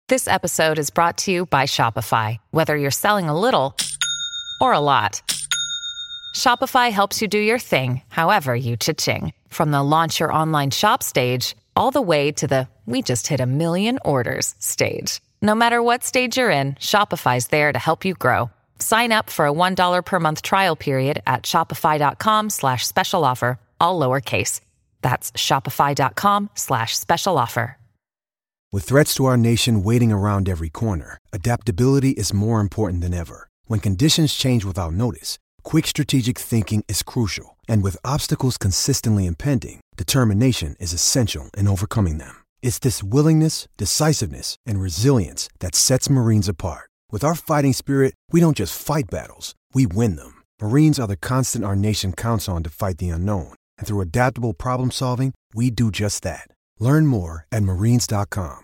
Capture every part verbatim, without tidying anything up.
This episode is brought to you by Shopify. Whether you're selling a little or a lot, Shopify helps you do your thing, however you cha-ching. From the launch your online shop stage, all the way to the we just hit a million orders stage. No matter what stage you're in, Shopify's there to help you grow. Sign up for a one dollar per month trial period at shopify.com slash special offer, all lowercase. That's shopify.com slash special offer. With threats to our nation waiting around every corner, adaptability is more important than ever. When conditions change without notice, quick strategic thinking is crucial. And with obstacles consistently impending, determination is essential in overcoming them. It's this willingness, decisiveness, and resilience that sets Marines apart. With our fighting spirit, we don't just fight battles, we win them. Marines are the constant our nation counts on to fight the unknown. And through adaptable problem solving, we do just that. Learn more at marines dot com.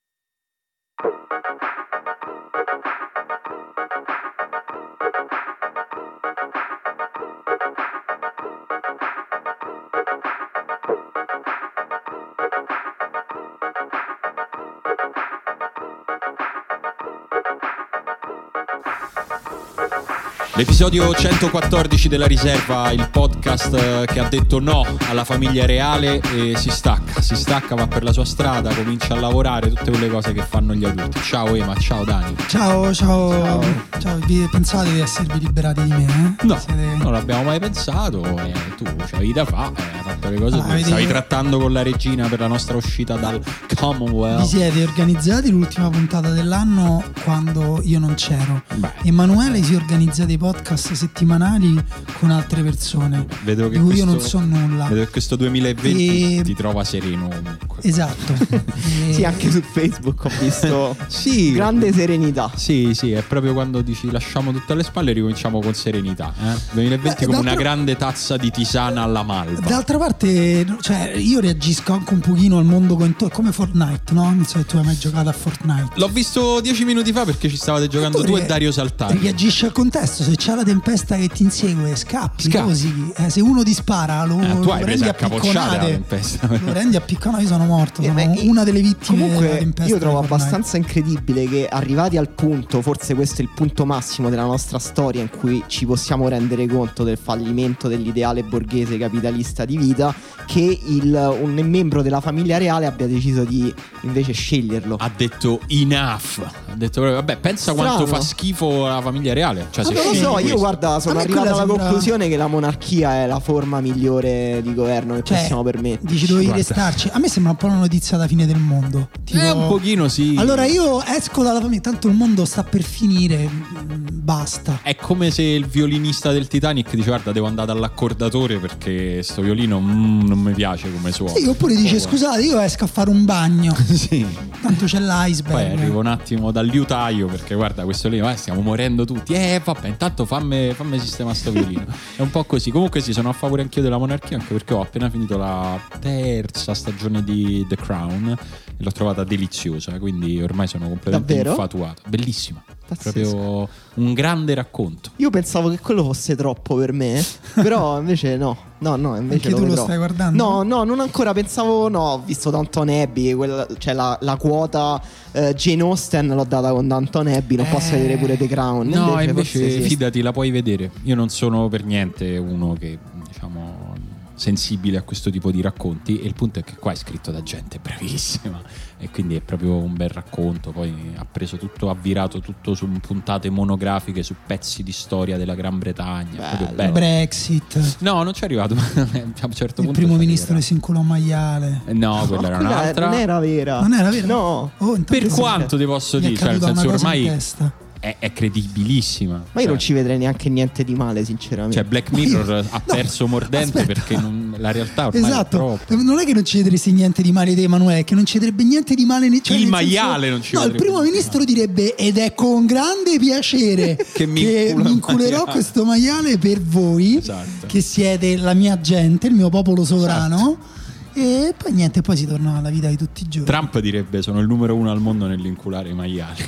L'episodio centoquattordici della Riserva, il podcast che ha detto no alla famiglia reale e si stacca, si stacca, va per la sua strada, comincia a lavorare, tutte quelle cose che fanno gli adulti. Ciao Ema, ciao Dani. Ciao, ciao, ciao. ciao. Vi pensate di esservi liberati di me? Eh? No, Siete... non l'abbiamo mai pensato, eh, tu c'avevi da fa, eh, hai fatto le cose ah, tu, avete... stavi trattando con la regina per la nostra uscita dal Commonwealth. Vi siete organizzati l'ultima puntata dell'anno quando io non c'ero. Beh. Emanuele si organizza dei podcast settimanali con altre persone vedo che di cui questo, io non so nulla. Vedo che questo duemilaventi e... ti trova sereno comunque. Esatto. e... Sì, anche su Facebook ho visto sì, grande serenità. Sì, sì, è proprio quando dici lasciamo tutte alle spalle e ricominciamo con serenità. eh? duemilaventi Beh, come una d'altra... grande tazza di tisana alla malva. D'altra parte, cioè, io reagisco anche un pochino al mondo conto- come Fortnite, no? Non so se tu hai mai giocato a Fortnite. L'ho visto dieci minuti fa perché ci stavate giocando tu, tu e Dario Saltari. Reagisci al contesto, se c'è la tempesta che ti insegue, scappi, Scappi. così. Eh, se uno ti spara, lo, eh, tu lo hai prendi a picconate. Lo rendi a picconate, io sono morto, sono eh, una delle vittime comunque della tempesta. Io trovo abbastanza incredibile che arrivati al punto, forse questo è il punto massimo della nostra storia in cui ci possiamo rendere conto del fallimento dell'ideale borghese capitalista di vita, che il, un membro della famiglia reale abbia deciso di invece sceglierlo. Ha detto enough. Ha detto proprio, vabbè, pensa Strano. quanto fa schifo la famiglia reale. Cioè, Ma se non lo so, questo. io guarda, sono arrivato alla sembra... conclusione che la monarchia è la forma migliore di governo che cioè, possiamo permettere. Dici dovevi guarda. restarci. A me sembra un po' una notizia alla fine del mondo. Tipo, eh, un pochino sì. Allora io esco dalla famiglia, tanto il mondo sta per finire, basta. È come se il violinista del Titanic dice guarda devo andare dall'accordatore perché sto violino mm, non mi piace come suona. Sì, oppure dice oh, scusate io esco a fare un bagno. Sì. Tanto c'è l'iceberg. Poi arrivo un attimo dal liutaio perché guarda questo lì, eh, stiamo morendo tutti. Eh vabbè, intanto fammi, fammi sistemare sto violino. È un po' così. Comunque sì, sono a favore anch'io della monarchia, anche perché ho appena finito la terza stagione di The Crown e l'ho trovata deliziosa, quindi ormai sono completamente Davvero? infatuato. Bellissima. Pazzesco. Proprio un grande racconto. Io pensavo che quello fosse troppo per me, però invece no. No, no, invece Anche lo tu lo vedrò. stai guardando? No, no, non ancora. Pensavo, no, ho visto Downton Abbey, quella, cioè la, la quota eh, Jane Austen l'ho data con Downton Abbey, non Eh. posso vedere pure The Crown. No, invece, forse sì. fidati, la puoi vedere. Io non sono per niente uno che, diciamo, sensibile a questo tipo di racconti, e il punto è che qua è scritto da gente bravissima e quindi è proprio un bel racconto. Poi ha preso tutto, ha virato tutto su puntate monografiche su pezzi di storia della Gran Bretagna. È proprio bello. Brexit. No, non ci è arrivato. A un certo Il punto primo ci ministro arriverà. che si inculò un maiale. Eh, No, quella era Quella un'altra. non era vera. Non era vero? No. Oh, intanto Per sì. quanto ti posso Mi è dire, cioè, nel caduta senso una cosa ormai in testa. è, è credibilissima. Ma io Cioè, non ci vedrei neanche niente di male, sinceramente. Cioè Black Mirror ha No, perso mordente aspetta. perché non, la realtà ormai è Esatto, troppo. non è che non ci vedresti niente di male te, Emanuele, è che non ci vedrebbe niente di male ne- cioè, Il nel maiale senso- non ci no, il vedrebbe primo niente di ministro direbbe ed è con grande piacere Che mi che inculo mi il inculerò maiale. questo maiale per voi, Esatto. che siete la mia gente, il mio popolo sovrano. E poi niente, poi si torna alla vita di tutti i giorni. Trump direbbe sono il numero uno al mondo nell'inculare i maiali.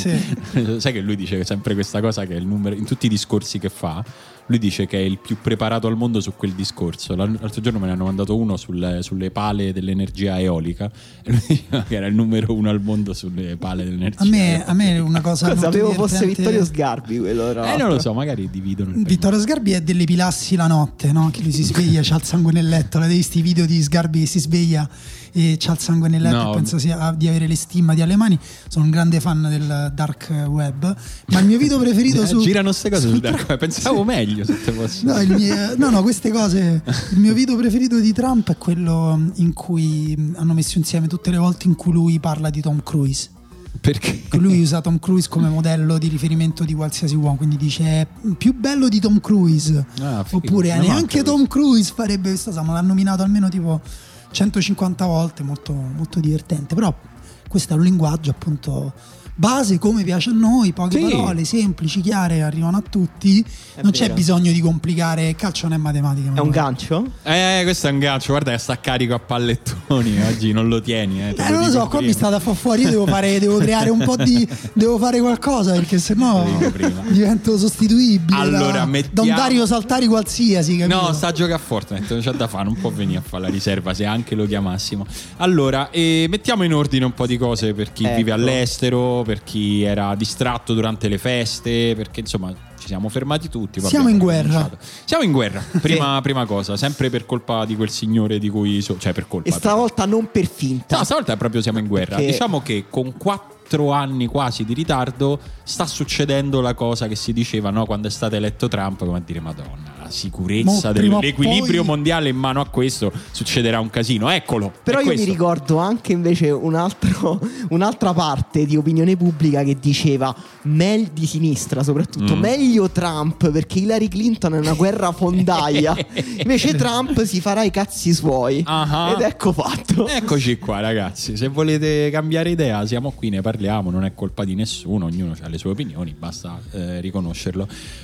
Sì. Sai che lui dice sempre questa cosa, che è il numero in tutti i discorsi che fa. Lui dice che è il più preparato al mondo su quel discorso. L'altro giorno me ne hanno mandato uno sulle, sulle pale dell'energia eolica e lui diceva che era il numero uno al mondo sulle pale dell'energia A me, eolica. a me una cosa molto sapevo divertente... fosse Vittorio Sgarbi quello. Eh non lo so, magari dividono il Vittorio Sgarbi è delle pilassi la notte, no? Che lui si sveglia, c'ha il sangue nel letto. L'avete visto i video di Sgarbi che si sveglia e c'ha il sangue nel letto No. e pensa sia, di avere le stimmati alle mani. Sono un grande fan del dark web, ma il mio video preferito su... Girano queste cose su sul dark web. Pensavo meglio se te fossi. No, il mio- no, no, queste cose. Il mio video preferito di Trump è quello in cui hanno messo insieme tutte le volte in cui lui parla di Tom Cruise. Perché? Che lui usa Tom Cruise come modello di riferimento di qualsiasi uomo, quindi dice è più bello di Tom Cruise. Ah, figo. Oppure Non neanche manca Tom Cruise farebbe questa cosa, ma l'ha nominato almeno tipo centocinquanta volte, molto, molto divertente. Però questo è un linguaggio appunto base, come piace a noi, poche Sì. parole semplici, chiare, arrivano a tutti. È Non c'è vero. bisogno di complicare. Calcio non è matematica. È un gancio? Eh, questo è un gancio, guarda che sta carico a pallettoni. Oggi non lo tieni, eh. te Eh, non lo dico so, qua prima. mi state a far fuori. Io devo fare, devo creare un po' di. Devo fare qualcosa perché sennò Lo dico prima. divento sostituibile. Allora, da, mettiamo- da un Dario Saltari qualsiasi, capito? No, sta a giocare a Fortnite, non c'è da fare, non può venire a fare la riserva se anche lo chiamassimo. Allora, eh, mettiamo in ordine un po' di cose per chi Ecco. vive all'estero, per chi era distratto durante le feste, perché insomma ci siamo fermati tutti. poi Siamo abbiamo in guerra. ricominciato. Siamo in guerra, prima, prima cosa, sempre per colpa di quel signore di cui... So, cioè per colpa... E stavolta non per finta. No, stavolta proprio siamo in guerra. Perché- Diciamo che con quattro anni quasi di ritardo sta succedendo la cosa che si diceva, no, quando è stato eletto Trump, come a dire Madonna, la sicurezza Mo, prima o dell'equilibrio poi- mondiale in mano a questo, succederà un casino. Eccolo. Però è io mi questo. ricordo anche invece un altro, un'altra parte di opinione pubblica che diceva meglio di sinistra, soprattutto Mm. meglio Trump, perché Hillary Clinton è una guerra fondaia. Invece Trump si farà i cazzi suoi. Ah. Ed ecco fatto. Eccoci qua ragazzi, se volete cambiare idea siamo qui, ne parliamo, non è colpa di nessuno, ognuno ha le sue opinioni, basta eh, riconoscerlo.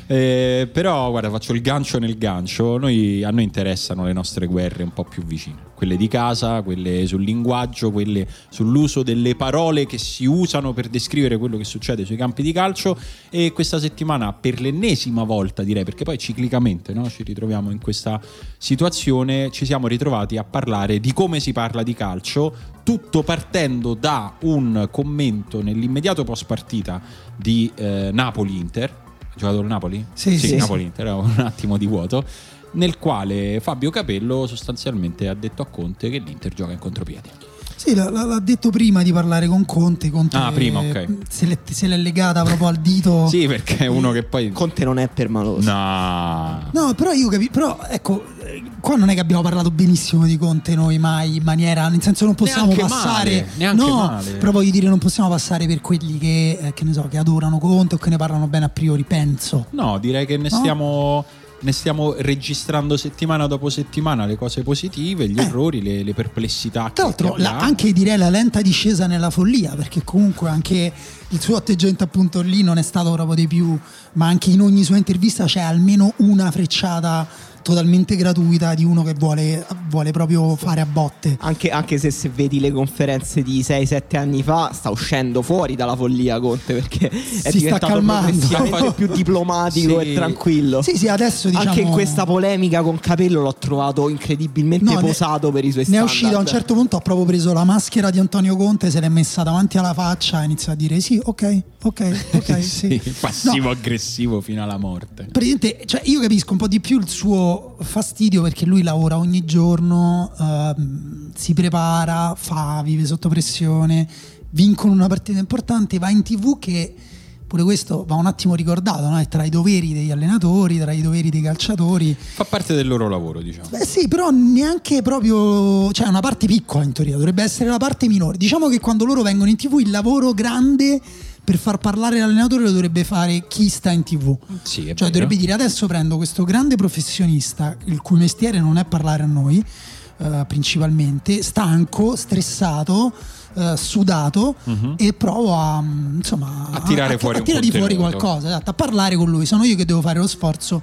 Eh, però guarda, faccio il gancio nel gancio, noi, a noi interessano le nostre guerre un po' più vicine, quelle di casa, quelle sul linguaggio, quelle sull'uso delle parole che si usano per descrivere quello che succede sui campi di calcio. E questa settimana per l'ennesima volta, direi, perché poi ciclicamente, no, ci ritroviamo in questa situazione, ci siamo ritrovati a parlare di come si parla di calcio, tutto partendo da un commento nell'immediato post partita di eh, Napoli-Inter. Ha giocato il Napoli? Sì, sì, Napoli-Inter, era un attimo di vuoto, nel quale Fabio Capello sostanzialmente ha detto a Conte che l'Inter gioca in contropiede. Sì, l- l- l'ha detto prima di parlare con Conte. Conte Ah, prima, ok. Se l'è, se l'è legata proprio al dito. Sì, perché è uno che poi... Conte non è permaloso. No. No, però io capisco. Però ecco, eh, qua non è che abbiamo parlato benissimo di Conte noi mai in maniera. Nel senso, non possiamo Neanche passare. male, neanche no, male. però voglio dire, non possiamo passare per quelli che, eh, che ne so, che adorano Conte o che ne parlano bene a priori, penso. No, direi che ne No? stiamo... Ne stiamo registrando settimana dopo settimana le cose positive, gli Eh. errori, le, le perplessità. Tra che- che l'altro, la- abbiamo. anche direi la lenta discesa nella follia, perché comunque anche il suo atteggiamento appunto lì non è stato proprio dei più, ma anche in ogni sua intervista c'è almeno una frecciata totalmente gratuita di uno che vuole, vuole proprio fare a botte. Anche, anche se, se vedi le conferenze di sei sette anni fa, sta uscendo fuori dalla follia Conte, perché è sta diventato calmando. progressivamente più diplomatico Sì. e tranquillo. Sì, sì, adesso diciamo Anche in questa polemica con Capello l'ho trovato incredibilmente No, ne- posato per i suoi ne è standard. uscito a un certo punto, ha proprio preso la maschera di Antonio Conte, se l'è messa davanti alla faccia e inizia a dire sì, ok, ok, ok, sì. Sì, passivo No, aggressivo fino alla morte. praticamente, cioè, io capisco un po' di più il suo fastidio perché lui lavora ogni giorno, ehm, si prepara, fa, vive sotto pressione, vincono una partita importante, va in tivù, che pure questo va un attimo ricordato, no? È tra i doveri degli allenatori, tra i doveri dei calciatori. Fa parte del loro lavoro, diciamo. Beh sì, però neanche proprio, cioè una parte piccola in teoria, dovrebbe essere la parte minore. Diciamo che quando loro vengono in tivù il lavoro grande per far parlare l'allenatore lo dovrebbe fare chi sta in tivù. Sì, è Cioè vero. dovrebbe dire adesso prendo questo grande professionista il cui mestiere non è parlare a noi, eh, principalmente, stanco, stressato, eh, sudato, Mhm. e provo a mm, insomma A tirare fuori a un tirargli fuori contenuto. qualcosa, esatto, a parlare con lui. Sono io che devo fare lo sforzo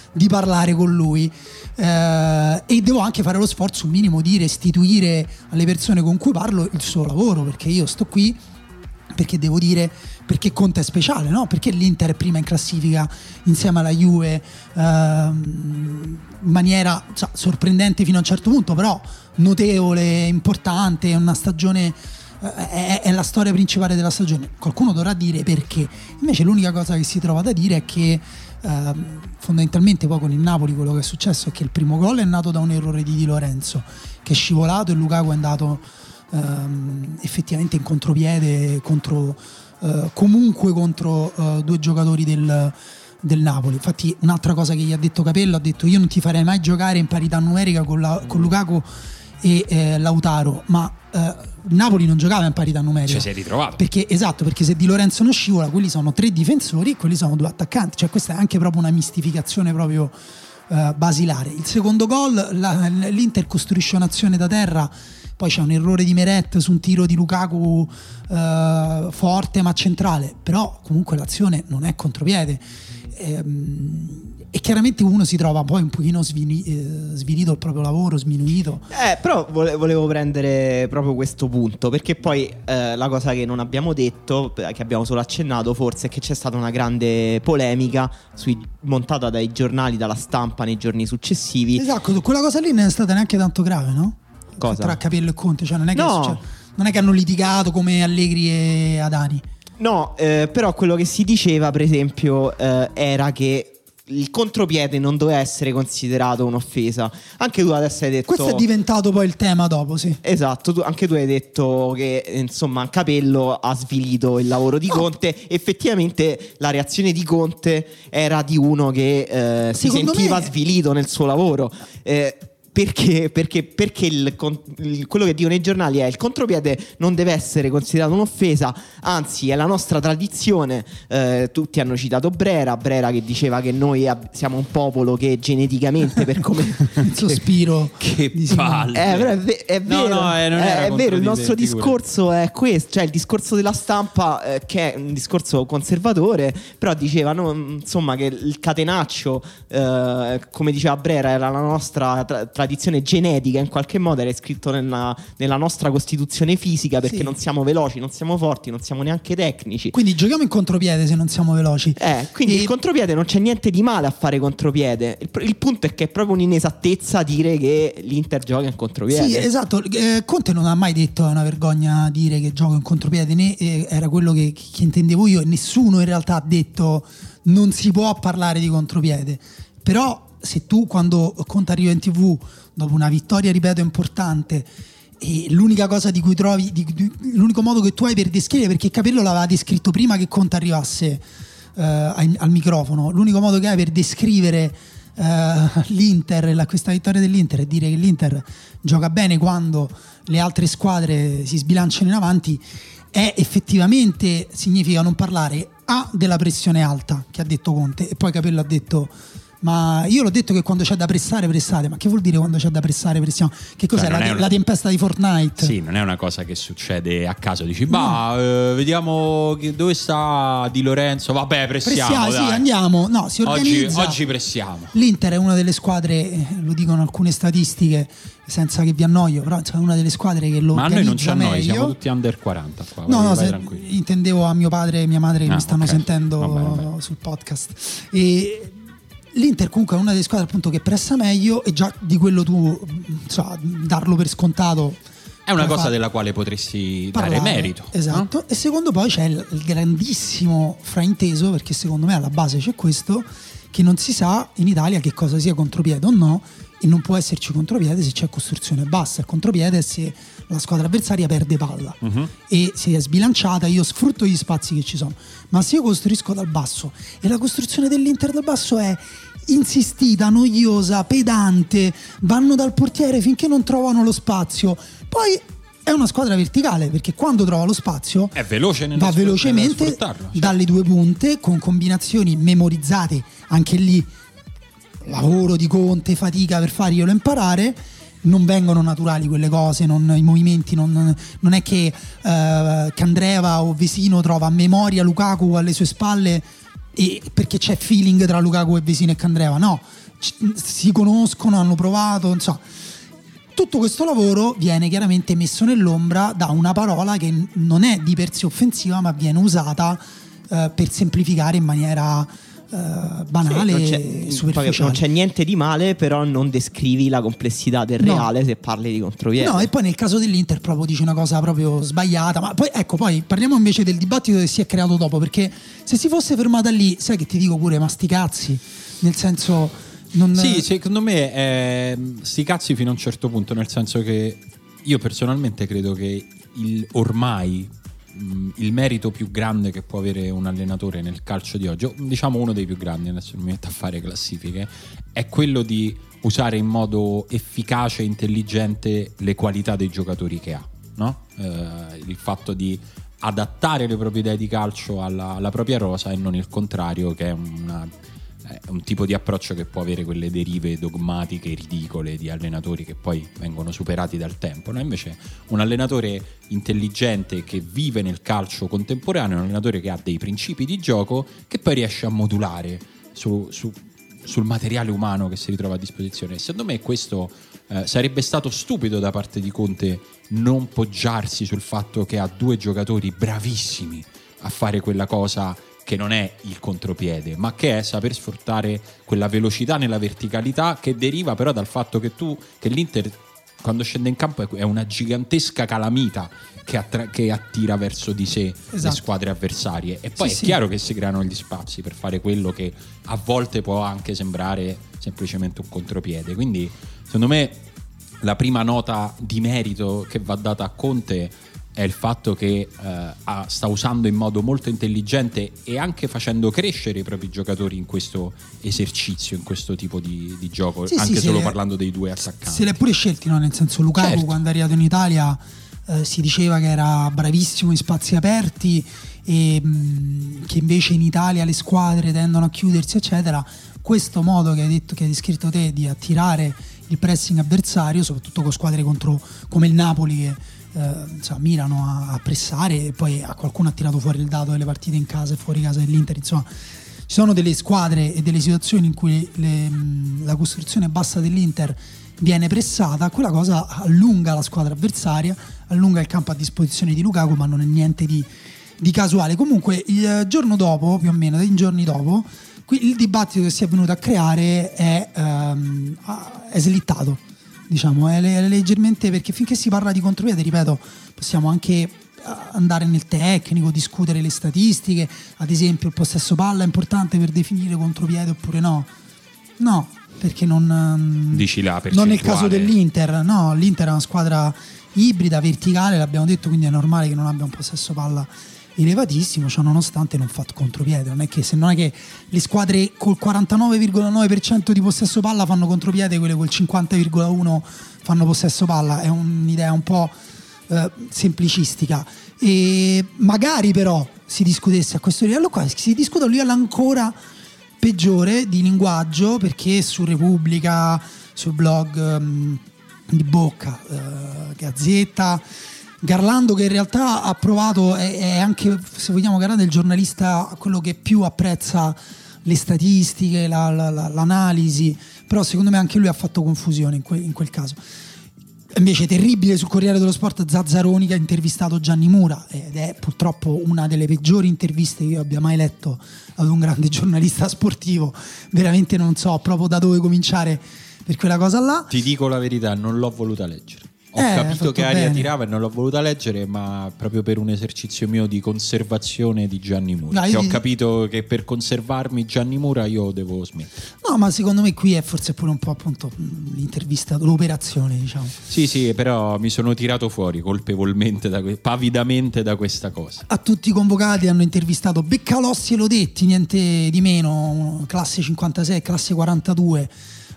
di parlare con lui, eh, e devo anche fare lo sforzo un minimo di restituire alle persone con cui parlo il suo lavoro, perché io sto qui perché devo dire perché Conte è speciale, no? Perché l'Inter è prima in classifica insieme alla Juve, eh, in maniera cioè, sorprendente fino a un certo punto, però notevole, importante, è una stagione, eh, è, è la storia principale della stagione. Qualcuno dovrà dire perché, invece l'unica cosa che si trova da dire è che eh, fondamentalmente poi con il Napoli quello che è successo è che il primo gol è nato da un errore di Di Lorenzo che è scivolato e Lukaku è andato ehm, effettivamente in contropiede contro Uh, comunque contro uh, due giocatori del, del Napoli. Infatti un'altra cosa che gli ha detto Capello, ha detto io non ti farei mai giocare in parità numerica con, la, con Lukaku e eh, Lautaro, ma uh, Napoli non giocava in parità numerica, cioè si è ritrovato perché, esatto, perché se Di Lorenzo non scivola quelli sono tre difensori e quelli sono due attaccanti, cioè questa è anche proprio una mistificazione proprio uh, basilare. Il secondo gol, la, l'Inter costruisce un'azione da terra, poi c'è un errore di Meret su un tiro di Lukaku eh, forte ma centrale, però comunque l'azione non è contropiede, e, e chiaramente uno si trova poi un pochino svini, eh, svilito il proprio lavoro, sminuito. Eh, però volevo prendere proprio questo punto, perché poi eh, la cosa che non abbiamo detto, che abbiamo solo accennato forse, è che c'è stata una grande polemica sui, montata dai giornali, dalla stampa nei giorni successivi. Esatto, quella cosa lì non è stata neanche tanto grave, no? Cosa? Tra Capello e Conte, cioè non è che, no. cioè, non è che hanno litigato come Allegri e Adani. No, eh, però quello che si diceva per esempio eh, era che il contropiede non doveva essere considerato un'offesa. Anche tu adesso hai detto, questo è diventato poi il tema dopo, sì. Esatto, tu, anche tu hai detto che insomma Capello ha svilito il lavoro di no. Conte. Effettivamente la reazione di Conte era di uno che eh, si sentiva me... svilito nel suo lavoro. eh, Perché, perché, perché il, il, quello che dicono i giornali è il contropiede non deve essere considerato un'offesa, anzi è la nostra tradizione. Eh, tutti hanno citato Brera, Brera che diceva che noi ab- siamo un popolo che geneticamente per come il sospiro che palle. Eh, però è, ve- è vero, no, no, eh, non era è vero, il nostro te, discorso è questo, cioè il discorso della stampa eh, che è un discorso conservatore, però dicevano insomma che il catenaccio, eh, come diceva Brera, era la nostra tra- tradizione genetica, in qualche modo era scritto nella, nella nostra costituzione fisica, perché sì. non siamo veloci, non siamo forti, non siamo neanche tecnici, quindi giochiamo in contropiede se non siamo veloci. Eh, quindi e... il contropiede non c'è niente di male a fare contropiede. Il, il punto è che è proprio un'inesattezza dire che l'Inter gioca in contropiede. Sì, esatto. Eh, Conte non ha mai detto è una vergogna dire che gioco in contropiede, né eh, era quello che, che intendevo io, e nessuno in realtà ha detto non si può parlare di contropiede. Però se tu, quando Conte arriva in tv dopo una vittoria, ripeto, importante, e l'unica cosa di cui trovi di, di, l'unico modo che tu hai per descrivere, perché Capello l'aveva descritto prima che Conte arrivasse uh, al, al microfono, l'unico modo che hai per descrivere uh, l'Inter, la, questa vittoria dell'Inter, è dire che l'Inter gioca bene quando le altre squadre si sbilanciano in avanti, è effettivamente, significa non parlare A della pressione alta che ha detto Conte, e poi Capello ha detto ma io l'ho detto che quando c'è da pressare pressate. Ma che vuol dire quando c'è da pressare pressiamo? Che cos'è, cioè, la, una... la tempesta di Fortnite? Sì, non è una cosa che succede a caso, dici bah no. eh, vediamo che, dove sta Di Lorenzo, vabbè pressiamo, pressiamo dai. Sì, andiamo, no, si organizza. Oggi, oggi pressiamo. L'Inter è una delle squadre, lo dicono alcune statistiche senza che vi annoio, però è una delle squadre che lo ma organizza noi non ci annoi, meglio. Siamo tutti under quaranta qua. No, no, vai, se, intendevo a mio padre e mia madre che ah, mi stanno okay. sentendo vabbè, vabbè. sul podcast. E l'Inter comunque è una delle squadre appunto che pressa meglio, e già di quello tu, cioè, darlo per scontato è una cosa della quale potresti parlare, dare merito. Esatto, no? E secondo poi c'è il, il grandissimo frainteso, perché secondo me alla base c'è questo, che non si sa in Italia che cosa sia contropiede o no, e non può esserci contropiede se c'è costruzione bassa. Il contropiede è se la squadra avversaria perde palla uh-huh. e se è sbilanciata io sfrutto gli spazi che ci sono, ma se io costruisco dal basso, e la costruzione dell'Inter dal basso è insistita, noiosa, pedante, vanno dal portiere finché non trovano lo spazio, poi è una squadra verticale, perché quando trova lo spazio è veloce nel va velocemente cioè. dalle due punte, con combinazioni memorizzate, anche lì lavoro di Conte, fatica per farglielo imparare. Non vengono naturali quelle cose, non, i movimenti non, non è che uh, Candreva o Vesino trova a memoria Lukaku alle sue spalle e perché c'è feeling tra Lukaku e Vesino e Candreva, no, c- si conoscono, hanno provato, insomma. Tutto questo lavoro viene chiaramente messo nell'ombra da una parola che non è di per sé offensiva, ma viene usata eh, per semplificare in maniera eh, banale sì, e superficiale. Non c'è niente di male, però non descrivi la complessità del No. reale se parli di contropiede. No, e poi nel caso dell'Inter proprio dice una cosa proprio sbagliata. Ma poi ecco, poi parliamo invece del dibattito che si è creato dopo, perché se si fosse fermata lì, sai che ti dico pure, ma sti cazzi, nel senso... Non... Sì, secondo me è, sti cazzi fino a un certo punto, nel senso che io personalmente credo che il, ormai mh, il merito più grande che può avere un allenatore nel calcio di oggi, diciamo uno dei più grandi, adesso non mi metto a fare classifiche, è quello di usare in modo efficace e intelligente le qualità dei giocatori che ha, no? Eh, il fatto di adattare le proprie idee di calcio alla, alla propria rosa e non il contrario, che è una... è un tipo di approccio che può avere quelle derive dogmatiche ridicole di allenatori che poi vengono superati dal tempo, no? Invece un allenatore intelligente che vive nel calcio contemporaneo è un allenatore che ha dei principi di gioco che poi riesce a modulare su, su, sul materiale umano che si ritrova a disposizione. E secondo me questo eh, sarebbe stato stupido da parte di Conte non poggiarsi sul fatto che ha due giocatori bravissimi a fare quella cosa che non è il contropiede, ma che è saper sfruttare quella velocità nella verticalità che deriva però dal fatto che tu che l'Inter quando scende in campo è una gigantesca calamita che, attra- che attira verso di sé esatto. le squadre avversarie, e poi sì, è sì. chiaro che si creano gli spazi per fare quello che a volte può anche sembrare semplicemente un contropiede. Quindi secondo me la prima nota di merito che va data a Conte è il fatto che eh, sta usando in modo molto intelligente e anche facendo crescere i propri giocatori in questo esercizio, in questo tipo di, di gioco, sì, anche sì, solo le, parlando dei due attaccanti. Se l'è pure scelti, no? Nel senso, Lukaku certo. quando è arrivato in Italia eh, si diceva che era bravissimo in spazi aperti e mh, che invece in Italia le squadre tendono a chiudersi eccetera. Questo modo che hai detto, che hai descritto te, di attirare il pressing avversario, soprattutto con squadre contro come il Napoli che Uh, insomma, mirano a, a pressare, e poi a qualcuno ha tirato fuori il dato delle partite in casa e fuori casa dell'Inter. Insomma, ci sono delle squadre e delle situazioni in cui le, mh, la costruzione bassa dell'Inter viene pressata, quella cosa allunga la squadra avversaria, allunga il campo a disposizione di Lukaku, ma non è niente di, di casuale. Comunque il giorno dopo, più o meno dei giorni dopo, qui il dibattito che si è venuto a creare è, um, è slittato. Diciamo, è leggermente, perché finché si parla di contropiede, ripeto, possiamo anche andare nel tecnico, discutere le statistiche, ad esempio il possesso palla è importante per definire contropiede oppure no. No, perché non dici la non nel caso dell'Inter, no, l'Inter è una squadra ibrida, verticale, l'abbiamo detto, quindi è normale che non abbia un possesso palla elevatissimo, cioè nonostante non fa contropiede. Non è che se non è che le squadre col quarantanove virgola nove per cento di possesso palla fanno contropiede, quelle col cinquanta virgola uno per cento fanno possesso palla. È un'idea un po' eh, semplicistica, e magari però si discutesse a questo livello qua, si discuta a un livello ancora peggiore di linguaggio, perché su Repubblica, sul blog um, di Bocca, uh, Gazzetta, Garlando, che in realtà ha provato, è, è anche, se vogliamo, Garlando è il giornalista quello che più apprezza le statistiche, la, la, la, l'analisi, però secondo me anche lui ha fatto confusione in, que, in quel caso. Invece terribile sul Corriere dello Sport Zazzaroni, che ha intervistato Gianni Mura, ed è purtroppo una delle peggiori interviste che io abbia mai letto ad un grande giornalista sportivo. Veramente non so proprio da dove cominciare per quella cosa là. Ti dico la verità, non l'ho voluta leggere. Ho Eh, capito che aria bene. tirava e non l'ho voluta leggere, ma proprio per un esercizio mio di conservazione di Gianni Mura. No, che io ho ti- capito che per conservarmi Gianni Mura io devo smettere. No, ma secondo me qui è forse pure un po' appunto l'intervista, l'operazione, diciamo. Sì, sì, però mi sono tirato fuori colpevolmente, da que- pavidamente da questa cosa. A tutti i convocati hanno intervistato Beccalossi e Lodetti, niente di meno, classe cinquantasei, classe quarantadue.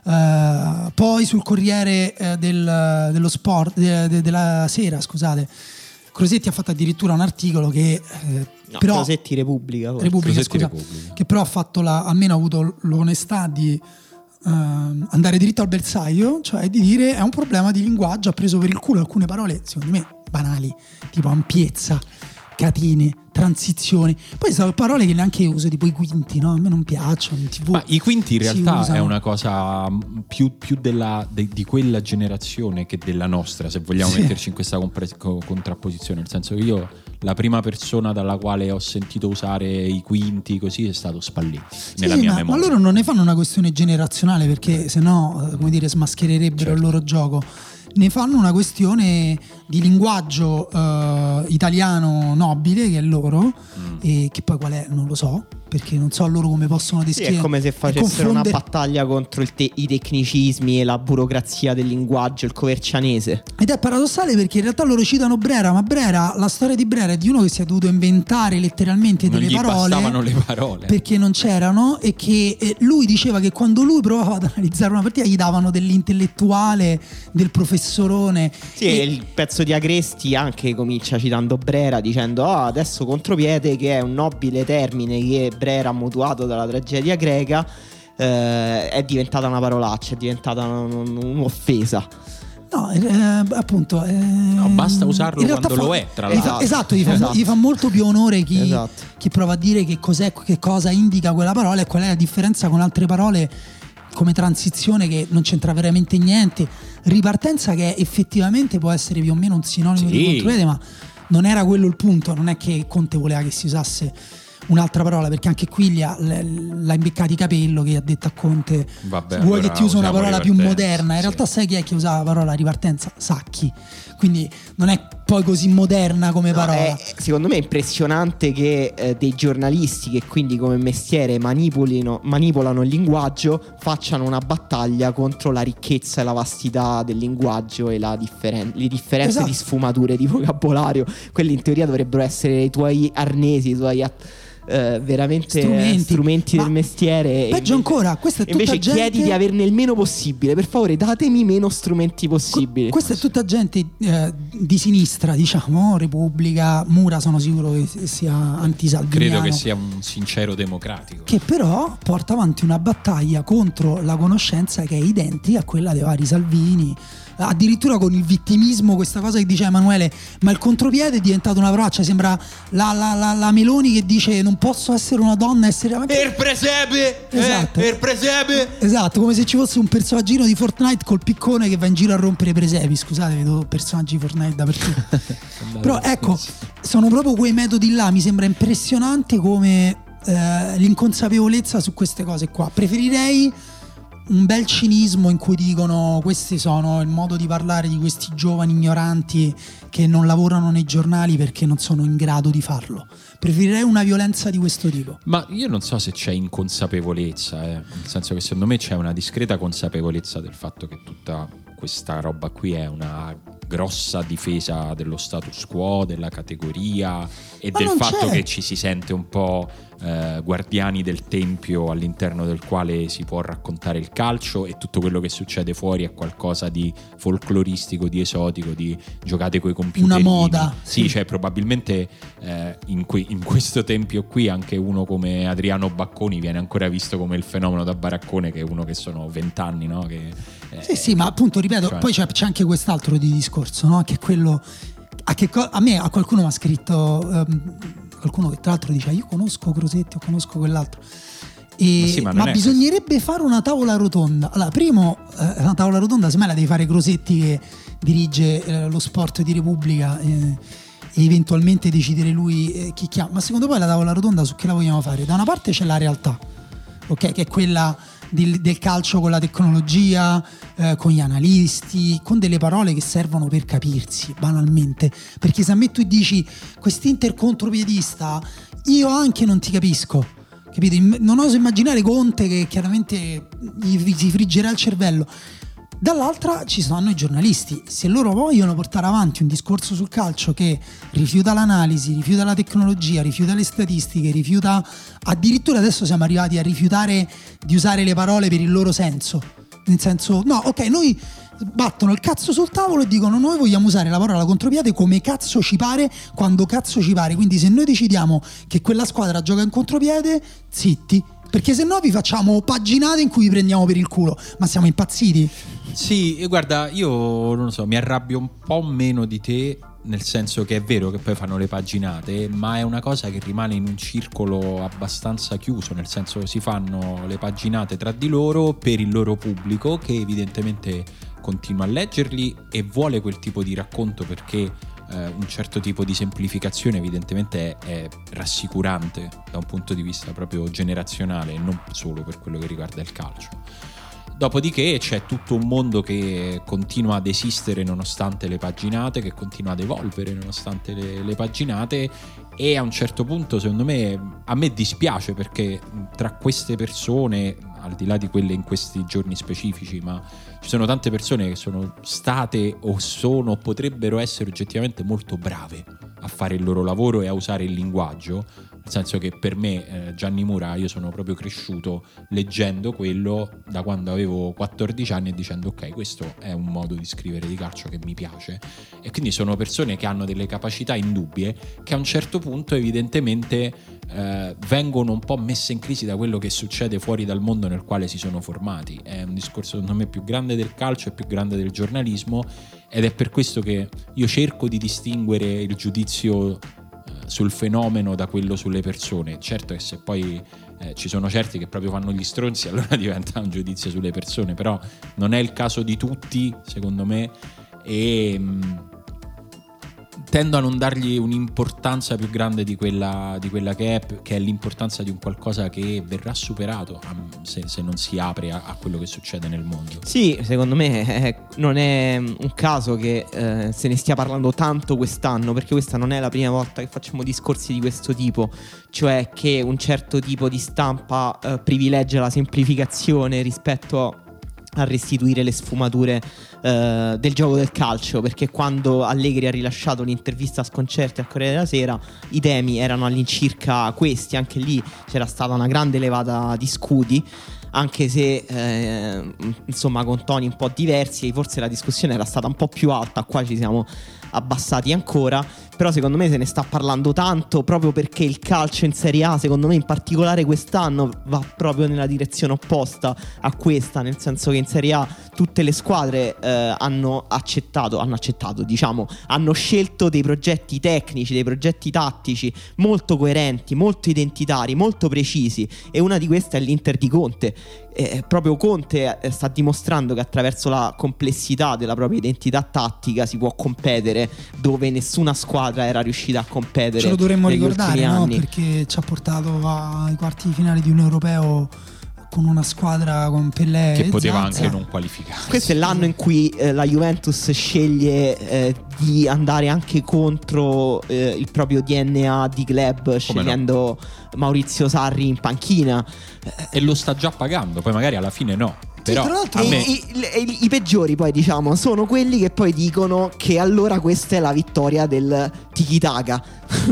Uh, poi sul Corriere uh, del, dello Sport de, de, della Sera, scusate, Crosetti ha fatto addirittura un articolo che eh, No, però Crosetti Repubblica, forse. Repubblica, Crosetti scusa, Repubblica. che però ha fatto la, almeno ha avuto l'onestà di uh, andare dritto al bersaglio, cioè di dire è un problema di linguaggio, ha preso per il culo alcune parole secondo me banali, tipo ampiezza, catene, transizioni. Poi sono parole che neanche io uso, tipo i quinti, no? A me non piacciono. In T V ma i quinti in realtà usano. È una cosa più, più della, de, di quella generazione che della nostra, se vogliamo sì. metterci in questa compre, co, contrapposizione. Nel senso che io, la prima persona dalla quale ho sentito usare i quinti così è stato Spalletti, sì, nella mia ma, memoria. ma loro non ne fanno una questione generazionale, perché sennò, come dire, smaschererebbero certo. il loro gioco. Ne fanno una questione di linguaggio uh, italiano nobile, che è loro, mm. e che poi qual è non lo so, perché non so loro come possono descrivere. Sì, è come se facessero confondere... una battaglia contro il te- i tecnicismi e la burocrazia del linguaggio, il covercianese. Ed è paradossale perché in realtà loro citano Brera, ma Brera, la storia di Brera è di uno che si è dovuto inventare letteralmente non delle gli parole, bastavano le parole perché non c'erano, e che eh, lui diceva che quando lui provava ad analizzare una partita gli davano dell'intellettuale, del professorone. Sì, e... il pezzo di Agresti anche comincia citando Brera, dicendo ah, adesso contropiede, che è un nobile termine che Brera, mutuato dalla tragedia greca, eh, è diventata una parolaccia, è diventata un, un'offesa. No, eh, appunto eh, no, basta usarlo quando fa, lo è, tra l'altro. l'altro. Esatto, gli fa, esatto. gli fa molto più onore chi, esatto. chi prova a dire che cos'è, che cosa indica quella parola e qual è la differenza con altre parole come transizione, che non c'entra veramente niente, ripartenza, che effettivamente può essere più o meno un sinonimo sì. di contropiede, ma non era quello il punto. Non è che Conte voleva che si usasse un'altra parola, perché anche qui gli ha, l'ha imbeccato i Capello, che ha detto a Conte vabbè, vuoi allora che ti uso una parola più moderna. In sì. realtà sai chi è che usava la parola ripartenza? Sacchi. Quindi non è poi così moderna come no, parola. È, secondo me è impressionante che eh, dei giornalisti che quindi come mestiere manipolino, manipolano il linguaggio facciano una battaglia contro la ricchezza e la vastità del linguaggio e la differen- le differenze esatto. di sfumature di vocabolario. Quelli in teoria dovrebbero essere i tuoi arnesi, i tuoi att- Uh, veramente strumenti, strumenti del mestiere. Peggio ancora, questa è tutta invece gente... chiedi di averne il meno possibile, per favore datemi meno strumenti possibili. Qu- questa è tutta gente eh, di sinistra, diciamo, Repubblica, Mura sono sicuro che sia antisalviniano, credo che sia un sincero democratico, che però porta avanti una battaglia contro la conoscenza che è identica a quella dei vari Salvini, addirittura con il vittimismo, questa cosa che dice Emanuele, ma il contropiede è diventato una braccia, sembra la, la, la, la Meloni che dice non posso essere una donna, essere per presepe, esatto. eh, per presepe, esatto, come se ci fosse un personaggino di Fortnite col piccone che va in giro a rompere presepi. Scusate, vedo personaggi di Fortnite dappertutto. Però ecco, sono proprio quei metodi là. Mi sembra impressionante come eh, l'inconsapevolezza su queste cose qua. Preferirei un bel cinismo in cui dicono questi sono il modo di parlare di questi giovani ignoranti che non lavorano nei giornali perché non sono in grado di farlo. Preferirei una violenza di questo tipo. Ma io non so se c'è inconsapevolezza, eh. Nel senso che secondo me c'è una discreta consapevolezza del fatto che tutta questa roba qui è una grossa difesa dello status quo, della categoria e Ma del fatto c'è. che ci si sente un po' eh, guardiani del tempio all'interno del quale si può raccontare il calcio, e tutto quello che succede fuori è qualcosa di folcloristico, di esotico, di giocate coi computer. Una moda. Sì, sì. cioè probabilmente eh, in, que- in questo tempio qui anche uno come Adriano Bacconi viene ancora visto come il fenomeno da baraccone, che è uno che sono vent'anni, no? Che, eh, Sì, sì, ma appunto ripeto, cioè... poi c'è, c'è anche quest'altro di discorso, no? Che quello a, che co- a me a qualcuno mi ha scritto um, qualcuno che tra l'altro dice io conosco Crosetti, io conosco quell'altro. E, ma sì, ma ma è bisognerebbe fare una tavola rotonda. Allora, primo, eh, una tavola rotonda semmai la devi fare Crosetti, che dirige eh, lo sport di Repubblica, eh, e eventualmente decidere lui eh, chi chiama. Ma secondo voi la tavola rotonda su che la vogliamo fare? Da una parte c'è la realtà, ok, che è quella del, del calcio con la tecnologia, eh, con gli analisti, con delle parole che servono per capirsi banalmente, perché se a me tu dici quest'Inter contropiedista, io anche non ti capisco, capito? Non oso immaginare Conte che chiaramente gli si friggerà il cervello. Dall'altra ci stanno i giornalisti, se loro vogliono portare avanti un discorso sul calcio che rifiuta l'analisi, rifiuta la tecnologia, rifiuta le statistiche, rifiuta, addirittura adesso siamo arrivati a rifiutare di usare le parole per il loro senso, nel senso, no, ok, noi battono il cazzo sul tavolo e dicono noi vogliamo usare la parola contropiede come cazzo ci pare, quando cazzo ci pare, quindi se noi decidiamo che quella squadra gioca in contropiede, zitti, perché se no vi facciamo paginate in cui vi prendiamo per il culo. Ma siamo impazziti? Sì, guarda, io non lo so, mi arrabbio un po' meno di te nel senso che è vero che poi fanno le paginate, ma è una cosa che rimane in un circolo abbastanza chiuso, nel senso si fanno le paginate tra di loro per il loro pubblico, che evidentemente continua a leggerli e vuole quel tipo di racconto, perché eh, un certo tipo di semplificazione evidentemente è, è rassicurante da un punto di vista proprio generazionale, non solo per quello che riguarda il calcio. Dopodiché c'è tutto un mondo che continua ad esistere nonostante le paginate, che continua ad evolvere nonostante le, le paginate, e a un certo punto secondo me a me dispiace, perché tra queste persone, al di là di quelle in questi giorni specifici, ma ci sono tante persone che sono state o sono o potrebbero essere oggettivamente molto brave a fare il loro lavoro e a usare il linguaggio. Nel senso che per me eh, Gianni Mura, io sono proprio cresciuto leggendo quello da quando avevo quattordici anni e dicendo ok, questo è un modo di scrivere di calcio che mi piace, e quindi sono persone che hanno delle capacità indubbie che a un certo punto evidentemente eh, vengono un po' messe in crisi da quello che succede fuori dal mondo nel quale si sono formati. È un discorso secondo me più grande del calcio e più grande del giornalismo, ed è per questo che io cerco di distinguere il giudizio sul fenomeno da quello sulle persone. Certo che se poi eh, ci sono certi che proprio fanno gli stronzi, allora diventa un giudizio sulle persone, però non è il caso di tutti secondo me, e mh, tendo a non dargli un'importanza più grande di quella, di quella che è, che è l'importanza di un qualcosa che verrà superato se, se non si apre a, a quello che succede nel mondo. Sì, secondo me eh, non è un caso che eh, se ne stia parlando tanto quest'anno, perché questa non è la prima volta che facciamo discorsi di questo tipo, cioè che un certo tipo di stampa eh, privilegia la semplificazione rispetto a a restituire le sfumature eh, del gioco del calcio, perché quando Allegri ha rilasciato l'intervista a Sconcerti al Corriere della Sera i temi erano all'incirca questi, anche lì c'era stata una grande levata di scudi, anche se eh, insomma con toni un po' diversi, forse la discussione era stata un po' più alta, qua ci siamo abbassati ancora, però secondo me se ne sta parlando tanto proprio perché il calcio in Serie A, secondo me in particolare quest'anno, va proprio nella direzione opposta a questa, nel senso che in Serie A tutte le squadre eh, hanno accettato, hanno accettato, diciamo, hanno scelto dei progetti tecnici, dei progetti tattici molto coerenti, molto identitari, molto precisi, e una di queste è l'Inter di Conte. Eh, proprio Conte eh, sta dimostrando che attraverso la complessità della propria identità tattica si può competere dove nessuna squadra era riuscita a competere. Ce lo dovremmo negli ricordare, no? anni. Perché ci ha portato ai quarti di finale di un europeo con una squadra con Pelé che e poteva Zanza. anche non qualificare. Questo è l'anno in cui eh, la Juventus sceglie eh, di andare anche contro eh, il proprio D N A di club, scegliendo no? Maurizio Sarri in panchina, e lo sta già pagando, poi magari alla fine no. Però tra l'altro a me... I, i, i peggiori poi, diciamo, sono quelli che poi dicono che allora questa è la vittoria del tiki-taka.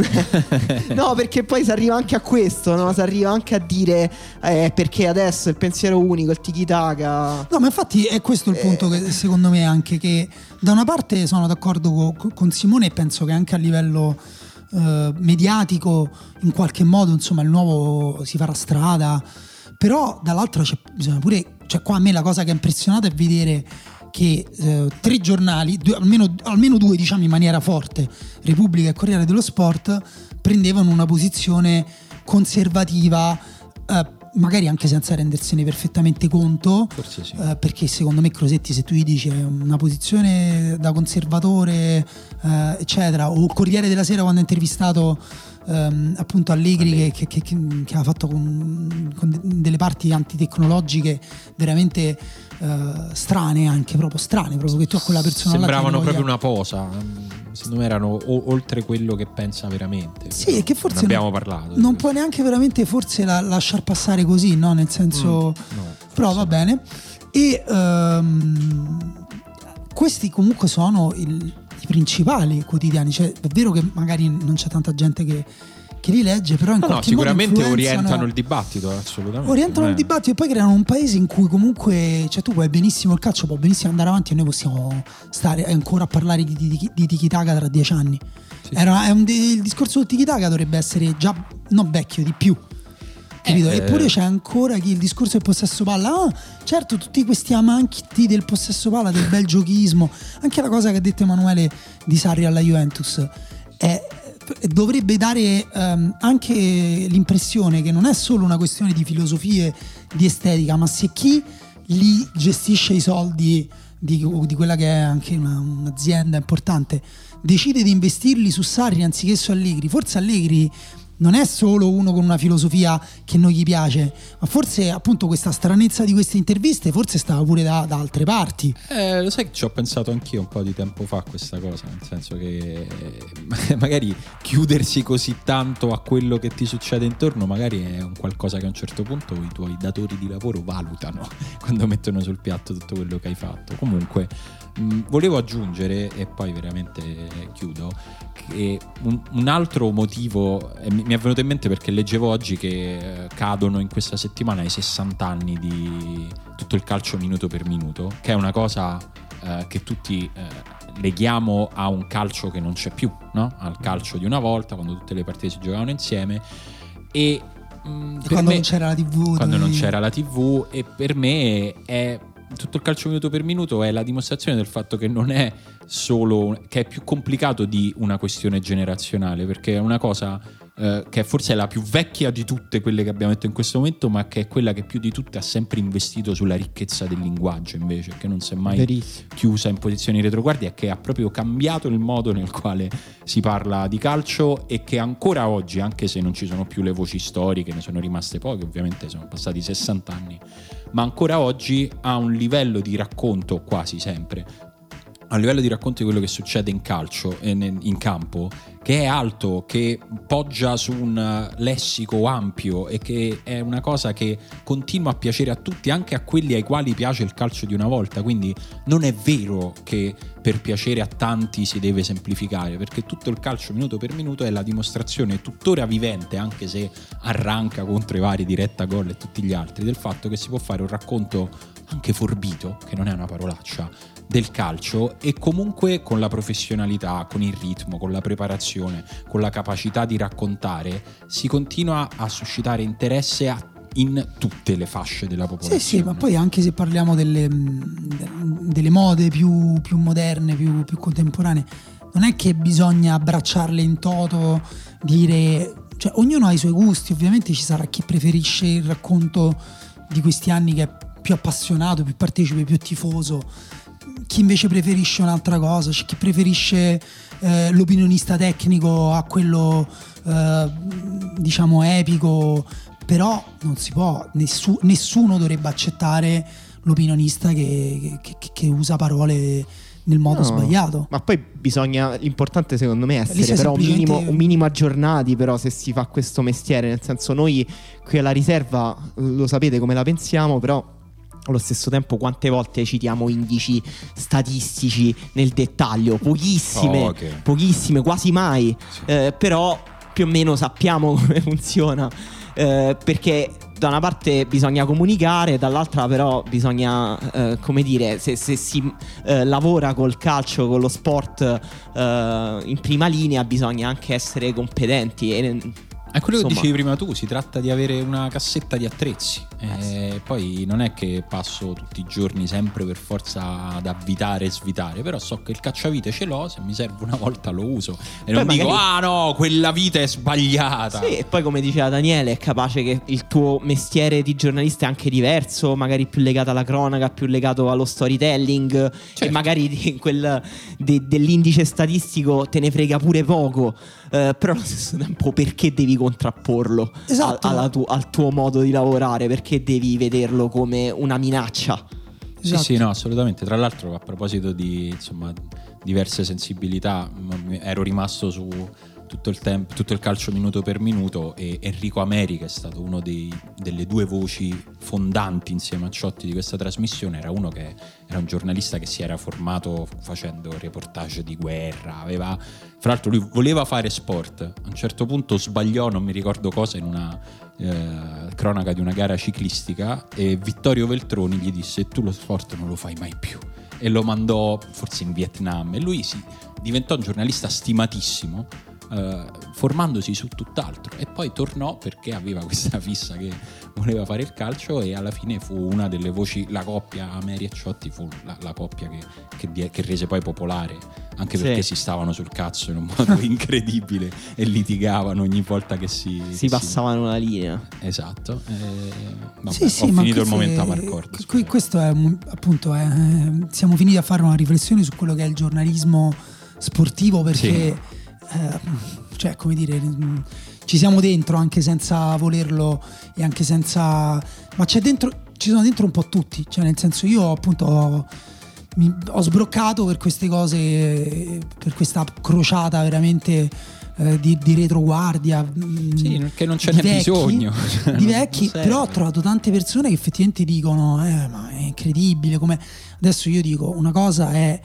No, perché poi si arriva anche a questo, no? Si arriva anche a dire eh, perché adesso il pensiero unico, il tiki-taka. No, ma infatti è questo il punto che secondo me anche, che da una parte sono d'accordo con, con Simone, e penso che anche a livello eh, mediatico in qualche modo insomma il nuovo si farà strada, però dall'altra c'è, bisogna pure, cioè qua a me la cosa che ha impressionato è vedere che eh, tre giornali, due, almeno, almeno due diciamo in maniera forte, Repubblica e Corriere dello Sport, prendevano una posizione conservativa, eh, magari anche senza rendersene perfettamente conto. Forse sì. eh, perché secondo me Crosetti, se tu gli dici una posizione da conservatore eh, eccetera, o Corriere della Sera quando ha intervistato ehm, appunto Allegri, Allegri. Che, che, che, che ha fatto con, con delle parti antitecnologiche veramente eh, strane, anche proprio strane, proprio che tu a quella persona sembravano là proprio voglia... una posa, secondo me erano o, oltre quello che pensa veramente. Sì, che forse ne abbiamo non, parlato, non puoi neanche veramente forse la, lasciar passare così, no? Nel senso mm, no, però va bene. E um, questi comunque sono il, i principali quotidiani, cioè è vero che magari non c'è tanta gente che, che li legge, però in no, qualche no, sicuramente modo orientano il dibattito, assolutamente. Orientano eh. il dibattito, e poi creano un paese in cui comunque, cioè tu puoi benissimo, il calcio può benissimo andare avanti e noi possiamo stare ancora a parlare di, di, di tiki-taka tra dieci anni. Sì. Era, è un, il discorso del tiki-taka dovrebbe essere già non vecchio, di più. capito? Eh, Eppure c'è ancora chi il discorso del possesso palla. Ah, certo, tutti questi amanti del possesso palla, del bel giochismo, anche la cosa che ha detto Emanuele di Sarri alla Juventus è, dovrebbe dare um, anche l'impressione che non è solo una questione di filosofie, di estetica, ma se chi li gestisce i soldi di, di quella che è anche una, un'azienda importante decide di investirli su Sarri anziché su Allegri, forse Allegri non è solo uno con una filosofia che non gli piace, ma forse appunto questa stranezza di queste interviste forse stava pure da, da altre parti. Eh, lo sai che ci ho pensato anch'io un po' di tempo fa a questa cosa, nel senso che eh, magari chiudersi così tanto a quello che ti succede intorno magari è un qualcosa che a un certo punto i tuoi datori di lavoro valutano quando mettono sul piatto tutto quello che hai fatto. Comunque mh, volevo aggiungere, e poi veramente chiudo, che un, un altro motivo eh, mi è venuto in mente perché leggevo oggi che eh, cadono in questa settimana i sessanta anni di tutto il calcio minuto per minuto, che è una cosa eh, che tutti eh, leghiamo a un calcio che non c'è più, no? Al calcio di una volta, quando tutte le partite si giocavano insieme, e mh, quando me, non c'era la tivù quando dove... non c'era la tivù, e per me è tutto il calcio minuto per minuto è la dimostrazione del fatto che non è solo, che è più complicato di una questione generazionale, perché è una cosa eh, che forse è la più vecchia di tutte quelle che abbiamo detto in questo momento, ma che è quella che più di tutte ha sempre investito sulla ricchezza del linguaggio, invece, che non si è mai Verissimo. chiusa in posizioni retroguardia, e che ha proprio cambiato il modo nel quale si parla di calcio, e che ancora oggi, anche se non ci sono più le voci storiche, ne sono rimaste poche, ovviamente sono passati sessanta anni, ma ancora oggi ha un livello di racconto, quasi sempre a livello di racconto di quello che succede in calcio e in campo, che è alto, che poggia su un lessico ampio, e che è una cosa che continua a piacere a tutti, anche a quelli ai quali piace il calcio di una volta. Quindi non è vero che per piacere a tanti si deve semplificare, perché tutto il calcio minuto per minuto è la dimostrazione tuttora vivente, anche se arranca contro i vari diretta gol e tutti gli altri, del fatto che si può fare un racconto anche forbito, che non è una parolaccia, del calcio, e comunque con la professionalità, con il ritmo, con la preparazione, con la capacità di raccontare, si continua a suscitare interesse a in tutte le fasce della popolazione. Sì, sì, ma poi anche se parliamo delle, delle mode più, più moderne, più, più contemporanee, non è che bisogna abbracciarle in toto, dire, cioè ognuno ha i suoi gusti. Ovviamente ci sarà chi preferisce il racconto di questi anni, che è più appassionato, più partecipe, più tifoso, chi invece preferisce un'altra cosa, c'è chi preferisce eh, l'opinionista tecnico a quello eh, diciamo epico. Però non si può, nessu, nessuno dovrebbe accettare l'opinionista che, che, che usa parole nel modo no, sbagliato. Ma poi bisogna, l'importante secondo me è essere però un minimo, un minimo aggiornati, però, se si fa questo mestiere, nel senso, noi qui alla riserva lo sapete come la pensiamo, però allo stesso tempo quante volte citiamo indici statistici nel dettaglio? Pochissime, oh, okay. pochissime, quasi mai, sì. eh, però più o meno sappiamo come funziona. Eh, perché da una parte bisogna comunicare, dall'altra però bisogna, eh, come dire, se, se si eh, lavora col calcio, con lo sport eh, in prima linea, bisogna anche essere competenti. E, è quello insomma, che dicevi prima tu, si tratta di avere una cassetta di attrezzi. Eh, poi non è che passo tutti i giorni sempre per forza ad avvitare e svitare, però so che il cacciavite ce l'ho, se mi serve una volta lo uso, e poi non magari... dico ah no, quella vita è sbagliata. Sì, e poi come diceva Daniele, è capace che il tuo mestiere di giornalista è anche diverso, magari più legato alla cronaca, più legato allo storytelling, certo. E magari di quel, de, dell'indice statistico te ne frega pure poco, eh, però allo stesso tempo perché devi contrapporlo esatto. a, alla tu, al tuo modo di lavorare? Perché devi vederlo come una minaccia? Esatto. Sì, sì, no, assolutamente. Tra l'altro, a proposito di insomma diverse sensibilità, ero rimasto su tutto il tempo, tutto il calcio minuto per minuto, e Enrico Ameri, che è stato uno dei, delle due voci fondanti insieme a Ciotti di questa trasmissione, era uno che era un giornalista che si era formato facendo reportage di guerra, aveva, fra l'altro lui voleva fare sport, a un certo punto sbagliò, non mi ricordo cosa, in una eh, cronaca di una gara ciclistica, e Vittorio Veltroni gli disse: tu lo sport non lo fai mai più, e lo mandò forse in Vietnam, e lui si diventò un giornalista stimatissimo eh, formandosi su tutt'altro, e poi tornò perché aveva questa fissa che voleva fare il calcio, e alla fine fu una delle voci, la coppia Ameri e Ciotti fu la, la coppia che, che, che rese poi popolare, anche sì. perché si stavano sul cazzo in un modo incredibile e litigavano ogni volta che si si che passavano una linea. Esatto. Eh, vabbè, sì, sì, ho ma finito il queste- momento Amarcord. qui- questo è un- appunto è, eh, siamo finiti a fare una riflessione su quello che è il giornalismo sportivo, perché eh, cioè come dire mh, ci siamo dentro anche senza volerlo, e anche senza, ma c'è dentro, ci sono dentro un po' tutti, cioè nel senso, io appunto ho, mi, ho sbroccato per queste cose, per questa crociata veramente eh, di, di retroguardia, mh, Sì, che non ce di n'è vecchi, bisogno. di vecchi, Non serve. però ho trovato tante persone che effettivamente dicono eh, ma è incredibile come adesso. Io dico, una cosa è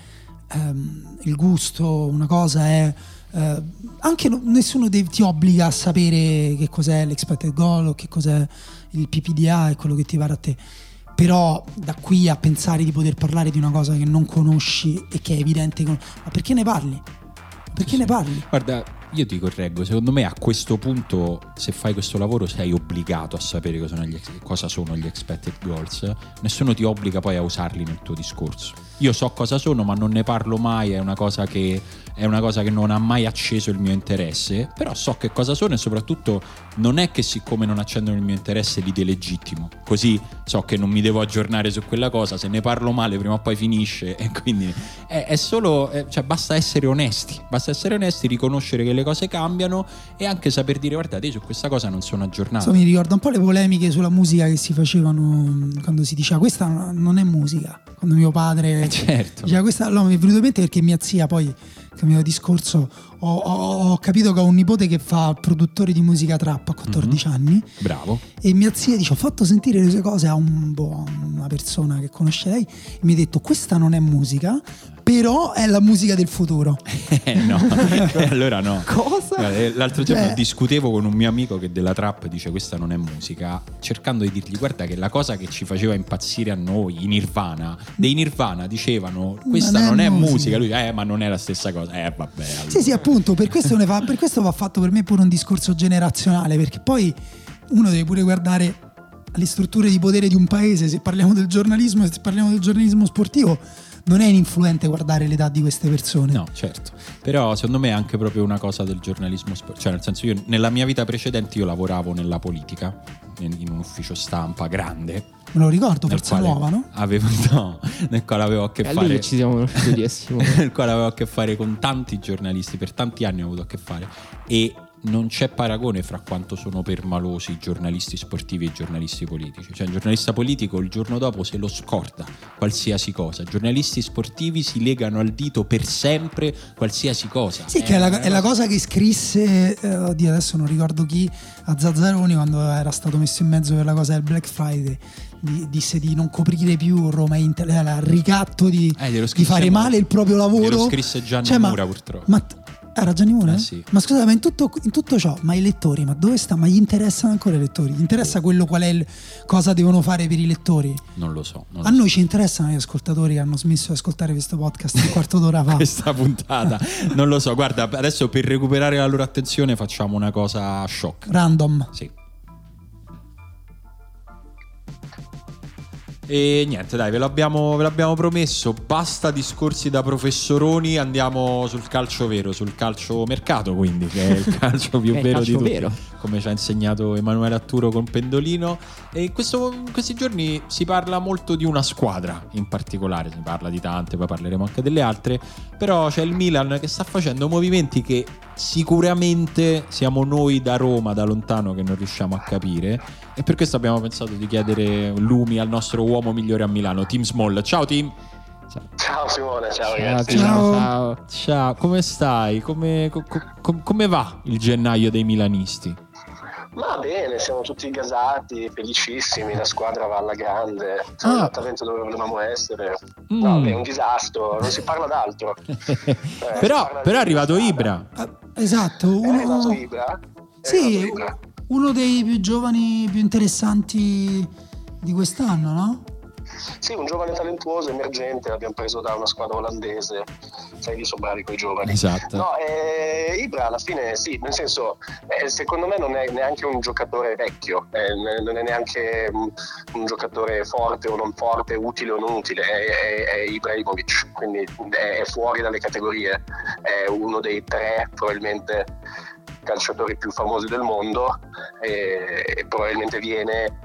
ehm, il gusto, una cosa è eh, anche no- nessuno de- ti obbliga a sapere che cos'è l'expected goal o che cos'è il P P D A e quello che ti pare a te, però da qui a pensare di poter parlare di una cosa che non conosci e che è evidente che non- ma perché ne parli? Perché ne parli? Guarda, io ti correggo, secondo me a questo punto, se fai questo lavoro, sei obbligato a sapere cosa sono gli, cosa sono gli expected goals. Nessuno ti obbliga poi a usarli nel tuo discorso. Io so cosa sono, ma non ne parlo mai, è una cosa che è una cosa che non ha mai acceso il mio interesse, però so che cosa sono, e soprattutto non è che siccome non accendono il mio interesse li delegittimo, così so che non mi devo aggiornare su quella cosa, se ne parlo male prima o poi finisce, e quindi è, è solo è, cioè basta essere onesti, basta essere onesti, riconoscere che le cose cambiano e anche saper dire guardate, io su questa cosa non sono aggiornato. So, mi ricorda un po' le polemiche sulla musica che si facevano quando si diceva questa non è musica, quando mio padre Eh, certo. diceva questa, no, mi è venuto in mente perché mia zia, poi cambiato discorso, ho, ho, ho capito che ho un nipote che fa il produttore di musica trap a quattordici Mhm. anni, Bravo. e mia zia dice ho fatto sentire le sue cose a un, boh, a una persona che conosce lei e mi ha detto questa non è musica, però è la musica del futuro. Eh, no, eh, allora no. Cosa? Guarda, l'altro giorno Cioè- discutevo con un mio amico che della trap dice questa non è musica, cercando di dirgli guarda che la cosa che ci faceva impazzire a noi, i Nirvana, dei Nirvana dicevano questa Non non è è, musica. musica, lui eh ma non è la stessa cosa, eh vabbè allora. Sì, sì, appunto, per questo, ne fa, per questo va fatto per me pure un discorso generazionale, perché poi uno deve pure guardare le strutture di potere di un paese. Se parliamo del giornalismo, se parliamo del giornalismo sportivo, non è ininfluente guardare l'età di queste persone. No, certo. Però secondo me è anche proprio una cosa del giornalismo sportivo. Cioè, nel senso, io nella mia vita precedente io lavoravo nella politica, in, in un ufficio stampa grande. Me lo ricordo, nel Forza quale Nuova, no? Avevo, no, nel quale avevo a che È lì fare. che ci siamo conosciuti a Simone. Nel quale avevo a che fare con tanti giornalisti, per tanti anni ho avuto a che fare, e non c'è paragone fra quanto sono permalosi i giornalisti sportivi e i giornalisti politici. Cioè il giornalista politico il giorno dopo se lo scorda qualsiasi cosa, i giornalisti sportivi si legano al dito per sempre qualsiasi cosa. Sì, che è la, è la cosa che scrisse, eh, oddio adesso non ricordo chi, a Zazzaroni quando era stato messo in mezzo per la cosa del Black Friday. Di, disse di non coprire più Roma Inter, era il ricatto di, Eh, glielo di scrisse- fare male il proprio lavoro. glielo scrisse Gianni Cioè, ma- Mura, purtroppo. Ma era Gianni Mura? Eh, sì. Ma scusa, ma in tutto, in tutto ciò, ma i lettori, ma dove sta? Ma gli interessano ancora i lettori? Gli interessa quello qual è il, cosa devono fare per i lettori? Non lo so. Non A lo noi ci interessano gli ascoltatori che hanno smesso di ascoltare questo podcast un quarto d'ora fa. so. Questa puntata non lo so. Guarda, adesso per recuperare la loro attenzione facciamo una cosa shock. Random. Sì. E niente, dai, ve l'abbiamo, ve l'abbiamo promesso. Basta discorsi da professoroni, andiamo sul calcio vero, sul calcio mercato, quindi, che è il calcio più È il vero calcio di tutti, vero. come ci ha insegnato Emanuele Atturo con Pendolino. E in, questo, in questi giorni si parla molto di una squadra in particolare, si parla di tante, poi parleremo anche delle altre, però c'è il Milan che sta facendo movimenti che sicuramente siamo noi da Roma, da lontano, che non riusciamo a capire, e per questo abbiamo pensato di chiedere lumi al nostro uomo migliore a Milano, Tim Small. Ciao Tim. Ciao Simone, ciao, Ciao, ragazzi. Ciao. ciao. Ciao, come stai? Come, co- co- come va il gennaio dei milanisti? Ma bene, siamo tutti gasati, felicissimi, la squadra va alla grande, siamo Ah. esattamente dove volevamo essere. Mm. No, beh, è un disastro, non si parla d'altro. Eh, si però, parla però è di arrivato strada. Ibra. Ah, esatto, È arrivato uno, Ibra? È sì, arrivato Ibra. uno dei più giovani, più interessanti di quest'anno, no? Sì, un giovane talentuoso, emergente, l'abbiamo preso da una squadra olandese, sai, lì sono bravi quei giovani. Esatto. No, eh, Ibra alla fine sì, nel senso, eh, secondo me non è neanche un giocatore vecchio, eh, non è neanche un, un giocatore forte o non forte, utile o non utile, è, è, è Ibrahimovic, quindi è, è fuori dalle categorie, è uno dei tre probabilmente calciatori più famosi del mondo e, e probabilmente viene,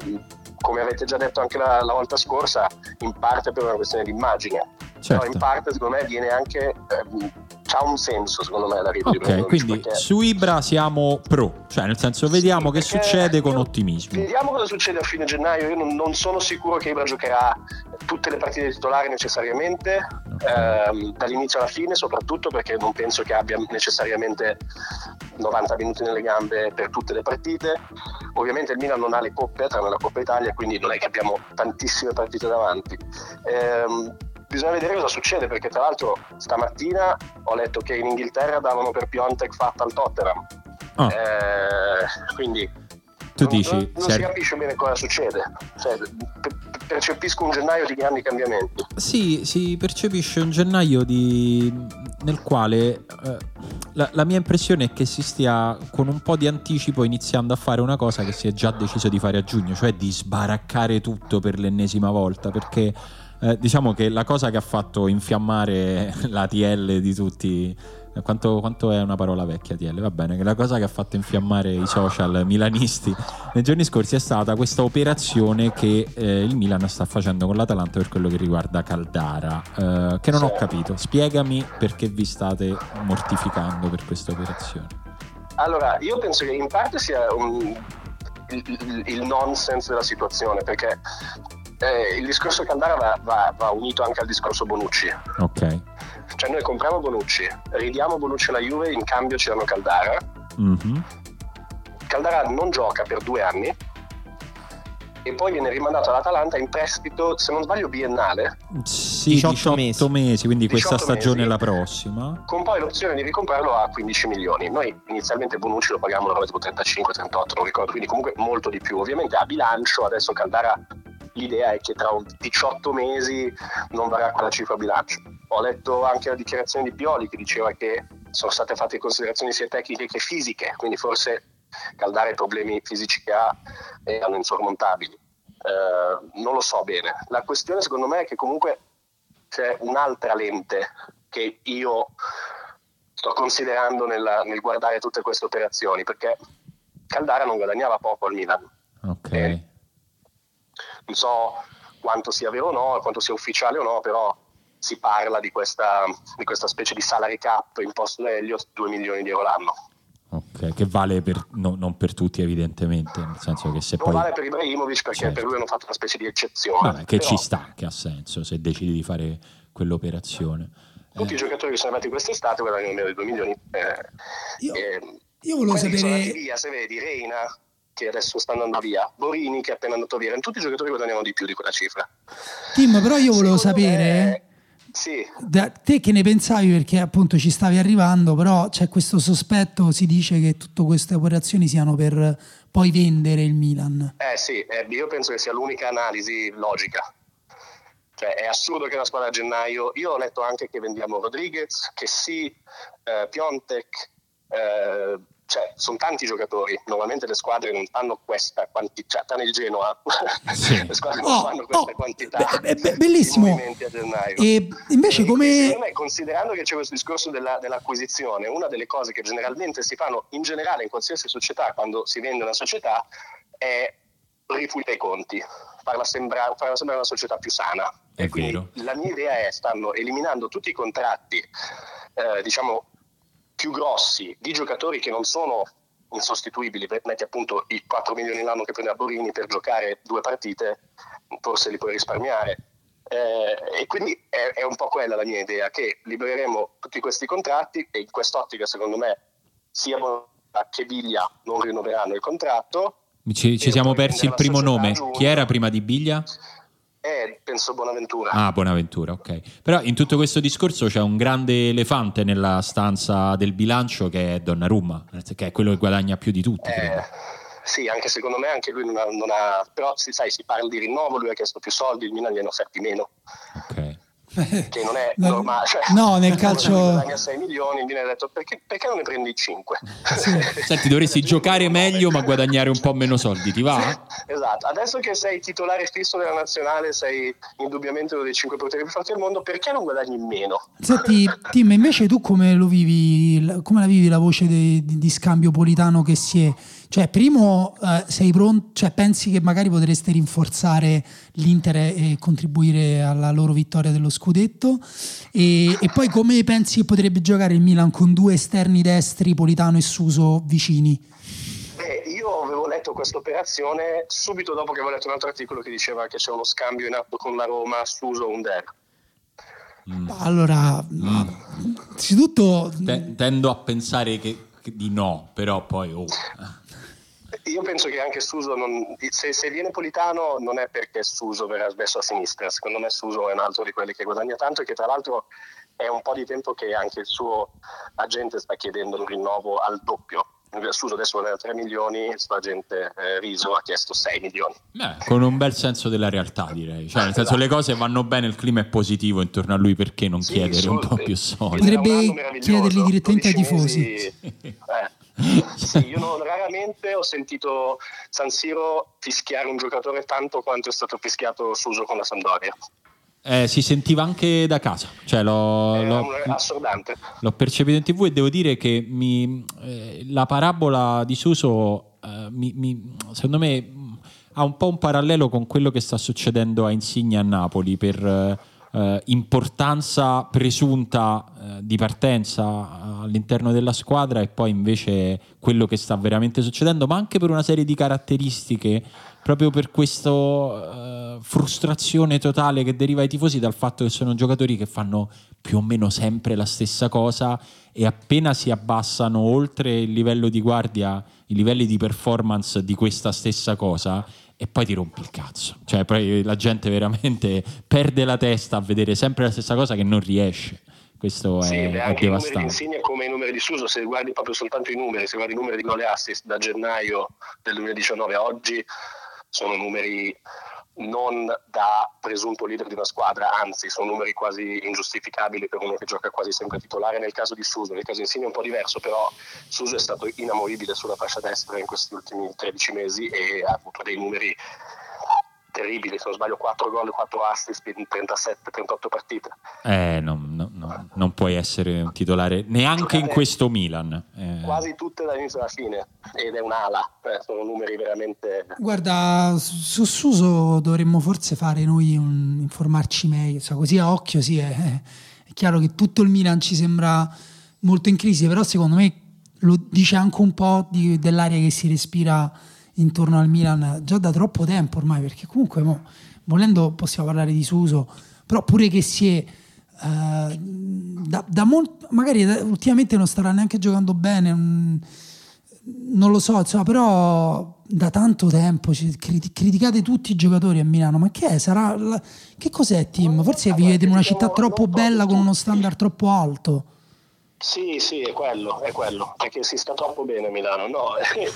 come avete già detto anche la, la volta scorsa, in parte per una questione di immagine, certo. Però in parte secondo me viene anche ehm, c'ha un senso secondo me l'arrivo di Ok, quindi perché... su Ibra siamo pro, cioè nel senso vediamo sì, che succede con io, ottimismo. Vediamo cosa succede a fine gennaio. Io non, non sono sicuro che Ibra giocherà tutte le partite titolari necessariamente, okay. ehm, dall'inizio alla fine, soprattutto perché non penso che abbia necessariamente novanta minuti nelle gambe per tutte le partite. Ovviamente il Milan non ha le coppe, tranne la Coppa Italia, quindi non è che abbiamo tantissime partite davanti. Ehm, bisogna vedere cosa succede, perché tra l'altro stamattina ho letto che in Inghilterra davano per Piontek fatta al Tottenham. Oh. Eh, quindi tu non, dici non, non ser- si capisce bene cosa succede, cioè, per, percepisco un gennaio di grandi cambiamenti. Sì, si percepisce un gennaio di... nel quale eh, la, la mia impressione è che si stia con un po' di anticipo iniziando a fare una cosa che si è già deciso di fare a giugno, cioè di sbaraccare tutto per l'ennesima volta, perché Eh, diciamo che la cosa che ha fatto infiammare la T L di tutti, quanto, quanto è una parola vecchia T L, va bene, che la cosa che ha fatto infiammare i social milanisti nei giorni scorsi è stata questa operazione che eh, il Milan sta facendo con l'Atalanta per quello che riguarda Caldara, eh, che non ho capito. Spiegami perché vi state mortificando per questa operazione. Allora, io penso che in parte sia un, il, il, il nonsense della situazione, perché Eh, il discorso Caldara va, va, va unito anche al discorso Bonucci. Ok. Cioè noi compriamo Bonucci, ridiamo Bonucci alla Juve, in cambio ci danno Caldara. Mm-hmm. Caldara non gioca per due anni e poi viene rimandato all'Atalanta in prestito, se non sbaglio biennale. Sì, diciotto, diciotto mesi. mesi, quindi questa stagione e la prossima. Con poi l'opzione di ricomprarlo a quindici milioni. Noi inizialmente Bonucci lo paghiamo una tipo trentacinque trentotto, non ricordo, quindi comunque molto di più. Ovviamente a bilancio adesso Caldara, l'idea è che tra un diciotto mesi non varrà quella cifra a bilancio. Ho letto anche la dichiarazione di Pioli che diceva che sono state fatte considerazioni sia tecniche che fisiche, quindi forse Caldara i problemi fisici che ha erano insormontabili. Eh, non lo so bene. La questione secondo me è che comunque c'è un'altra lente che io sto considerando nella, nel guardare tutte queste operazioni, perché Caldara non guadagnava poco al Milan. Ok. Eh, non so quanto sia vero o no, quanto sia ufficiale o no, però si parla di questa, di questa specie di salary cap imposto da Elliott, due milioni di euro l'anno. Ok, che vale per, no, non per tutti evidentemente, nel senso che se non poi... vale per Ibrahimovic perché certo. per lui hanno fatto una specie di eccezione. Vabbè, che però... ci sta, che ha senso se decidi di fare quell'operazione. Tutti eh. i giocatori che sono arrivati quest'estate guadagnano meno di due milioni. Eh, io, eh, io volevo sapere... Sono andati via, se vedi, Reina, che adesso sta andando via, Borini che è appena andato via, tutti i giocatori guadagnano di più di quella cifra. Tim, però io volevo Secondo sapere me, sì. da te che ne pensavi, perché appunto ci stavi arrivando, però c'è questo sospetto, si dice che tutte queste operazioni siano per poi vendere il Milan. Eh sì, eh, io penso che sia l'unica analisi logica. Cioè è assurdo che una squadra a gennaio, io ho letto anche che vendiamo Rodriguez, che sì, eh, Piontek, eh, cioè sono tanti giocatori, normalmente le squadre non fanno questa quantità, cioè, tranne il Genoa, sì. le squadre oh, non fanno questa oh, quantità be- be- bellissimo. di movimenti a gennaio. E invece e come... me, considerando che c'è questo discorso della, dell'acquisizione, una delle cose che generalmente si fanno in generale in qualsiasi società quando si vende una società è ripulire i conti, farla sembrare, farla sembrare una società più sana. È e quindi vero. La mia idea è stanno eliminando tutti i contratti eh, diciamo più grossi di giocatori che non sono insostituibili, metti appunto i quattro milioni l'anno che prende a Borini per giocare due partite, forse li puoi risparmiare, eh, e quindi è, è un po' quella la mia idea, che libereremo tutti questi contratti e in quest'ottica secondo me sia Bonaventura che Biglia non rinnoveranno il contratto. Ci, ci siamo persi il primo nome, chi era prima di Biglia? Eh, penso Bonaventura. Ah, Bonaventura, ok. Però in tutto questo discorso c'è un grande elefante nella stanza del bilancio che è Donnarumma, che è quello che guadagna più di tutti. Eh, Sì, anche secondo me anche lui non ha, non ha però si, sai, si parla di rinnovo, lui ha chiesto più soldi, il Milan gli hanno offerti meno. Ok. Che non è No, normale, cioè, no, nel calcio guadagna sei milioni, viene detto perché, perché non ne prendi cinque? Sì. Senti, dovresti giocare meglio ma guadagnare un po' meno soldi, ti va? Esatto, adesso che sei titolare fisso della nazionale, sei indubbiamente uno dei cinque portieri più forti del mondo, perché non guadagni meno? Senti, Tim, invece tu come lo vivi, come la vivi la voce di, di, di scambio Politano che si è? Cioè, primo, eh, sei pronto, cioè pensi che magari potreste rinforzare l'Inter e contribuire alla loro vittoria dello scudetto? E, e poi come pensi che potrebbe giocare il Milan con due esterni destri, Politano e Suso, vicini? Beh, io avevo letto questa operazione subito dopo che avevo letto un altro articolo che diceva che c'è uno scambio in atto con la Roma, Suso Under. Mm. Allora, Mm. innanzitutto T- tendo a pensare che, che di no, però poi oh. Io penso che anche Suso, non, se, se viene Politano non è perché Suso verrà smesso a sinistra, secondo me Suso è un altro di quelli che guadagna tanto e che tra l'altro è un po' di tempo che anche il suo agente sta chiedendo un rinnovo al doppio. Suso adesso vuole tre milioni, il suo agente eh, Riso ha chiesto sei milioni. Beh, con un bel senso della realtà, direi. Cioè, nel senso, esatto. Le cose vanno bene, il clima è positivo intorno a lui, perché non sì, chiedere soldi. Un po' più soldi? Potrebbe chiederli direttamente ai tifosi. Mesi, eh. Sì, io non, raramente ho sentito San Siro fischiare un giocatore tanto quanto è stato fischiato Suso con la Sampdoria. Eh, si sentiva anche da casa, cioè l'ho, l'ho, assordante. L'ho percepito in tivù e devo dire che mi, eh, la parabola di Suso eh, mi, mi, secondo me ha un po' un parallelo con quello che sta succedendo a Insigne a Napoli per eh, importanza presunta eh, di partenza all'interno della squadra e poi invece quello che sta veramente succedendo, ma anche per una serie di caratteristiche, proprio per questa uh, frustrazione totale che deriva ai tifosi dal fatto che sono giocatori che fanno più o meno sempre la stessa cosa e appena si abbassano oltre il livello di guardia, i livelli di performance di questa stessa cosa, e poi ti rompi il cazzo. Cioè poi la gente veramente perde la testa a vedere sempre la stessa cosa che non riesce. Questo sì, è, anche è devastante. I numeri di Insigne come i numeri di Suso, se guardi proprio soltanto i numeri, se guardi i numeri di gol e assist da gennaio del duemiladiciannove a oggi, sono numeri non da presunto leader di una squadra, anzi sono numeri quasi ingiustificabili per uno che gioca quasi sempre titolare. Nel caso di Suso, nel caso di Insigne è un po' diverso, però Suso è stato inamovibile sulla fascia destra in questi ultimi tredici mesi e ha avuto dei numeri terribili, se non sbaglio quattro gol e quattro assist in trentasette trentotto partite. Eh, no, no, no, non puoi essere un titolare neanche Giocare in questo Milan. Eh. Quasi tutte dall'inizio alla fine, ed è un'ala, eh, sono numeri veramente... Guarda, su Suso dovremmo forse fare noi un, informarci meglio, cioè, così a occhio sì, è, è chiaro che tutto il Milan ci sembra molto in crisi, però secondo me lo dice anche un po' di, dell'aria che si respira intorno al Milan già da troppo tempo ormai, perché comunque mo, volendo possiamo parlare di Suso, però pure che si è uh, da, da molt- magari da, ultimamente non starà neanche giocando bene, um, non lo so, insomma, però da tanto tempo crit- criticate tutti i giocatori a Milano, ma che è? Sarà la- che cos'è, Tim? Forse vivete in una città troppo bella con uno standard troppo alto. Sì, sì, è quello, è quello, perché si sta troppo bene a Milano, no?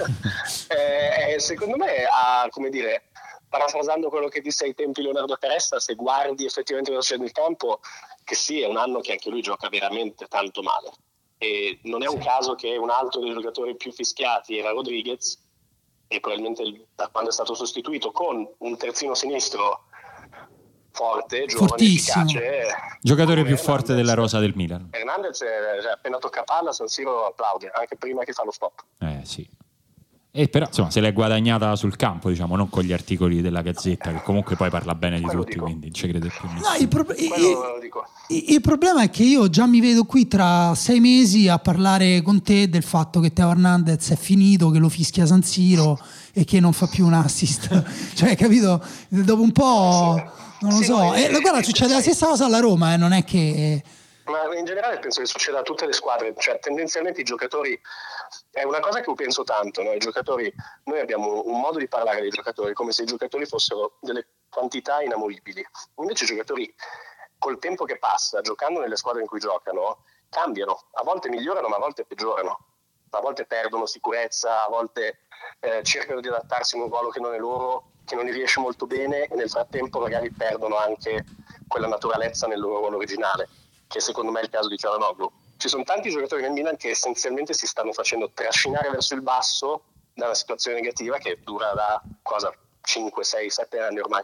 eh, secondo me, ha, come dire, parafrasando quello che disse ai tempi Leonardo Caressa, se guardi effettivamente cosa succede nel campo, che sì, è un anno che anche lui gioca veramente tanto male. E non è un caso che un altro dei giocatori più fischiati era Rodriguez, e probabilmente da quando è stato sostituito con un terzino sinistro forte, giovane, fortissimo, efficace, giocatore più forte della rosa del Milan. Hernandez è, cioè, appena tocca palla San Siro applaude anche prima che fa lo stop. Eh sì. E però insomma se l'è guadagnata sul campo, diciamo, non con gli articoli della Gazzetta, che comunque poi parla bene di Quello tutti, dico. Quindi non ci crede più nessuno. No, il, pro- il, dico. il, il problema è che io già mi vedo qui tra sei mesi a parlare con te del fatto che Teo Hernandez è finito, che lo fischia San Siro e che non fa più un assist. Cioè, capito? Dopo un po'... Non lo sì, so, eh, guarda, eh, succede la stessa cosa alla Roma, eh, non è che... Ma in generale penso che succeda a tutte le squadre, cioè tendenzialmente i giocatori, è una cosa che io penso tanto, no? I giocatori, noi abbiamo un modo di parlare dei giocatori come se i giocatori fossero delle quantità inamovibili, invece i giocatori col tempo che passa, giocando nelle squadre in cui giocano, cambiano, a volte migliorano ma a volte peggiorano. a volte perdono sicurezza, a volte eh, cercano di adattarsi in un ruolo che non è loro, che non gli riesce molto bene, e nel frattempo magari perdono anche quella naturalezza nel loro ruolo originale, che secondo me è il caso di Çalhanoğlu. Ci sono tanti giocatori nel Milan che essenzialmente si stanno facendo trascinare verso il basso da una situazione negativa che dura da cosa cinque, sei, sette anni ormai.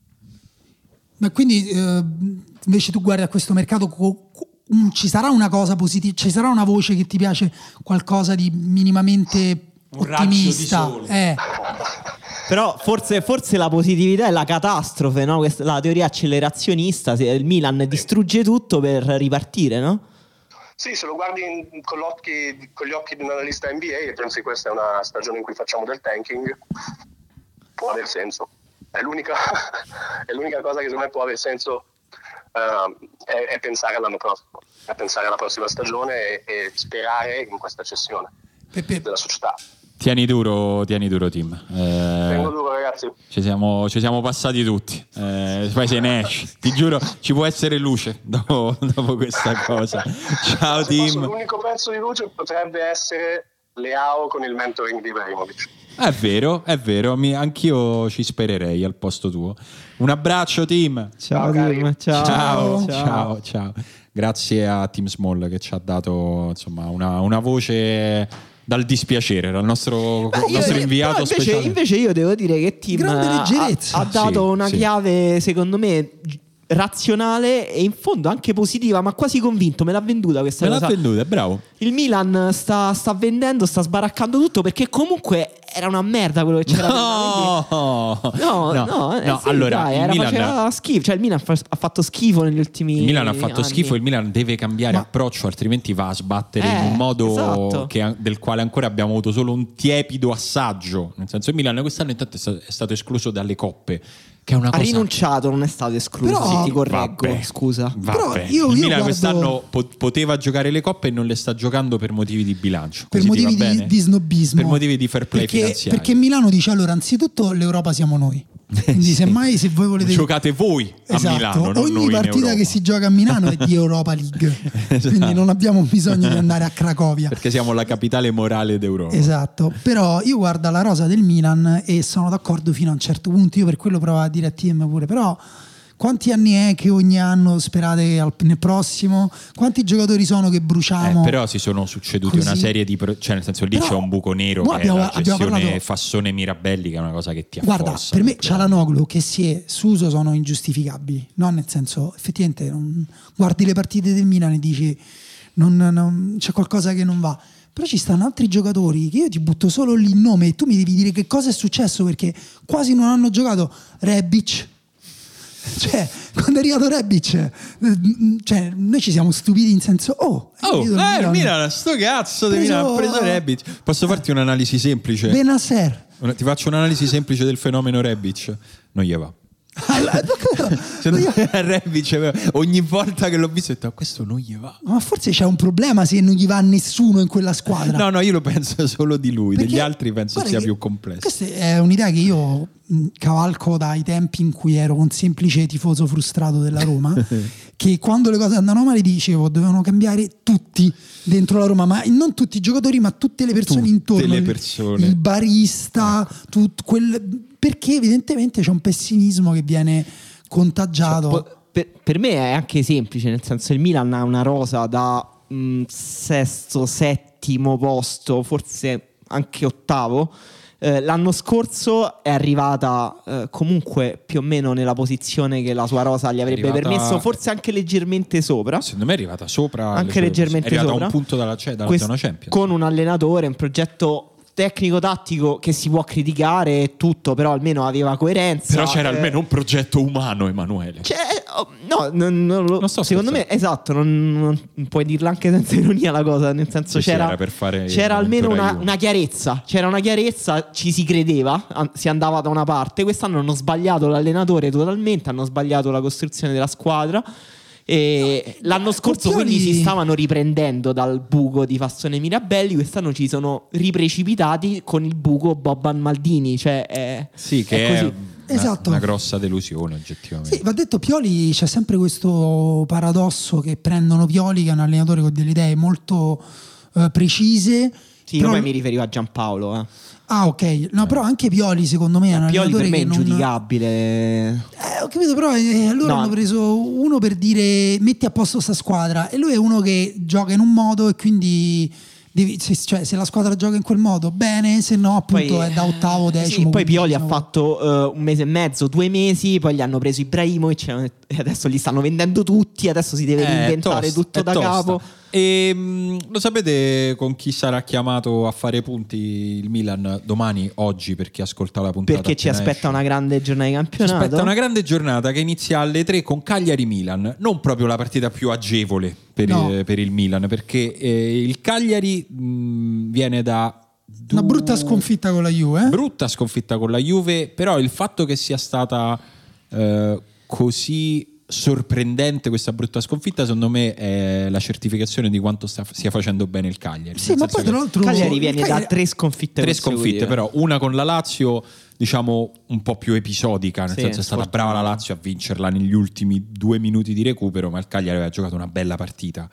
Ma quindi eh, invece tu guardi a questo mercato, co- co- un, ci sarà una cosa positiva, ci sarà una voce che ti piace, qualcosa di minimamente un ottimista? raggio di sole. Eh. Però forse, forse la positività è la catastrofe, no? Questa, la teoria accelerazionista, se il Milan distrugge tutto per ripartire, no? Sì, se lo guardi in, con, l'occhi, con gli occhi di un analista N B A e pensi questa è una stagione in cui facciamo del tanking, può aver senso. È l'unica, è l'unica cosa che secondo me può aver senso, uh, è, è pensare all'anno prossimo, è pensare alla prossima stagione e, e sperare in questa cessione Pepe. della società. Tieni duro, tieni duro, Tim. Eh, Tengo duro, ragazzi. Ci siamo, ci siamo passati tutti. Eh, poi se ne esce. Ti giuro, ci può essere luce dopo, dopo questa cosa. Ciao, Se posso, Tim. l'unico pezzo di luce potrebbe essere Leao con il mentoring di Ibrahimovic. È vero, è vero. Mi, anch'io ci spererei al posto tuo. Un abbraccio, Tim. Ciao, Ciao, Tim. Ciao. Ciao, Ciao. ciao, ciao. Grazie a Tim Small che ci ha dato insomma una, una voce dal dispiacere, dal nostro, Beh, io- nostro inviato però invece, speciale. invece io devo dire che Tim Grande ha, leggerezza. ha dato Sì, una sì. chiave, secondo me, gi- razionale e in fondo anche positiva, ma quasi convinto. Me l'ha venduta questa Me l'ha cosa. venduta, bravo. Il Milan sta, sta vendendo, sta sbaraccando tutto, perché comunque era una merda quello che c'era prima, No, quindi- No, no, eh, no, sì, allora dai, il era, Milan, faceva schifo. Cioè il Milan fa- ha fatto schifo negli ultimi il Milan ha fatto anni. schifo. Il Milan deve cambiare Ma- approccio, altrimenti va a sbattere Eh, in un modo esatto. che- del quale ancora abbiamo avuto solo un tiepido assaggio. Nel senso, il Milan quest'anno intanto è stato, è stato escluso dalle coppe, che è una Ha cosa. rinunciato, non è stato escluso. Però- sì, ti correggo, Vabbè, scusa. vabbè. Però io- il io Milan guardo- quest'anno po- poteva giocare le coppe e non le sta giocando per motivi di bilancio. Per Così ti motivi va di, bene? di snobismo, Per motivi di fair play perché, finanziario. perché Milano dice allora anzitutto l'Europa siamo noi, quindi Sì. semmai se voi volete Giocate voi a esatto, Milano, non ogni noi in partita Europa. che si gioca a Milano è di Europa League. Esatto. Quindi non abbiamo bisogno di andare a Cracovia. Perché siamo la capitale morale d'Europa. Esatto, però io guardo la rosa del Milan e sono d'accordo fino a un certo punto. Io per quello provo a dire a Tim pure, però quanti anni è che ogni anno sperate al- nel prossimo? Quanti giocatori sono che bruciamo? Eh, però si sono succeduti così? una serie di pro- cioè nel senso lì Però c'è un buco nero mo che abbiamo- è la abbiamo gestione parlato- Fassone Mirabelli, che è una cosa che ti affossa. Guarda, per me proprio. Çalhanoğlu che si è Suso sono ingiustificabili, no? Nel senso, effettivamente non- guardi le partite del Milan e dici non, non- c'è qualcosa che non va. Però ci stanno altri giocatori che io ti butto solo lì il nome e tu mi devi dire che cosa è successo, perché quasi non hanno giocato. Rebic, cioè quando è arrivato Rebic, eh, cioè noi ci siamo stupiti in senso oh, è Oh, finito il eh, il Milan, sto cazzo di Preso- Milan, ha preso Rebic. Posso farti un'analisi semplice? Benasser. Una- Ti faccio un'analisi semplice del fenomeno Rebic. Non gli va. Se non Rebic, ogni volta che l'ho visto ho detto, "Oh, questo non gli va". Ma forse c'è un problema se non gli va nessuno in quella squadra. No, no, io lo penso solo di lui, Perché, degli altri penso guarda sia che più complesso. Questa è un'idea che io mh, cavalco dai tempi in cui ero un semplice tifoso frustrato della Roma, che quando le cose andavano male dicevo dovevano cambiare tutti dentro la Roma, ma non tutti i giocatori, ma tutte le persone Tutte intorno, le il- persone. il barista, tut- quel- perché evidentemente c'è un pessimismo che viene contagiato. Po- per, per me è anche semplice, nel senso il Milan ha una rosa da mh, sesto, settimo posto, forse anche ottavo. Eh, l'anno scorso è arrivata eh, comunque più o meno nella posizione che la sua rosa gli avrebbe arrivata- permesso, forse anche leggermente sopra. Secondo me è arrivata sopra, Anche le- leggermente è arrivata sopra. a un punto dalla, cioè, dalla Quest- zona Champions. con un allenatore, un progetto tecnico-tattico che si può criticare e tutto, però almeno aveva coerenza. Però c'era eh, almeno un progetto umano, Emanuele. Cioè, oh, no, non, non lo- Non sto secondo scherzando. me, esatto, non, non- puoi dirla anche senza ironia la cosa, nel senso Sì, sì, c'era, era per fare il c'era almeno momento una, Rai una chiarezza, c'era una chiarezza, ci si credeva, an- si andava da una parte. Quest'anno hanno sbagliato l'allenatore totalmente, hanno sbagliato la costruzione della squadra. E l'anno scorso Pioli- quindi si stavano riprendendo dal buco di Fassone Mirabelli, quest'anno ci sono riprecipitati con il buco Boban Maldini, cioè è, Sì, che è è, così. una, Esatto. una grossa delusione oggettivamente. Sì, va detto, Pioli c'è sempre questo paradosso che prendono Pioli, che è un allenatore con delle idee molto eh, precise, Sì, però... poi mi riferivo a Giampaolo. Eh. Ah, ok. No, però anche Pioli, secondo me, è un Pioli per me è non... ingiudicabile. Eh, ho capito, però eh, allora No. hanno preso uno per dire metti a posto sta squadra, e lui è uno che gioca in un modo e quindi devi, se, cioè, se la squadra gioca in quel modo bene, se no appunto Poi, è da ottavo, decimo. Sì, poi Pioli ha quindicesimo. fatto uh, un mese e mezzo, due mesi, poi gli hanno preso Ibrahimovic e adesso li stanno vendendo tutti, adesso si deve È reinventare tosta, tutto è da tosta. capo. E mh, lo sapete con chi sarà chiamato a fare punti il Milan domani, oggi, per chi ascolta la puntata? Perché ci appena aspetta esce? una grande giornata di Ci campionato. aspetta una grande giornata che inizia alle tre con Cagliari-Milan, non proprio la partita più agevole per, No. il, per il Milan, perché eh, il Cagliari mh, viene da Una du- brutta sconfitta con la Juve. eh? brutta sconfitta con la Juve, però il fatto che sia stata eh, così sorprendente questa brutta sconfitta, secondo me è la certificazione di quanto sta, stia facendo bene il Cagliari. Sì, Nel ma senso poi che tra l'altro Cagliari il viene Cagliari- da tre sconfitte tre consecutive. sconfitte, però una con la Lazio, diciamo un po' più episodica, nel Sì, senso è stata sfortunata. brava la Lazio a vincerla negli ultimi due minuti di recupero, ma il Cagliari aveva giocato una bella partita.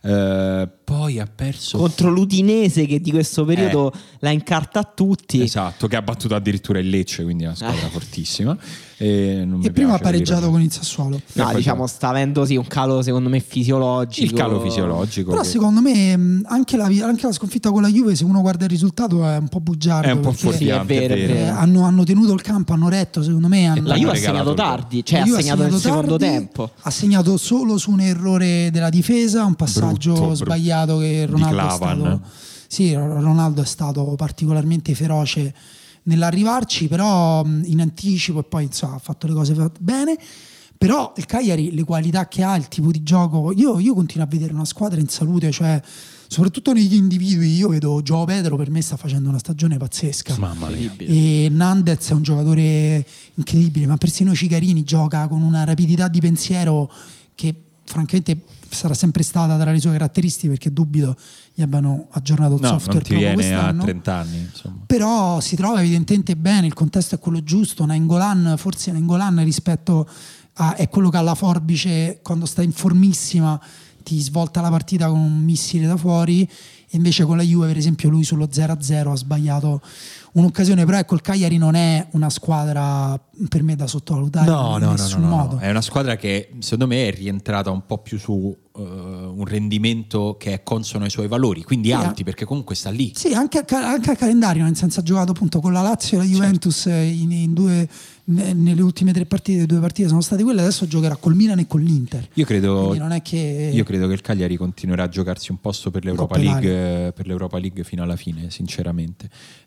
Eh, poi ha perso contro l'Udinese, che di questo periodo la incarta a tutti. esatto, che ha battuto addirittura il Lecce, quindi è una squadra Eh. fortissima. E, non mi E prima ha piace pareggiato dire- con il Sassuolo. No, poi diciamo gioca. sta avendo sì un calo secondo me fisiologico. il calo fisiologico Però che- secondo me mh, anche la, anche la sconfitta con la Juve, se uno guarda il risultato, è un po' bugiardo. è un po' perché, fuorviante, Sì, è vero, è è vero. eh, hanno, hanno tenuto il campo, hanno retto, secondo me. Hanno, La Juve ha regalato segnato il gol. tardi, cioè la ha Juve segnato nel secondo tardi, tempo. ha segnato solo su un errore della difesa, un passaggio Brutto, brutto. sbagliato che Di Ronaldo è Klavan. stato, sì, Ronaldo è stato particolarmente feroce nell'arrivarci, però mh, in anticipo, e poi insomma, ha fatto le cose fatte bene. Però il Cagliari, le qualità che ha, il tipo di gioco, io, io continuo a vedere una squadra in salute, cioè soprattutto negli individui. Io vedo Joao Pedro, per me sta facendo una stagione pazzesca. Mamma mia. E Nandez è un giocatore incredibile, ma persino Cicarini gioca con una rapidità di pensiero che francamente sarà sempre stata tra le sue caratteristiche, perché dubito gli abbiano aggiornato il No, software non ti proprio viene a quest'anno. trenta anni, insomma. Però si trova evidentemente bene, il contesto è quello giusto. Nainggolan, forse Nainggolan rispetto a, è quello che ha la forbice quando sta in formissima, ti svolta la partita con un missile da fuori, e invece con la Juve per esempio lui sullo zero a zero ha sbagliato un'occasione. Però ecco, il Cagliari non è una squadra per me da sottovalutare No, in no, no, nessun no, no, modo. no. È una squadra che secondo me è rientrata un po' più su uh, un rendimento che è consono ai suoi valori, quindi Sì, alti, perché comunque sta lì. Sì, anche, a ca- anche al calendario, nel senso ha giocato appunto con la Lazio e la Juventus eh, in, in due, ne- nelle ultime tre partite, due partite sono state quelle, adesso giocherà col Milan e con l'Inter. Io credo, Quindi non è che... io credo che il Cagliari continuerà a giocarsi un posto per l'Europa Coppa League, eh, per l'Europa League fino alla fine, sinceramente.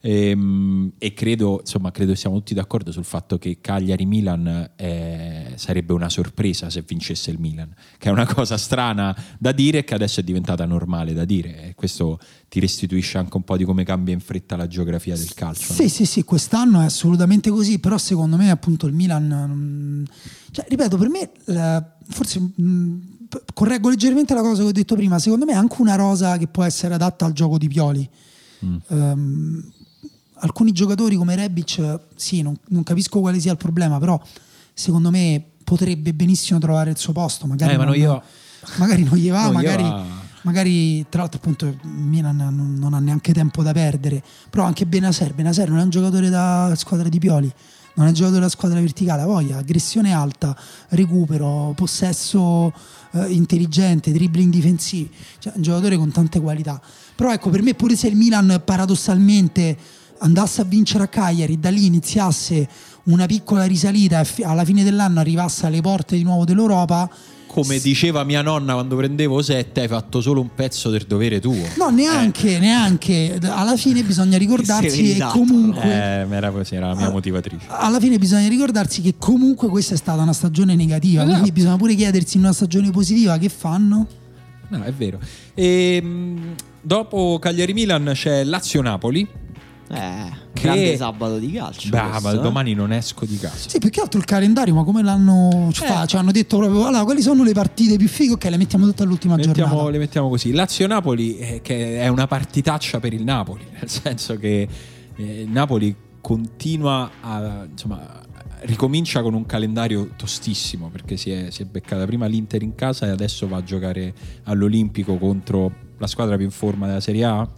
Ehm, E, credo, insomma, credo siamo tutti d'accordo sul fatto che Cagliari-Milan eh, sarebbe una sorpresa se vincesse il Milan, che è una cosa strana da dire e che adesso è diventata normale da dire. E questo ti restituisce anche un po' di come cambia in fretta la geografia del calcio. Sì, no? sì, sì, quest'anno è assolutamente così, però secondo me appunto il Milan, mm, cioè, ripeto, per me la- forse mm, p- correggo leggermente la cosa che ho detto prima, secondo me è anche una rosa che può essere adatta al gioco di Pioli. Mm. Ehm, alcuni giocatori come Rebic, sì, non, non capisco quale sia il problema, però secondo me potrebbe benissimo trovare il suo posto, magari, Eh, ma non gli va. magari non gli va, Non gli magari, va. magari tra l'altro appunto il Milan non, non ha neanche tempo da perdere. Però anche Benaser, Benaser non è un giocatore da squadra di Pioli, non è un giocatore da squadra verticale, ha voglia, aggressione alta, recupero, possesso eh, intelligente, dribbling difensivi, cioè un giocatore con tante qualità. Però ecco, per me pure se il Milan paradossalmente andasse a vincere a Cagliari, da lì iniziasse una piccola risalita e fi- alla fine dell'anno arrivasse alle porte di nuovo dell'Europa, Come diceva mia nonna quando prendevo sette, hai fatto solo un pezzo del dovere tuo. no, neanche, neanche. Alla fine bisogna ricordarsi che Severità, comunque Eh, ma era così, era la mia motivatrice. alla fine bisogna ricordarsi che comunque questa è stata una stagione negativa, Esatto. quindi bisogna pure chiedersi in una stagione positiva che fanno. No, è vero. E, mh, dopo Cagliari-Milan c'è Lazio-Napoli. Eh, Che- grande sabato di calcio. Bah, questo, ma eh. domani non esco di casa. Sì, più che altro il calendario, ma come l'hanno Eh. fa? Cioè, hanno detto proprio, allora, quali sono le partite più fighe? Ok, le mettiamo tutte all'ultima Mettiamo- giornata. le mettiamo così. Lazio-Napoli, eh, che è una partitaccia per il Napoli, nel senso che eh, il Napoli continua a, insomma, ricomincia con un calendario tostissimo, perché si è, si è beccata prima l'Inter in casa e adesso va a giocare all'Olimpico contro la squadra più in forma della Serie A,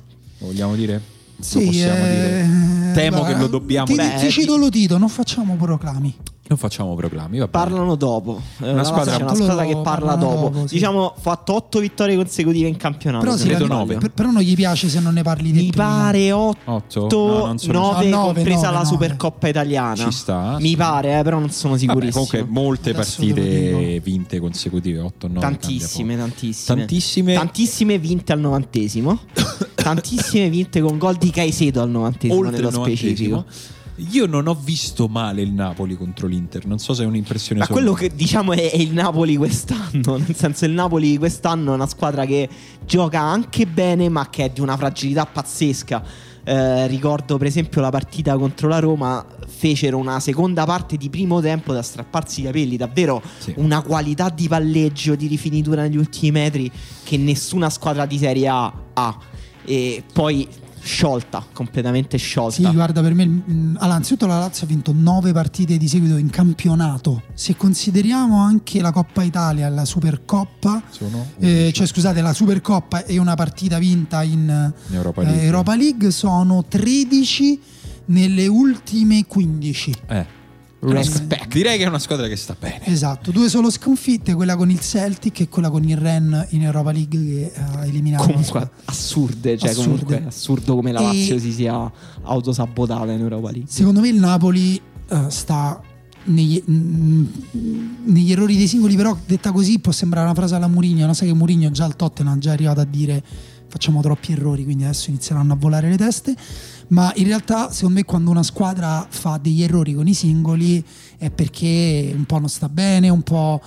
Lo vogliamo dire? Sì, lo possiamo eh, dire. Temo beh, che lo dobbiamo ti, dire. ti cito lo Tito, non facciamo proclami. Non facciamo proclami, va bene. Parlano dopo. È Una squadra- è una squadra che parla parlano dopo. dopo, sì. Diciamo, ha fatto otto vittorie consecutive in campionato. Però, se sì, non credo sbaglio. nove. per- però non gli piace se non ne parli del Mi primo. pare otto, Otto? No, non sono- nove, Ah, nove, compresa nove, la nove. Supercoppa italiana. Ci sta, Mi sì. pare, eh, però non sono Vabbè, sicurissimo. comunque molte Adesso te lo partite dico. vinte consecutive, otto nove. Tantissime, tantissime. Tantissime. Tantissime vinte al novantesimo. Tantissime vinte con gol di Caicedo al novantesimo Oltre nello il novantesimo. specifico. Io non ho visto male il Napoli contro l'Inter. Non so se è un'impressione Ma solo quello mia. che diciamo è, è il Napoli quest'anno. Nel senso, il Napoli di quest'anno è una squadra che gioca anche bene, ma che è di una fragilità pazzesca. Eh, ricordo per esempio la partita contro la Roma. Fecero una seconda parte di primo tempo da strapparsi i capelli. Davvero Sì. una qualità di palleggio, di rifinitura negli ultimi metri che nessuna squadra di Serie A ha. E poi sciolta, completamente sciolta. Sì, guarda, per me mh, allora, anzitutto la Lazio ha vinto nove partite di seguito in campionato. Se consideriamo anche la Coppa Italia e la Supercoppa, Sono eh, cioè scusate, la Supercoppa e una partita vinta in in Europa eh, League. Europa League, sono tredici nelle ultime quindici. Eh. Respect. Direi che è una squadra che sta bene. Esatto, due solo sconfitte, quella con il Celtic e quella con il Rennes in Europa League che ha eliminato. Comunque assurde, cioè Assurde. comunque è assurdo come la E- Lazio si sia autosabotata in Europa League. Secondo me il Napoli eh, sta negli, mm, negli errori dei singoli, però detta così può sembrare una frase alla Mourinho, no? Sai che Mourinho già al Tottenham è già arrivato a dire facciamo troppi errori, quindi adesso inizieranno a volare le teste. Ma in realtà secondo me quando una squadra fa degli errori con i singoli è perché un po' non sta bene, un po'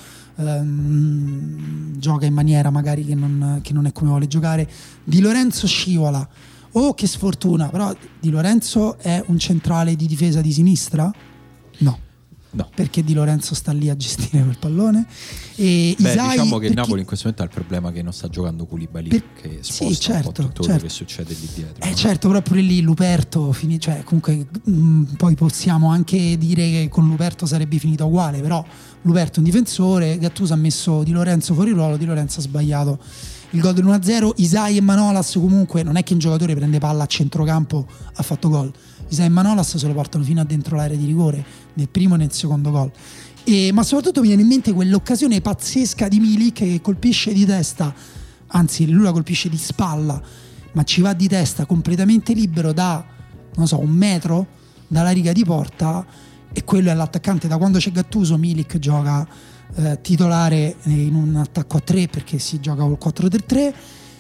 ehm, gioca in maniera magari che non, che non è come vuole giocare. Di Lorenzo scivola. Oh, che sfortuna, però Di Lorenzo è un centrale di difesa di sinistra? No. No. Perché Di Lorenzo sta lì a gestire quel pallone. E Beh, Isai, diciamo che il perché- Napoli in questo momento ha il problema che non sta giocando Koulibaly, Per- che sì, sposta certo, un po' tutto certo. quello che succede lì dietro. Eh no? certo, però pure lì Luperto fini- cioè comunque mh, poi possiamo anche dire che con Luperto sarebbe finito uguale, però Luperto è un difensore, Gattuso ha messo Di Lorenzo fuori ruolo, Di Lorenzo ha sbagliato il gol dell'uno a zero. Isai e Manolas comunque non è che un giocatore prende palla a centrocampo ha fatto gol. Isai e Manolas se lo portano fino a dentro l'area di rigore nel primo e nel secondo gol. E, ma soprattutto mi viene in mente quell'occasione pazzesca di Milik che colpisce di testa, anzi lui la colpisce di spalla, ma ci va di testa completamente libero da, non so, un metro dalla riga di porta, e quello è l'attaccante. Da quando c'è Gattuso Milik gioca eh, titolare in un attacco a tre perché si gioca col quattro tre tre,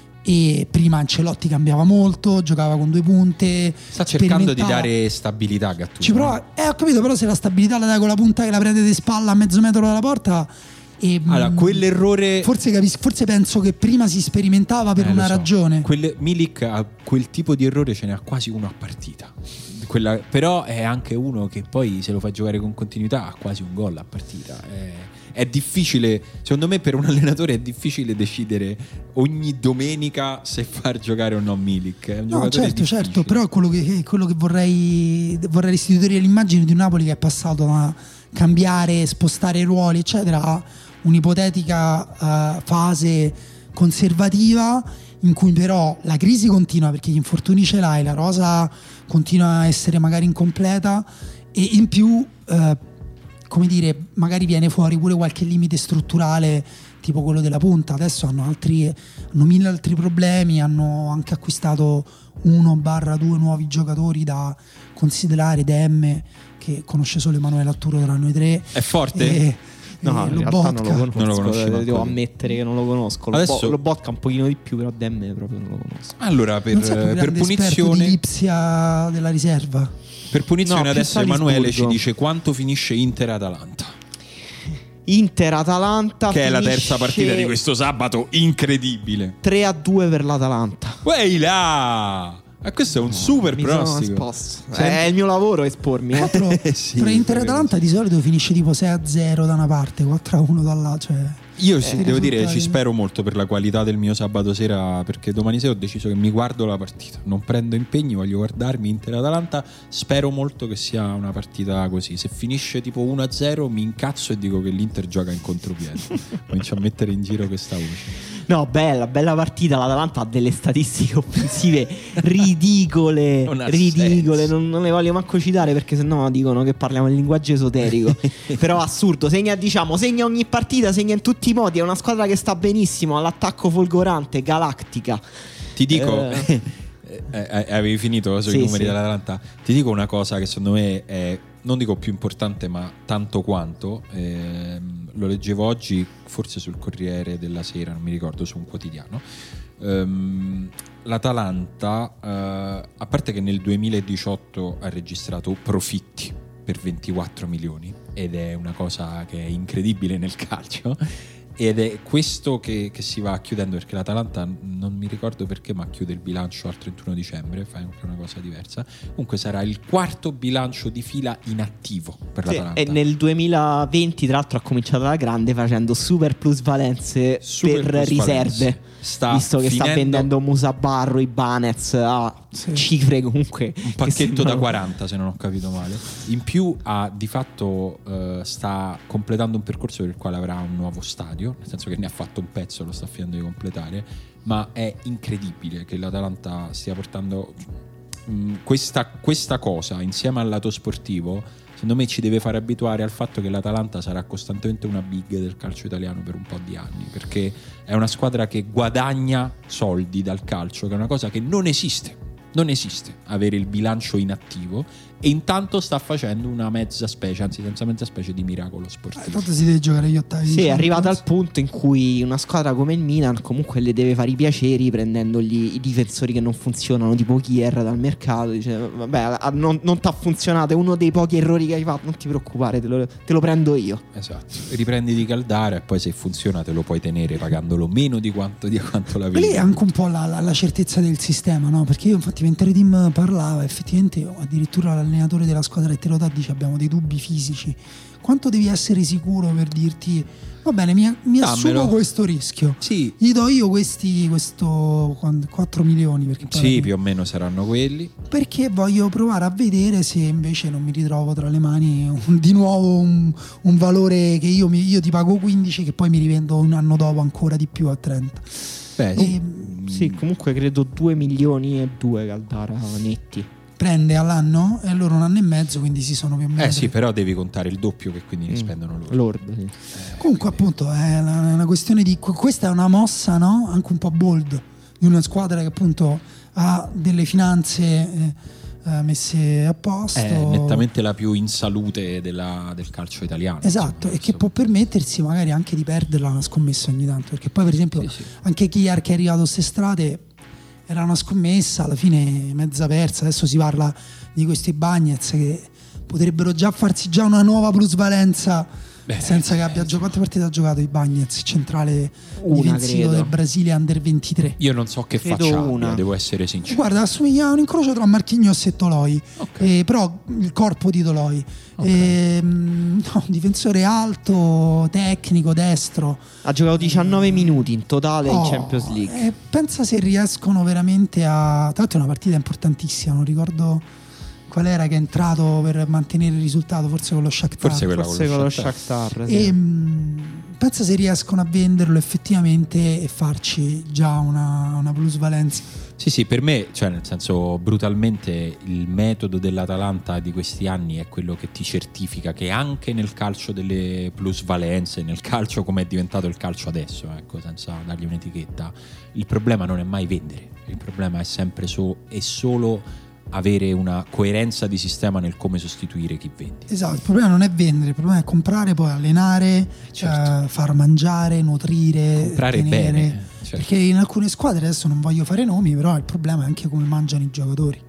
e prima Ancelotti cambiava molto, giocava con due punte, Sta cercando di sperimentava. dare stabilità a Gattuso. Ci prova, eh, ho capito, però se la stabilità la dai con la punta che la prende di spalla a mezzo metro dalla porta, e, Allora, mh, quell'errore forse, capisco, forse penso che prima si sperimentava per Eh, lo una so. ragione. Quelle- Milik ha quel tipo di errore, ce n'ha quasi uno a partita. Quella- però è anche uno che poi se lo fa giocare con continuità ha quasi un gol a partita. È, è difficile, secondo me per un allenatore è difficile decidere ogni domenica se far giocare o no Milik. È un No, giocatore certo, difficile. certo, però è quello che, quello che vorrei, vorrei restituire l'immagine di un Napoli che è passato da cambiare, spostare i ruoli, eccetera, a un'ipotetica eh, fase conservativa in cui però la crisi continua perché gli infortuni ce l'hai, la rosa continua a essere magari incompleta, e in più eh, come dire, magari viene fuori pure qualche limite strutturale tipo quello della punta. Adesso hanno altri, hanno mille altri problemi, hanno anche acquistato uno barra due nuovi giocatori da considerare. Dem, che conosce solo Emanuele Atturo tra noi tre, È forte? e, No, e in realtà non lo Lobotka. conosco, Non lo conosci eh, manco devo tu. ammettere che non lo conosco. Lo, Adesso- bo- lo Botka un pochino di più, però Demme proprio non lo conosco. Allora, per, Non sei più per grande esperto di punizione, Lipsia della riserva? per punizione No, più adesso Emanuele ci Salisburgo. dice quanto finisce Inter-Atalanta, Inter-Atalanta che è la finisce terza partita di questo sabato incredibile. tre a due per l'Atalanta. Uè là! E questo è un super Mi sono pronostico. esposto. Senti- È il mio lavoro espormi. Tra Eh. l'altro, Sì, tra Inter e credo Atalanta sì. di solito finisce tipo sei a zero da una parte, quattro a uno dall'altra, cioè Io sì, Eh, devo dire, risultati- ci spero molto per la qualità del mio sabato sera, perché domani sera ho deciso che mi guardo la partita, non prendo impegni, voglio guardarmi Inter-Atalanta. Spero molto che sia una partita così. Se finisce tipo uno a zero mi incazzo e dico che l'Inter gioca in contropiede. Comincio a mettere in giro questa voce. No, bella, bella partita. L'Atalanta ha delle statistiche offensive ridicole. Non ridicole, non, non le voglio manco citare perché sennò dicono che parliamo in linguaggio esoterico. Però assurdo, segna, diciamo, segna ogni partita, segna in tutti i modi. È una squadra che sta benissimo, all'attacco folgorante, galattica. Ti dico eh. eh, avevi finito sui sì, numeri sì. dell'Atalanta? Ti dico una cosa che secondo me è, non dico più importante, ma tanto quanto. ehm, Lo leggevo oggi, forse sul Corriere della Sera, non mi ricordo, su un quotidiano. Um, L'Atalanta, uh, a parte che nel duemiladiciotto ha registrato profitti per ventiquattro milioni, ed è una cosa che è incredibile nel calcio. Ed è questo che, che si va chiudendo, perché l'Atalanta, non mi ricordo perché, ma chiude il bilancio al trentuno dicembre, fa anche una cosa diversa. Comunque sarà il quarto bilancio di fila inattivo per Sì, l'Atalanta. e nel duemilaventi tra l'altro ha cominciato alla grande facendo super plusvalenze Super per plusvalenze. riserve. Sta visto che finendo... sta vendendo Musabarro, Ibanez a Sì. cifre comunque un pacchetto sembrano... da quaranta, se non ho capito male. In più ha di fatto uh, sta completando un percorso per il quale avrà un nuovo stadio, nel senso che ne ha fatto un pezzo, lo sta finendo di completare. Ma è incredibile che l'Atalanta stia portando mh, questa, questa cosa insieme al lato sportivo. Secondo me ci deve fare abituare al fatto che l'Atalanta sarà costantemente una big del calcio italiano per un po' di anni, perché è una squadra che guadagna soldi dal calcio, che è una cosa che non esiste. Non esiste avere il bilancio inattivo, e intanto sta facendo una mezza specie, anzi senza mezza specie, di miracolo sportivo. Eh, tanto si deve giocare gli ottavi. Sì, è arrivata al punto in cui una squadra come il Milan comunque le deve fare i piaceri prendendogli i difensori che non funzionano, tipo Kier dal mercato. Dice vabbè, non, non ti ha funzionato, è uno dei pochi errori che hai fatto, non ti preoccupare, te lo, te lo prendo io. Esatto, riprendi di Caldara e poi se funziona te lo puoi tenere pagandolo meno di quanto, di quanto l'avevi. Lì è anche un po' la, la, la certezza del sistema, no? Perché io infatti mentre Tim parlava, effettivamente addirittura l'allenatore della squadra che te lo dà dice abbiamo dei dubbi fisici. Quanto devi essere sicuro per dirti va bene, mi, mi assumo questo rischio, sì, gli do io questi questo quattro milioni, perché poi sì, più o meno saranno quelli, perché voglio provare a vedere se invece non mi ritrovo tra le mani un, di nuovo un, un valore che io, mi, io ti pago quindici che poi mi rivendo un anno dopo ancora di più a trenta. Beh, e, sì, comunque credo due milioni e due Caldara netti prende all'anno, e loro un anno e mezzo, quindi si sono più o meno. Eh sì, però devi contare il doppio che quindi ne spendono loro. Lord, sì. Eh, Comunque appunto è una, una questione di, questa è una mossa, no? Anche un po' bold di una squadra che appunto ha delle finanze eh, eh, messe a posto, è nettamente la più in salute della, del calcio italiano. esatto, insomma, e che può permettersi magari anche di perderla una scommessa ogni tanto, perché poi per esempio sì, sì. anche Kiar che è arrivato a quest'estate era una scommessa, alla fine mezza persa. Adesso si parla di questi Bagnez che potrebbero già farsi già una nuova plusvalenza. Beh, senza che abbia giocato. Quante partite ha giocato i Bagnez, centrale una, difensivo credo. del Brasile under ventitré? Io non so che Credo faccia una. abbia, devo essere sincero. Guarda, assomiglia a un incrocio tra Marquinhos e Toloi, Okay. eh, però il corpo di Toloi. Okay. Eh, no, un difensore alto, tecnico, destro. Ha giocato diciannove minuti in totale Oh, in Champions League. eh, pensa se riescono veramente a. Tra l'altro è una partita importantissima, non ricordo qual era che è entrato per mantenere il risultato, forse con lo Shakhtar. Forse quella Forse con con lo lo Shakhtar. Shakhtar, sì. E mh, pensa se riescono a venderlo effettivamente e farci già una, una plusvalenza. Sì, sì, per me, cioè nel senso, brutalmente il metodo dell'Atalanta di questi anni è quello che ti certifica che anche nel calcio delle plusvalenze, nel calcio come è diventato il calcio adesso, ecco, senza dargli un'etichetta, il problema non è mai vendere, il problema è sempre so, è solo avere una coerenza di sistema nel come sostituire chi vendi. Esatto, il problema non è vendere, il problema è comprare, poi allenare, Certo. eh, far mangiare, nutrire, Comprare tenere. bene, certo. Perché in alcune squadre, adesso non voglio fare nomi, però il problema è anche come mangiano i giocatori.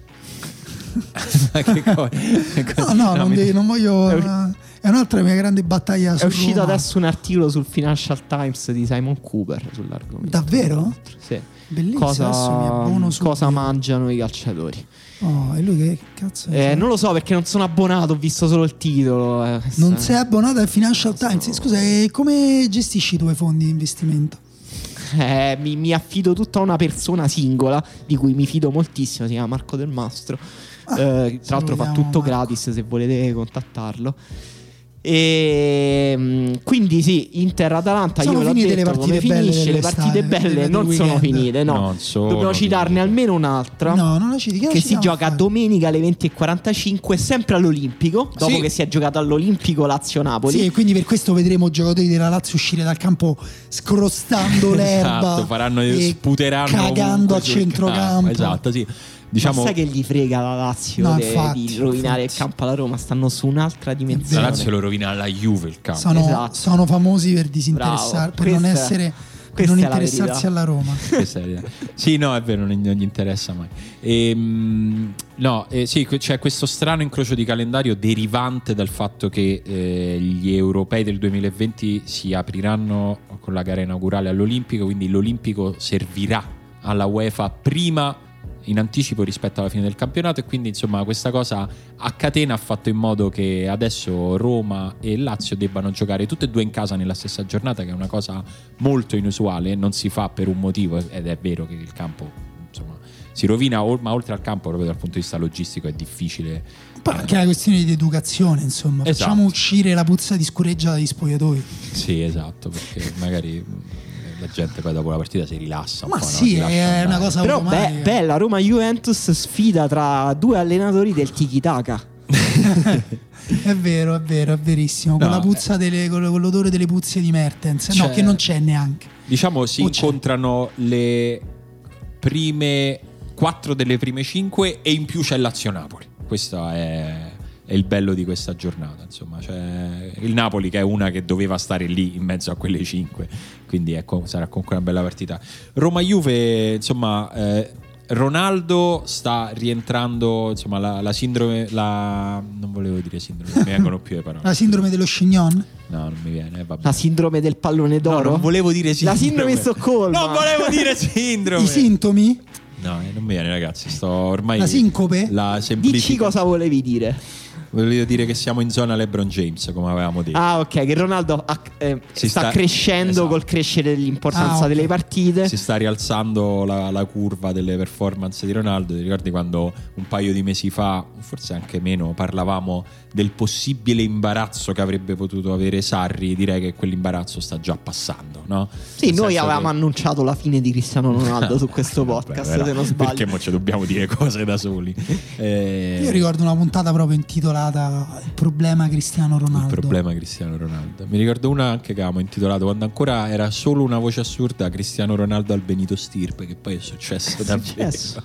Che co- No, no, non, mi- devi- non voglio. È È, è un'altra mia grande battaglia. È su uscito Roma. adesso un articolo sul Financial Times di Simon Cooper sull'argomento. Davvero? Sì. Bellissimo. Adesso mi abbono Cosa, subito. cosa mangiano i calciatori? Oh, e lui che cazzo è? Eh, non lo so perché non sono abbonato, ho visto solo il titolo. eh. Non sei abbonato al Financial Times? Scusa, e come gestisci i tuoi fondi di investimento? Eh, mi, mi affido tutta a una persona singola di cui mi fido moltissimo, si chiama Marco Del Mastro. Ah, Eh, tra l'altro fa salutiamo tutto Marco. gratis se volete contattarlo. E quindi sì, Inter-Atalanta, sono io l'ho finite detto, le partite come belle finisce, le partite belle non sono weekend. finite, no. Non sono Dobbiamo citarne finite. almeno un'altra. No, non la citi, che si gioca domenica alle venti e quarantacinque sempre all'Olimpico, dopo sì. che si è giocato all'Olimpico Lazio-Napoli. Sì, e quindi per questo vedremo giocatori della Lazio uscire dal campo scrostando l'erba, esatto, faranno, e sputeranno cagando a sul centrocampo. campo. Esatto, sì. Diciamo, Ma sai che gli frega la Lazio No, de- infatti, di rovinare infatti. il campo alla Roma? Stanno su un'altra la dimensione. Lazio lo rovina alla Juve il campo. Sono, Esatto. sono famosi per disinteressare, Bravo. per non Questa- essere, per questa non è la interessarsi verità. alla Roma. Questa è l'idea. Sì, no, è vero, non, non gli interessa mai. Ehm, no, eh, sì, c'è questo strano incrocio di calendario derivante dal fatto che eh, gli europei del duemilaventi si apriranno con la gara inaugurale all'Olimpico, quindi l'Olimpico servirà alla UEFA prima in anticipo rispetto alla fine del campionato, e quindi insomma questa cosa a catena ha fatto in modo che adesso Roma e Lazio debbano giocare tutte e due in casa nella stessa giornata, che è una cosa molto inusuale, non si fa per un motivo, ed è vero che il campo insomma si rovina, ma oltre al campo proprio dal punto di vista logistico è difficile. Poi anche la questione di educazione, insomma, Esatto. facciamo uscire la puzza di scureggia dagli spogliatoi. Sì, esatto, perché magari la gente poi dopo la partita si rilassa un Ma po', no? sì, Si lascia è andare. una cosa Però automatica. be- bella, Roma-Juventus, sfida tra due allenatori del tiki-taka. È vero, è vero, è verissimo. Con No, la puzza delle, con l'odore delle puzze di Mertens, no, C'è- che non c'è neanche. Diciamo si O c'è? incontrano le prime quattro delle prime cinque e in più c'è Lazio-Napoli. Questo è, è il bello di questa giornata, insomma. C'è il Napoli che è una che doveva stare lì in mezzo a quelle cinque, quindi ecco, sarà comunque una bella partita. Roma-Juve, insomma, eh, Ronaldo sta rientrando, insomma, la, la sindrome, la non volevo dire sindrome, non mi vengono più le parole. La sindrome dello Scignon? No, non mi viene, vabbè. La sindrome del pallone d'oro. No, non volevo dire La sindrome. sindrome di Stoccolma. Non volevo dire sindrome. I sintomi? No, eh, non mi viene, ragazzi. Sto ormai. La sincope? La semplifica. Dici cosa volevi dire. Volevo dire che siamo in zona LeBron James, come avevamo detto. Ah, ok, che Ronaldo ha- eh, Si sta, sta- crescendo esatto. col crescere dell'importanza Ah, ok. delle partite. Si sta rialzando la, la curva delle performance di Ronaldo. Ti ricordi quando un paio di mesi fa, forse anche meno, parlavamo del possibile imbarazzo che avrebbe potuto avere Sarri? Direi che quell'imbarazzo sta già passando, no? Sì, Nel noi senso avevamo che- annunciato la fine di Cristiano Ronaldo su questo Vabbè, podcast, però, se non sbaglio. Perché mo ci dobbiamo dire cose da soli. Eh, Io ricordo una puntata proprio intitolata Il problema Cristiano Ronaldo. Il problema Cristiano Ronaldo. Mi ricordo una anche che avevamo intitolato, quando ancora era solo una voce assurda, Cristiano Ronaldo al Benito Stirpe, che poi è successo davvero. successo.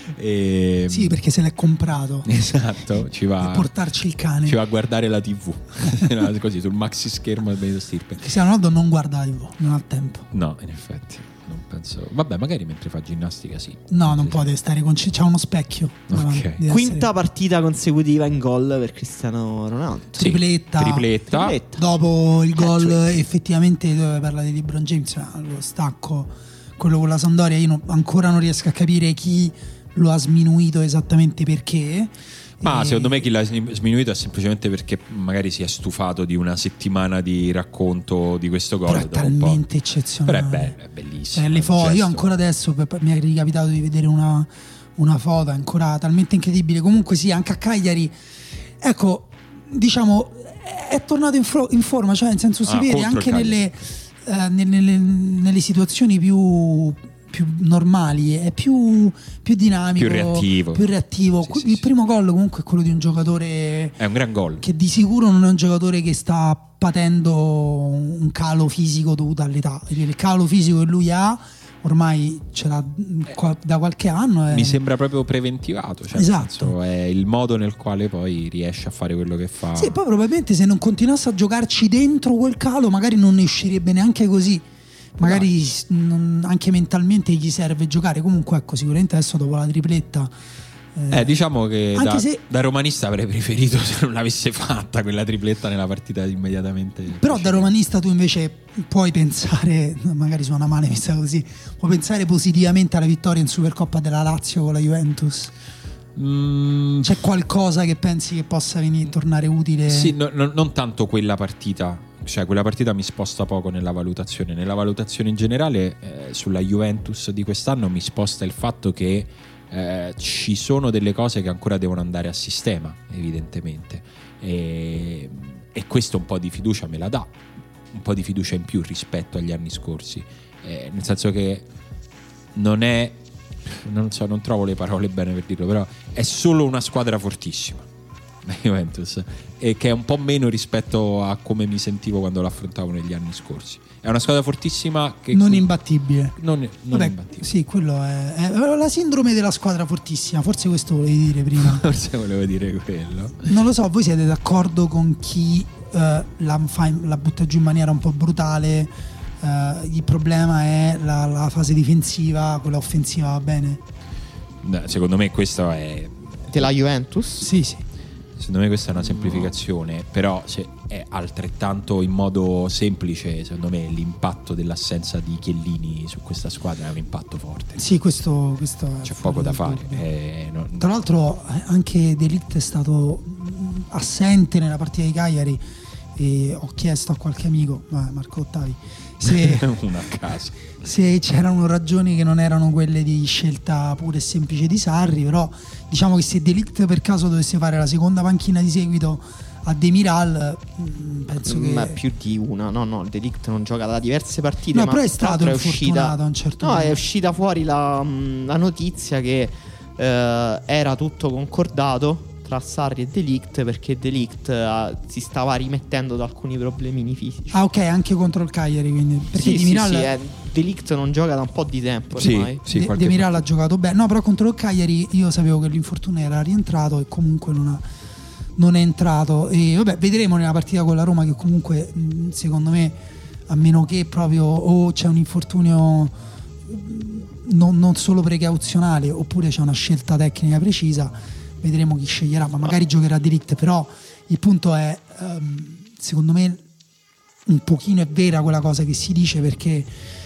E, Sì, perché se l'è comprato esatto, ci va, per portarci il cane. ci va a guardare la tivù No, così sul maxi schermo del Benito Stirpe. Cristiano Ronaldo non guarda la tivù, non ha tempo. No, in effetti non penso. Vabbè, magari mentre fa ginnastica sì. No, non Sì, può, sì. deve stare con c'è uno specchio. davanti, Ok. deve Quinta essere- partita consecutiva in gol per Cristiano Ronaldo. Sì, tripletta. tripletta. Tripletta. Dopo il gol, Hat-trick. effettivamente dove parla di LeBron James, ma lo stacco, quello con la Sampdoria, io non- ancora non riesco a capire chi lo ha sminuito esattamente perché. Ma E- secondo me chi l'ha sminuito è semplicemente perché magari si è stufato di una settimana di racconto di questo gol. Però è dopo un po'. talmente eccezionale. Però è bello, è bellissimo. Eh, le è un foto, io gesto. ancora adesso per- per- mi è ricapitato di vedere una, una foto, è ancora talmente incredibile. Comunque sì, anche a Cagliari, ecco, diciamo, è tornato in, fro- in forma, cioè nel senso si Ah, vede contro il anche Cagliari. nelle, eh, nelle, nelle- nelle situazioni più, più normali, è più, più dinamico, Più reattivo. più reattivo. Sì, sì, Il sì. primo gol comunque è quello di un giocatore È un gran gol. che di sicuro non è un giocatore che sta patendo un calo fisico dovuto all'età. Il calo fisico che lui ha ormai ce l'ha qua- da qualche anno. È... Mi sembra proprio preventivato, cioè nel Esatto. senso, è il modo nel quale poi riesce a fare quello che fa. Sì, poi probabilmente se non continuasse a giocarci dentro quel calo magari non ne uscirebbe neanche così. Magari s- non- anche mentalmente gli serve giocare. Comunque ecco, sicuramente adesso dopo la tripletta Eh, diciamo che Anche da, se- da romanista avrei preferito se non l'avesse fatta quella tripletta nella partita immediatamente. Però da romanista tu invece puoi pensare, magari suona male vista così, puoi pensare positivamente alla vittoria in Supercoppa della Lazio con la Juventus. Mm, C'è qualcosa che pensi che possa venire, tornare utile? sì, no- no- non tanto quella partita, cioè quella partita mi sposta poco nella valutazione. Nella valutazione in generale eh, sulla Juventus di quest'anno mi sposta il fatto che eh, ci sono delle cose che ancora devono andare a sistema, evidentemente. E, e questo un po' di fiducia me la dà, un po' di fiducia in più rispetto agli anni scorsi, eh, nel senso che non è, non so, non trovo le parole bene per dirlo, però è solo una squadra fortissima, la Juventus, e che è un po' meno rispetto a come mi sentivo quando l'affrontavo negli anni scorsi. È una squadra fortissima che non qui, imbattibile. Non, non Vabbè, imbattibile. sì, quello è, è la sindrome della squadra fortissima. Forse questo volevi dire prima. Forse volevo dire quello. Non lo so, voi siete d'accordo con chi eh, la, fa, la butta giù in maniera un po' brutale? Eh, il problema è la, la fase difensiva, quella offensiva va bene? No, secondo me questo è Della Juventus? Sì, sì. Secondo me questa è una semplificazione, però se è altrettanto in modo semplice, secondo me l'impatto dell'assenza di Chiellini su questa squadra è un impatto forte. Sì, questo, questo c'è poco da fare. Eh, non... Tra l'altro anche De Ligt è stato assente nella partita di Cagliari e ho chiesto a qualche amico, Marco Ottavi, se, una a caso. se c'erano ragioni che non erano quelle di scelta pura e semplice di Sarri, però diciamo che se De Ligt per caso dovesse fare la seconda panchina di seguito a Demiral, penso che ma più di una, no no, De Ligt non gioca da diverse partite, no, ma però è stato è infortunato uscita, a un certo no punto. è uscita fuori la, la notizia che eh, era tutto concordato tra Sarri e De Ligt, perché De Ligt uh, si stava rimettendo da alcuni problemini fisici. Ah, ok, anche contro il Cagliari, quindi perché sì, Demiral sì, sì, eh, De Ligt non gioca da un po' di tempo sì, ormai. sì, De, Demiral ha giocato bene. No, però contro il Cagliari io sapevo che l'infortunio era rientrato e comunque non, ha, non è entrato. E vabbè, vedremo nella partita con la Roma, che comunque secondo me, a meno che proprio o c'è un infortunio non, non solo precauzionale oppure c'è una scelta tecnica precisa, vedremo chi sceglierà, ma magari giocherà De Ligt. Però il punto è, um, secondo me un pochino è vera quella cosa che si dice, perché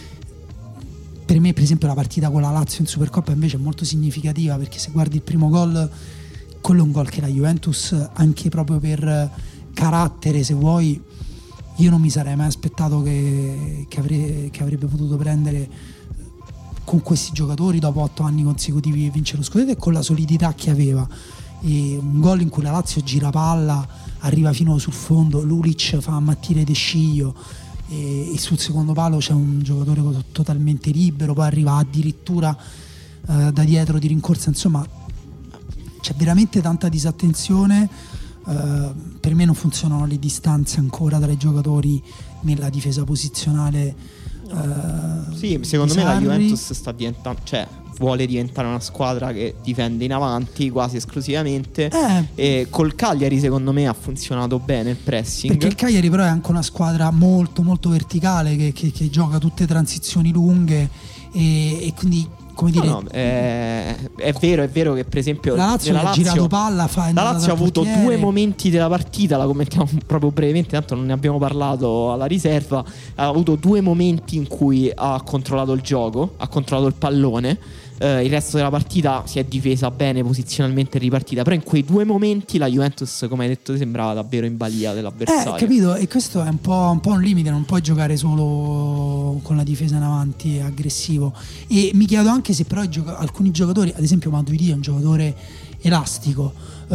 per me per esempio la partita con la Lazio in Supercoppa invece è molto significativa, perché se guardi il primo gol, quello è un gol che la Juventus, anche proprio per carattere, se vuoi, io non mi sarei mai aspettato che, che, avre, che avrebbe potuto prendere con questi giocatori dopo otto anni consecutivi e vincere lo scudetto, e con la solidità che aveva. E un gol in cui la Lazio gira palla, arriva fino sul fondo, Lulic fa ammattire De Sciglio e, e sul secondo palo c'è un giocatore totalmente libero, poi arriva addirittura eh, da dietro di rincorsa. Insomma, c'è veramente tanta disattenzione. Eh, per me non funzionano le distanze ancora tra i giocatori nella difesa posizionale. Uh, sì, secondo me Sarri. la Juventus sta diventando, cioè vuole diventare una squadra che difende in avanti quasi esclusivamente, eh, e col Cagliari secondo me ha funzionato bene il pressing, perché il Cagliari però è anche una squadra molto molto verticale che, che, che gioca tutte transizioni lunghe e, e quindi come dire, no, no, è, è vero, è vero che per esempio la Lazio ha girato palla, fa la Lazio ha avuto portiere. due momenti della partita, la commentiamo proprio brevemente, tanto non ne abbiamo parlato alla riserva. Ha avuto due momenti in cui ha controllato il gioco, ha controllato il pallone. Uh, il resto della partita si è difesa bene posizionalmente ripartita, però in quei due momenti la Juventus, come hai detto te, sembrava davvero in balia dell'avversario. Eh, capito? E questo è un po', un po' un limite, non puoi giocare solo con la difesa in avanti aggressivo. E mi chiedo anche se però gioca- alcuni giocatori, ad esempio Matuidi è un giocatore elastico,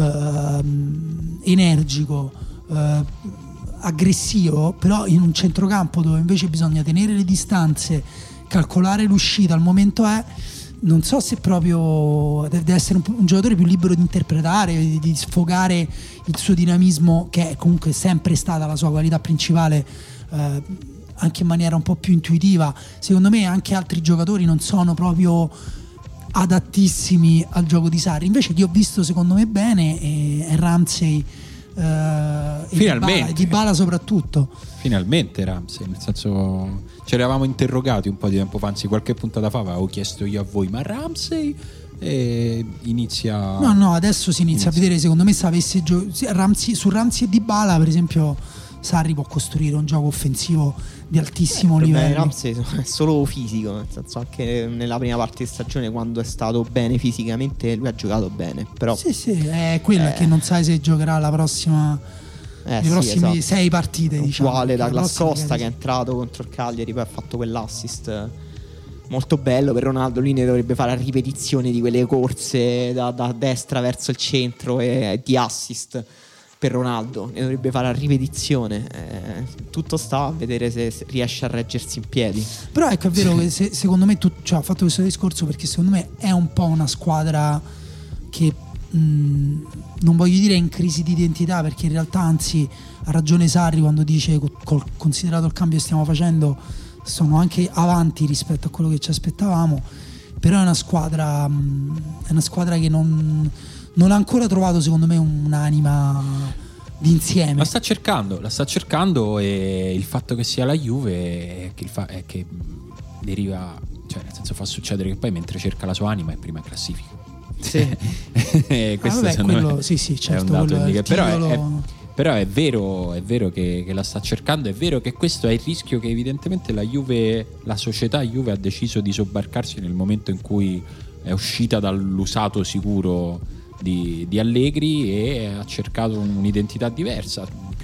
ehm, energico, eh, aggressivo, però in un centrocampo dove invece bisogna tenere le distanze, calcolare l'uscita al momento è, non so se proprio deve essere un, un giocatore più libero di interpretare, di, di sfogare il suo dinamismo, che è comunque sempre stata la sua qualità principale, eh, anche in maniera un po' più intuitiva. Secondo me anche altri giocatori non sono proprio adattissimi al gioco di Sarri. Invece chi ho visto secondo me bene è, è Ramsey, eh, e finalmente Dybala, Dybala soprattutto. Finalmente Ramsey, nel senso, ci eravamo interrogati un po' di tempo fa, anzi qualche puntata fa avevo chiesto io a voi, ma Ramsey, e inizia no no adesso si inizia, inizia. a vedere. Secondo me se avesse gio- Ramsey, su Ramsey e Dybala per esempio Sarri può costruire un gioco offensivo di altissimo eh, livello. Ramsey è solo fisico, nel senso anche nella prima parte di stagione quando è stato bene fisicamente lui ha giocato bene, però sì sì è quella eh. che non sai se giocherà la prossima eh, le sì, prossime esatto. sei partite, diciamo. Uguale da La Costa che è entrato contro il Cagliari, poi ha fatto quell'assist molto bello per Ronaldo. Lui ne dovrebbe fare a ripetizione di quelle corse da, da destra verso il centro e di assist per Ronaldo, ne dovrebbe fare a ripetizione. Eh, tutto sta a vedere se, se riesce a reggersi in piedi. Però ecco, è vero che se, secondo me tu, cioè, ho fatto questo discorso perché secondo me è un po' una squadra che mh, non voglio dire in crisi di identità, perché in realtà anzi ha ragione Sarri quando dice, col, considerato il cambio che stiamo facendo, sono anche avanti rispetto a quello che ci aspettavamo. Però è una squadra mh, è una squadra che non non ha ancora trovato secondo me un'anima d'insieme. La sta cercando, la sta cercando e il fatto che sia la Juve è che, il fa- è che deriva, cioè nel senso fa succedere che poi mentre cerca la sua anima è prima in classifica. Sì. Questo ah, vabbè, quello, me sì, sì, certo, è un dato indica- però, titolo... è, è, però è vero, è vero che, che la sta cercando, è vero che questo è il rischio che evidentemente la Juve, la società Juve ha deciso di sobbarcarsi nel momento in cui è uscita dall'usato sicuro Di, di Allegri e ha cercato un'identità diversa,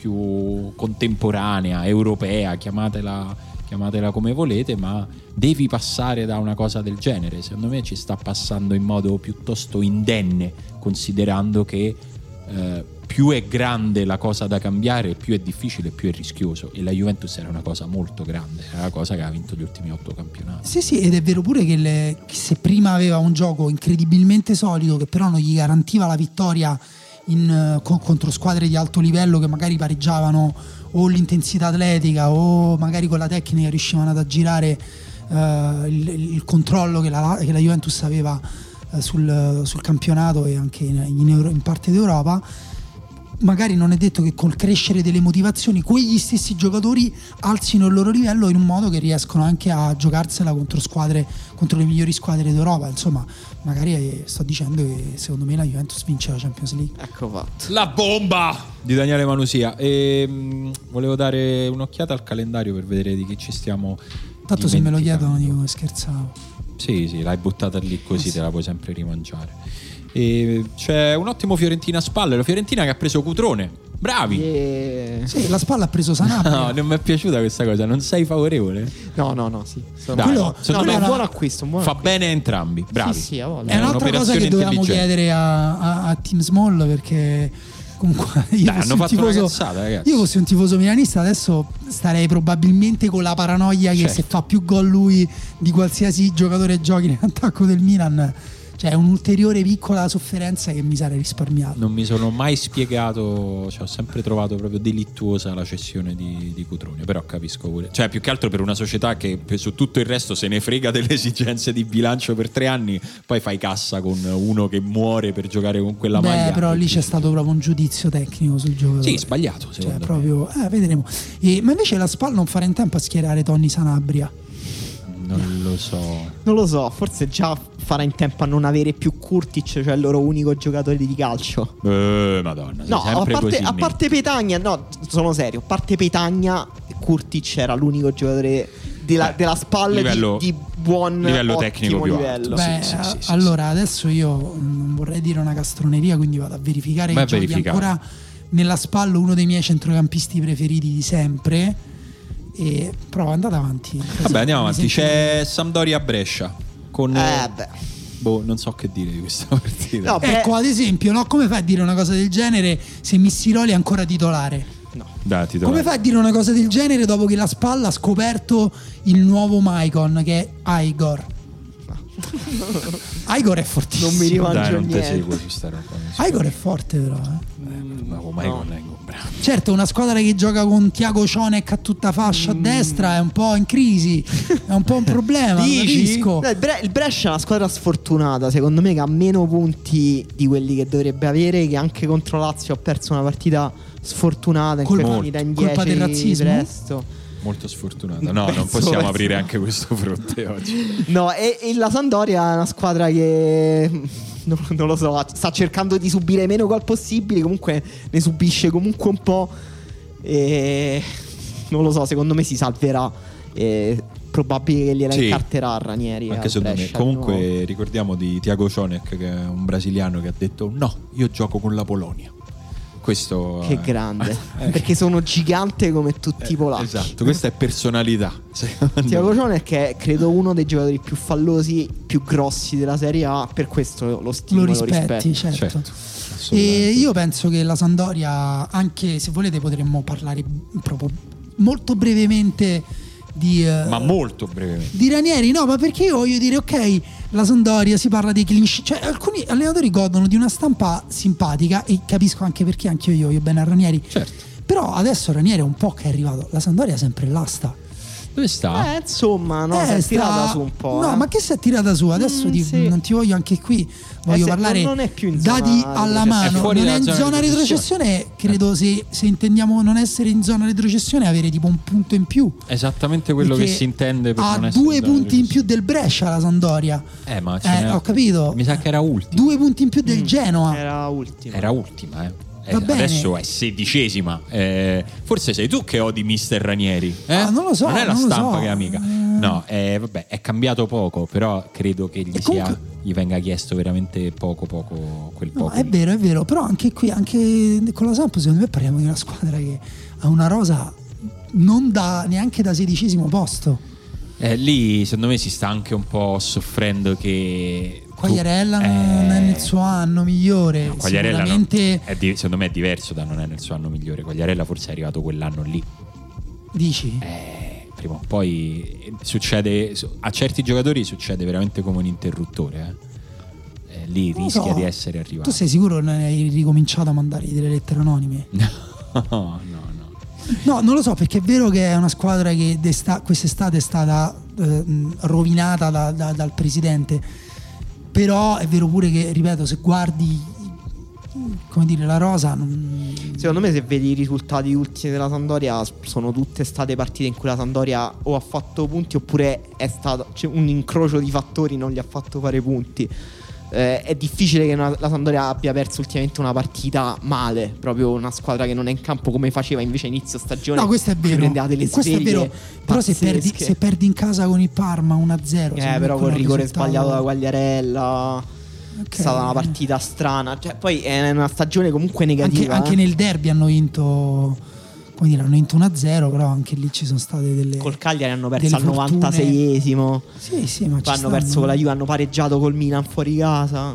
più contemporanea, europea, chiamatela, chiamatela come volete, ma devi passare da una cosa del genere. Secondo me ci sta passando in modo piuttosto indenne, considerando che eh, più è grande la cosa da cambiare, più è difficile, più è rischioso, e la Juventus era una cosa molto grande, era una cosa che ha vinto gli ultimi otto campionati. Sì, sì, ed è vero pure che, le, che se prima aveva un gioco incredibilmente solido che però non gli garantiva la vittoria in, con, contro squadre di alto livello che magari pareggiavano o l'intensità atletica o magari con la tecnica riuscivano ad aggirare uh, il, il controllo che la, che la Juventus aveva uh, sul, sul campionato e anche in, in, Euro, in parte d'Europa. Magari non è detto che col crescere delle motivazioni quegli stessi giocatori alzino il loro livello in un modo che riescono anche a giocarsela contro squadre, contro le migliori squadre d'Europa. Insomma, magari sto dicendo che secondo me la Juventus vince la Champions League. Ecco fatto. La bomba di Daniele Manusia. E mh, volevo dare un'occhiata al calendario per vedere di chi ci stiamo tanto se me lo chiedono dico che scherzavo. Sì, sì, l'hai buttata lì così, te la puoi sempre rimangiare. E c'è un ottimo Fiorentina a spalle, la Fiorentina che ha preso Cutrone. Bravi. Yeah. Sì, la spalla ha preso Sanabria. No, non mi è piaciuta questa cosa. Non sei favorevole? No, no, no, sì. Sono... Dai, Quello, no, no, era... è un buon acquisto, un buon fa acquisto. bene a entrambi. Bravi. Sì, sì, a voglia. È un'altra cosa che dovevamo chiedere a, a, a Team Small, perché comunque io Dai, hanno fatto tifoso, una cazzata, ragazzi. Io fossi un tifoso milanista adesso starei probabilmente con la paranoia che certo. se fa più gol lui di qualsiasi giocatore giochi in attacco del Milan, cioè è un'ulteriore piccola sofferenza che mi sarei risparmiato. Non mi sono mai spiegato, cioè ho sempre trovato proprio delittuosa la cessione di, di Cutrone, però capisco pure, cioè più che altro per una società che su tutto il resto se ne frega delle esigenze di bilancio per tre anni, poi fai cassa con uno che muore per giocare con quella Beh, maglia. però lì c'è stato proprio un giudizio tecnico sul giocatore. Sì, sbagliato secondo cioè, me. proprio, eh, vedremo. E, ma invece la Spal non farà in tempo a schierare Tony Sanabria. Non lo so. Non lo so, forse già farà in tempo a non avere più Kurtic, cioè il loro unico giocatore di calcio. Eh, madonna, sei No, a sempre parte, così a parte Petagna, no, sono serio, a parte Petagna, Kurtic era l'unico giocatore della, Beh, della Spal livello, di, di buon livello tecnico più livello. alto. Beh, Sì, sì, sì, sì, allora adesso io non vorrei dire una castroneria, quindi vado a verificare Vai che a giochi verificare. ancora nella Spal uno dei miei centrocampisti preferiti di sempre. E però andate avanti. Vabbè, andiamo Mi avanti. sentite- C'è Sampdoria a Brescia con Eh beh. boh, non so che dire di questa partita. No, beh, Ecco, ad esempio, no? Come fai a dire una cosa del genere se Missiroli è ancora titolare? Dai, titolare. Come fai a dire una cosa del genere dopo che la Spalla ha scoperto il nuovo Maicon che è Igor? Igor è fortissimo. Non mi rimangio Dai, non te niente. seguo su sta roba. Igor è forte però, eh. Ma ormai con lei bravo. Certo, una squadra che gioca con Tiago Cionek a tutta fascia a destra è un po' in crisi, è un po' un problema, lo capisco. No, il, Bre- il Brescia è una squadra sfortunata, secondo me, che ha meno punti di quelli che dovrebbe avere, che anche contro Lazio ha perso una partita sfortunata in Colpa- cui è finita in colpa del dieci razzismo? presto. Molto sfortunata. No, Penso non possiamo che- aprire anche questo fronte oggi. No, e, e la Sampdoria è una squadra che non, non lo so, sta cercando di subire meno gol possibili, comunque ne subisce comunque un po'. E non lo so, secondo me si salverà. E probabile che gliela Sì. incarterà Ranieri. Anche al secondo me. Brescia, Comunque di nuovo. ricordiamo di Tiago Cionek, che è un brasiliano che ha detto no, io gioco con la Polonia. Questo Che è... grande. Perché sono gigante come tutti i polacchi. Esatto, questa è personalità. Tiago Cionek è credo uno dei giocatori più fallosi, più grossi della Serie A, per questo lo stimo, Lo lo rispetti, rispetto. certo. Certo, E io penso che la Sampdoria, anche se volete potremmo parlare proprio molto brevemente di, uh, ma molto brevemente di Ranieri, no, ma perché io voglio dire, ok, la Sampdoria si parla dei clean sheet, cioè alcuni allenatori godono di una stampa simpatica e capisco anche perché, anche io voglio bene a Ranieri, certo. Però adesso Ranieri è un po' che è arrivato, la Sampdoria sempre là sta. Dove sta? Eh, insomma, no, Eh, si è sta- tirata su un po'. No, eh. ma che si è tirata su? Adesso Mm, ti- sì. non ti voglio anche qui. Voglio se- parlare non è più in dati zona alla retrocessione. mano. È fuori Non è dalla in zona zona retrocessione. Credo se, se intendiamo non essere in zona retrocessione, avere tipo un punto in più. Esattamente quello Perché che si intende per ha non essere due in zona punti in più retrocessione. del Brescia la Sampdoria. Eh, ma ce Eh, n'è- ho capito. Mi sa che era ultima. Due punti in più del Genoa. Era ultimo. Era ultima, eh. Eh, Va bene. Adesso è sedicesima. Eh, forse sei tu che odi mister Ranieri. Eh? Ah, non lo so, Non è la non lo stampa so. che è amica. No, eh, vabbè, è cambiato poco, però credo che gli, E comunque- sia, gli venga chiesto veramente poco, poco, quel No, poco. è vero, è vero. Però anche qui, anche con la Samp, secondo me parliamo di una squadra che ha una rosa non da neanche da sedicesimo posto. Eh, lì secondo me si sta anche un po' soffrendo che Quagliarella tu- non eh, è nel suo anno migliore. no, Quagliarella no. Sicuramente È di- secondo me è diverso da non è nel suo anno migliore. Quagliarella forse è arrivato quell'anno lì. dici? Eh, prima o poi eh, succede a certi giocatori succede veramente come un interruttore. Eh. Eh, lì Non lo rischia so. di essere arrivato. Tu sei sicuro che non hai ricominciato a mandare delle lettere anonime? No, no, no. No, non lo so, perché è vero che è una squadra che d'esta- quest'estate è stata eh, rovinata da- da- dal presidente, però è vero pure che, ripeto, se guardi, come dire, la rosa non... Secondo me, se vedi i risultati ultimi della Sampdoria, sono tutte state partite in cui la Sampdoria o ha fatto punti oppure è stato, cioè, un incrocio di fattori non gli ha fatto fare punti. Eh, è difficile che una, la Sampdoria abbia perso ultimamente una partita male, proprio una squadra che non è in campo come faceva invece a inizio stagione. No, questo è che vero, prendeva delle questo è sveglie vero. Però se perdi, pazzesche. se perdi in casa con il Parma uno a zero, Eh, però col rigore sbagliato da Quagliarella, Ok. è stata una partita strana. Cioè, poi è una stagione comunque anche, negativa. anche eh. nel derby hanno vinto, come dire, hanno vinto uno a zero, però anche lì ci sono state delle... Col Cagliari hanno perso delle al fortune. novantaseiesimo. Sì, sì, ma ci Poi hanno stanno. perso con la Juve, hanno pareggiato col Milan fuori casa.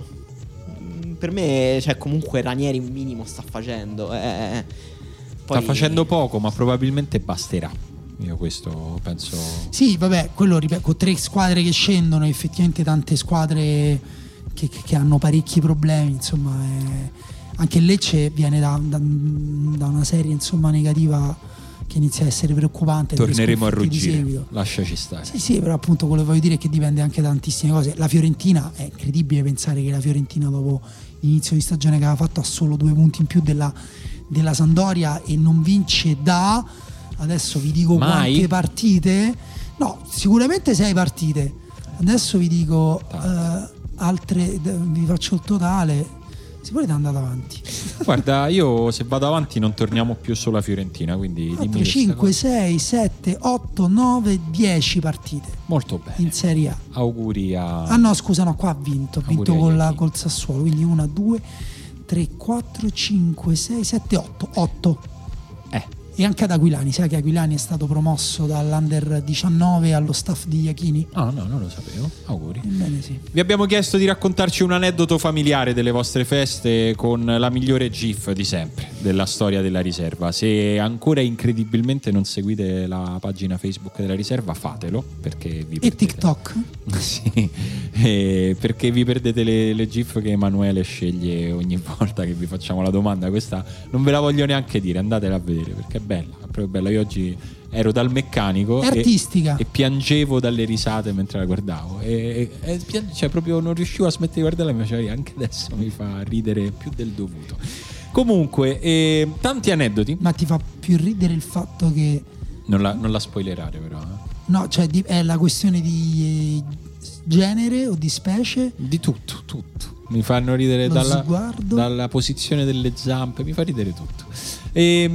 Mm, Per me, cioè, comunque Ranieri un minimo sta facendo. eh. Poi- Sta facendo poco, ma probabilmente basterà. Io questo penso. Sì, vabbè, quello ripeto, con tre squadre che scendono, effettivamente tante squadre che, che- che hanno parecchi problemi, insomma, eh, anche il Lecce viene da, da- da una serie, insomma, negativa che inizia a essere preoccupante. delle Torneremo a sconfitte di ruggire. seguito. Lasciaci stare. Sì, sì, però appunto quello che voglio dire è che dipende anche da tantissime cose. La Fiorentina, è incredibile pensare che la Fiorentina dopo l'inizio di stagione che aveva fatto ha solo due punti in più della, della Sampdoria e non vince da, adesso vi dico Mai? quante partite. No, sicuramente sei partite. Adesso vi dico eh, altre, d- vi faccio il totale. Si volete andare avanti. Guarda, io se vado avanti non torniamo più sulla Fiorentina, quindi dimmi quattro, questa cinque, cosa. sei, sette, otto, nove, dieci partite Molto bene. in Serie A. Auguri a Ah no, scusa, no, qua ha vinto, ha vinto Auguri con agli la, Achini. col Sassuolo, quindi uno, due, tre, quattro, cinque, sei, sette, otto, otto. Eh, E anche ad Aquilani, sai che Aquilani è stato promosso dall'Under diciannove allo staff di Iachini? no, no, non lo sapevo. Auguri. Ebbene sì. Vi abbiamo chiesto di raccontarci un aneddoto familiare delle vostre feste con la migliore GIF di sempre della storia della riserva. Se ancora incredibilmente non seguite la pagina Facebook della riserva, fatelo, perché vi E perdete. TikTok? Sì, eh, perché vi perdete le, le GIF che Emanuele sceglie ogni volta che vi facciamo la domanda. Questa non ve la voglio neanche dire, andatela a vedere perché è bella, è proprio bella. Io oggi ero dal meccanico È e- artistica. e, piangevo dalle risate mentre la guardavo e, e- e pian- cioè proprio non riuscivo a smettere di guardarla e mi faceva ridere. Anche adesso mi fa ridere più del dovuto. Comunque, eh, tanti aneddoti. Ma ti fa più ridere il fatto che... Non la, non la spoilerare però eh. No, cioè di- è la questione di eh, genere o di specie? Di tutto, tutto. Mi fanno ridere Lo dalla, sguardo. dalla posizione delle zampe, mi fa ridere tutto. E,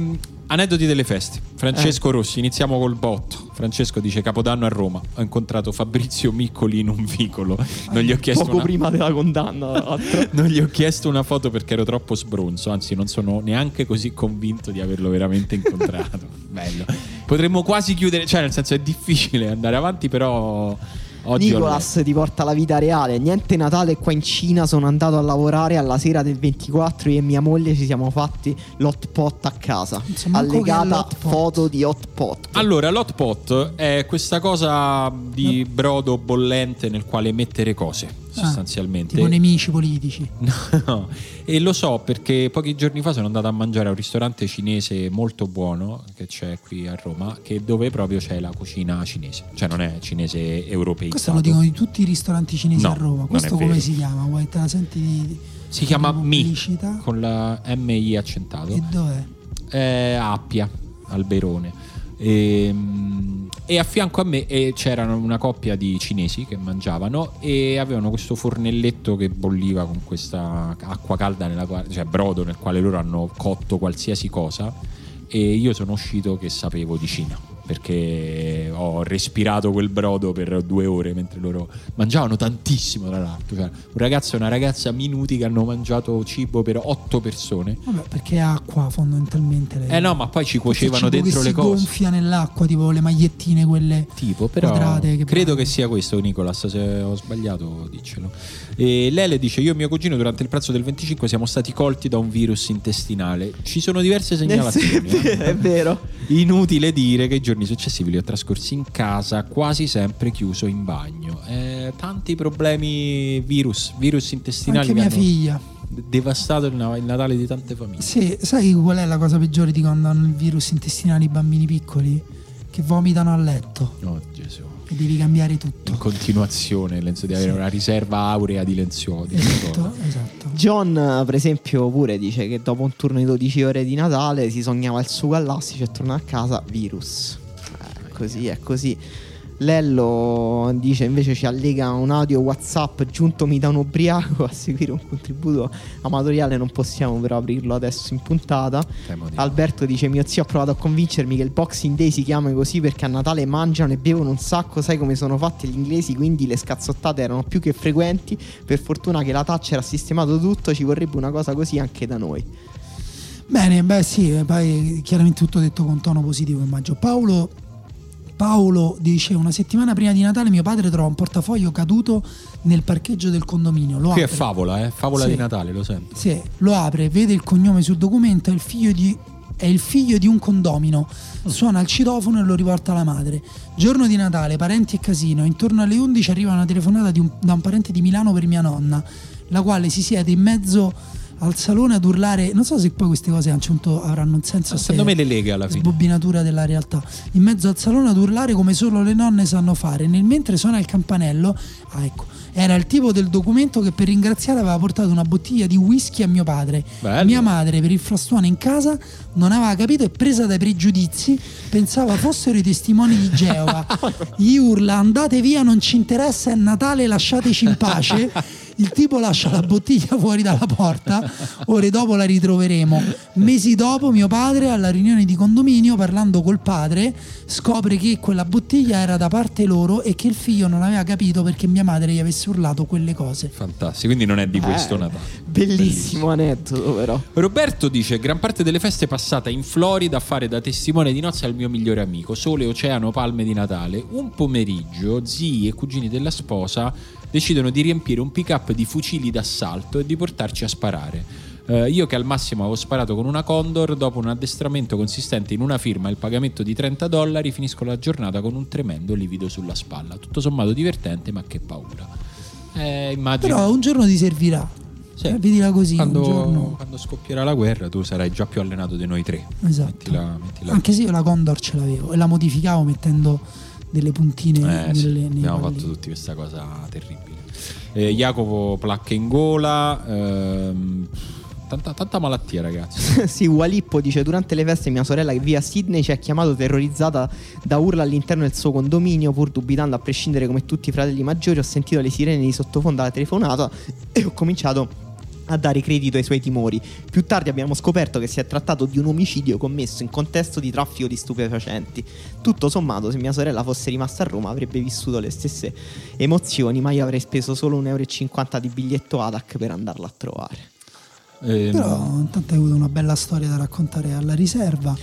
Aneddoti delle feste. Francesco eh. Rossi, iniziamo col botto. Francesco dice: Capodanno a Roma, ho incontrato Fabrizio Miccoli in un vicolo. Non gli ho chiesto poco una... prima della condanna. Non gli ho chiesto una foto perché ero troppo sbronzo. Anzi, non sono neanche così convinto di averlo veramente incontrato. Bello. Potremmo quasi chiudere, cioè nel senso è difficile andare avanti, però oggi Nicolas ti porta la vita reale. Niente Natale qua in Cina, sono andato a lavorare alla sera del ventiquattro. Io e mia moglie ci siamo fatti l'hot pot a casa. Insomma, allegata foto di hot pot. Allora, l'hot pot è questa cosa di brodo bollente nel quale mettere cose, sostanzialmente. Ah, tipo nemici politici. No, no, e lo so perché pochi giorni fa sono andato a mangiare a un ristorante cinese molto buono che c'è qui a Roma, che dove proprio c'è la cucina cinese, cioè non è cinese europeo. Questo lo dicono di tutti i ristoranti cinesi no, a Roma. Questo come vero. Si chiama? Vuoi te la senti di, si chiama Mi pubblicità? Con la M I accentato. E dov'è? È Appia, Alberone. E, e a fianco a me e c'erano una coppia di cinesi che mangiavano e avevano questo fornelletto che bolliva con questa acqua calda nella quale, cioè brodo nel quale loro hanno cotto qualsiasi cosa, e io sono uscito che sapevo di Cina perché ho respirato quel brodo per due ore mentre loro mangiavano tantissimo, tra l'altro, cioè, un ragazzo e una ragazza minuti che hanno mangiato cibo per otto persone. Vabbè, perché è acqua fondamentalmente le... eh no ma poi ci cuocevano dentro le cose, si gonfia nell'acqua, tipo le magliettine quelle tipo, però quadrate che credo poi... che sia questo, Nicolas, se ho sbagliato diccelo. E Lele dice: io e mio cugino durante il pranzo del venticinque siamo stati colti da un virus intestinale. Ci sono diverse segnalazioni. Sì, è, è vero. Inutile dire che i giorni successivi li ho trascorsi in casa, quasi sempre chiuso in bagno. Eh, tanti problemi virus, virus intestinali. Anche mia figlia devastato il Natale di tante famiglie. Sì, sai qual è la cosa peggiore di quando hanno il virus intestinale i bambini piccoli? Che vomitano a letto. Oh Gesù. E devi cambiare tutto in continuazione, di avere sì. una riserva aurea di lenzuola. Esatto, esatto. John per esempio pure dice che dopo un turno di dodici ore di Natale si sognava il sugo all'astice e torna a casa virus. Eh, così è così. Lello dice invece ci allega un audio WhatsApp giuntomi da un ubriaco a seguire un contributo amatoriale, non possiamo però aprirlo adesso in puntata. Alberto dice mio zio ha provato a convincermi che il Boxing Day si chiama così perché a Natale mangiano e bevono un sacco, sai come sono fatti gli inglesi, quindi le scazzottate erano più che frequenti. Per fortuna che la Thatcher ha sistemato tutto, ci vorrebbe una cosa così anche da noi. Bene, beh sì, poi chiaramente tutto detto con tono positivo, immagino. Paolo Paolo dice una settimana prima di Natale mio padre trova un portafoglio caduto nel parcheggio del condominio. Lo Qui apre. È favola, eh? Favola sì. di Natale, lo sento. Sì, lo apre, vede il cognome sul documento, è il figlio di, è il figlio di un condomino. Suona il citofono e lo riporta alla madre. Giorno di Natale, parenti e casino. Intorno alle undici arriva una telefonata di un, da un parente di Milano per mia nonna, la quale si siede in mezzo al salone ad urlare. Non so se poi queste cose a un certo avranno un senso, secondo me le lega alla fine, sbobbinatura della realtà. In mezzo al salone ad urlare come solo le nonne sanno fare. Nel mentre suona il campanello, ah ecco, era il tipo del documento che per ringraziare aveva portato una bottiglia di whisky a mio padre. Bello. Mia madre per il frastuono in casa non aveva capito e presa dai pregiudizi pensava fossero i testimoni di Geova. Gli urla andate via, non ci interessa, è Natale, lasciateci in pace. Il tipo lascia la bottiglia fuori dalla porta, ore dopo la ritroveremo. Mesi dopo mio padre alla riunione di condominio, parlando col padre, scopre che quella bottiglia era da parte loro e che il figlio non aveva capito perché mia madre gli avesse urlato quelle cose. Fantastico, quindi non è di questo eh, Natale. Bellissimo, bellissimo aneddoto però. Roberto dice gran parte delle feste passata in Florida a fare da testimone di nozze al mio migliore amico, sole, oceano, palme di Natale. Un pomeriggio zii e cugini della sposa decidono di riempire un pick-up di fucili d'assalto e di portarci a sparare. Uh, io che al massimo avevo sparato con una Condor, dopo un addestramento consistente in una firma e il pagamento di trenta dollari, finisco la giornata con un tremendo livido sulla spalla. Tutto sommato divertente, ma che paura. Eh, immagino... Però un giorno ti servirà. Sì. Eh, vedila così. Quando, un giorno... quando scoppierà la guerra tu sarai già più allenato di noi tre. Esatto. Mettila, mettila. Anche se io la Condor ce l'avevo e la modificavo mettendo delle puntine eh, nelle, sì, nei abbiamo pallini. fatto tutti questa cosa terribile. eh, Jacopo placche in gola, ehm, tanta, tanta malattia ragazzi. Sì, Walippo dice durante le feste mia sorella che vive a Sydney ci ha chiamato terrorizzata da urla all'interno del suo condominio, pur dubitando a prescindere come tutti i fratelli maggiori. Ho sentito le sirene di sottofondo alla telefonata e ho cominciato a dare credito ai suoi timori. Più tardi abbiamo scoperto che si è trattato di un omicidio commesso in contesto di traffico di stupefacenti. Tutto sommato, se mia sorella fosse rimasta a Roma avrebbe vissuto le stesse emozioni, ma io avrei speso solo un euro e cinquanta di biglietto A D A C per andarla a trovare. Eh, Però intanto hai avuto una bella storia da raccontare alla riserva.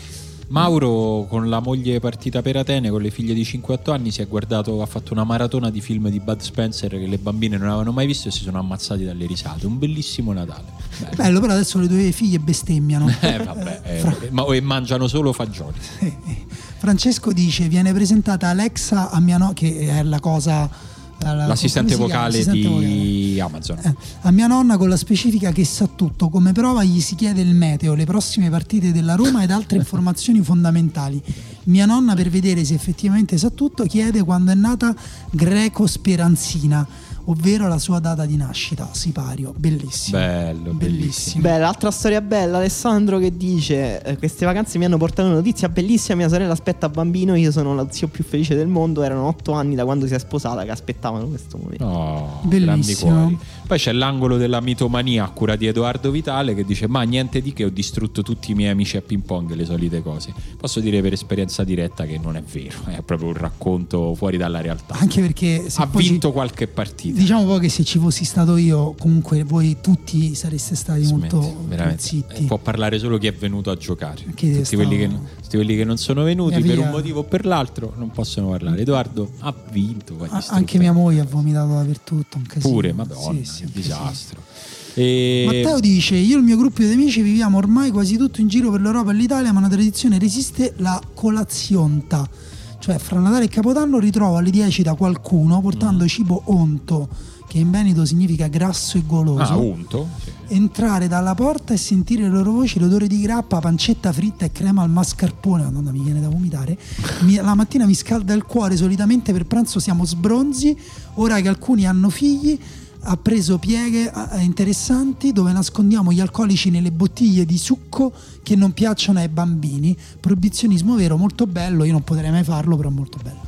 Mauro, con la moglie partita per Atene, con le figlie di cinque otto anni, si è guardato, ha fatto una maratona di film di Bud Spencer che le bambine non avevano mai visto e si sono ammazzati dalle risate. Un bellissimo Natale. Bello, Bello, però adesso le tue figlie bestemmiano. eh, vabbè, eh, Fra- ma, e mangiano solo fagioli. Francesco dice: viene presentata Alexa a mia nonna, che è la cosa, la, l'assistente vocale l'assistente di vocale. Amazon. Eh, a mia nonna, con la specifica che sa tutto. Come prova gli si chiede il meteo, le prossime partite della Roma ed altre informazioni fondamentali. Mia nonna, per vedere se effettivamente sa tutto, chiede quando è nata Greco Speranzina, ovvero la sua data di nascita. Sipario, bellissimo. Bello, bellissimo. Beh, l'altra storia bella, Alessandro che dice: eh, queste vacanze mi hanno portato una notizia bellissima, mia sorella aspetta bambino, io sono lo zio più felice del mondo. Erano otto anni da quando si è sposata che aspettavano questo momento. Oh, bellissimo. Grandi cuori. Poi c'è l'angolo della mitomania a cura di Edoardo Vitale che dice: ma niente di che, ho distrutto tutti i miei amici a ping pong, le solite cose. Posso dire per esperienza diretta che non è vero, è proprio un racconto fuori dalla realtà. Anche perché se ha poi vinto ci, qualche partita. diciamo poi che se ci fossi stato io, comunque voi tutti sareste stati Smetti, molto veramente. zitti. Eh, può parlare solo chi è venuto a giocare. Chi tutti, stavo... quelli che, tutti quelli che non sono venuti Mia per figlia... un motivo o per l'altro non possono parlare. Edoardo ha vinto, poi A- anche mia moglie ha vomitato dappertutto, un casino. pure, madonna, sì, sì, un disastro. E... E... Matteo dice: io e il mio gruppo di amici viviamo ormai quasi tutto in giro per l'Europa e l'Italia, ma una tradizione resiste, la colazionta, cioè fra Natale e Capodanno ritrovo alle dieci da qualcuno portando mm. cibo onto, che in veneto significa grasso e goloso. Ah, unto? Sì. Entrare dalla porta e sentire le loro voci, l'odore di grappa, pancetta fritta e crema al mascarpone. Madonna, mi viene da vomitare. Mi, la mattina mi scalda il cuore. Solitamente per pranzo siamo sbronzi. Ora che alcuni hanno figli, ha preso pieghe interessanti dove nascondiamo gli alcolici nelle bottiglie di succo che non piacciono ai bambini. Proibizionismo vero, molto bello. Io non potrei mai farlo, però molto bello.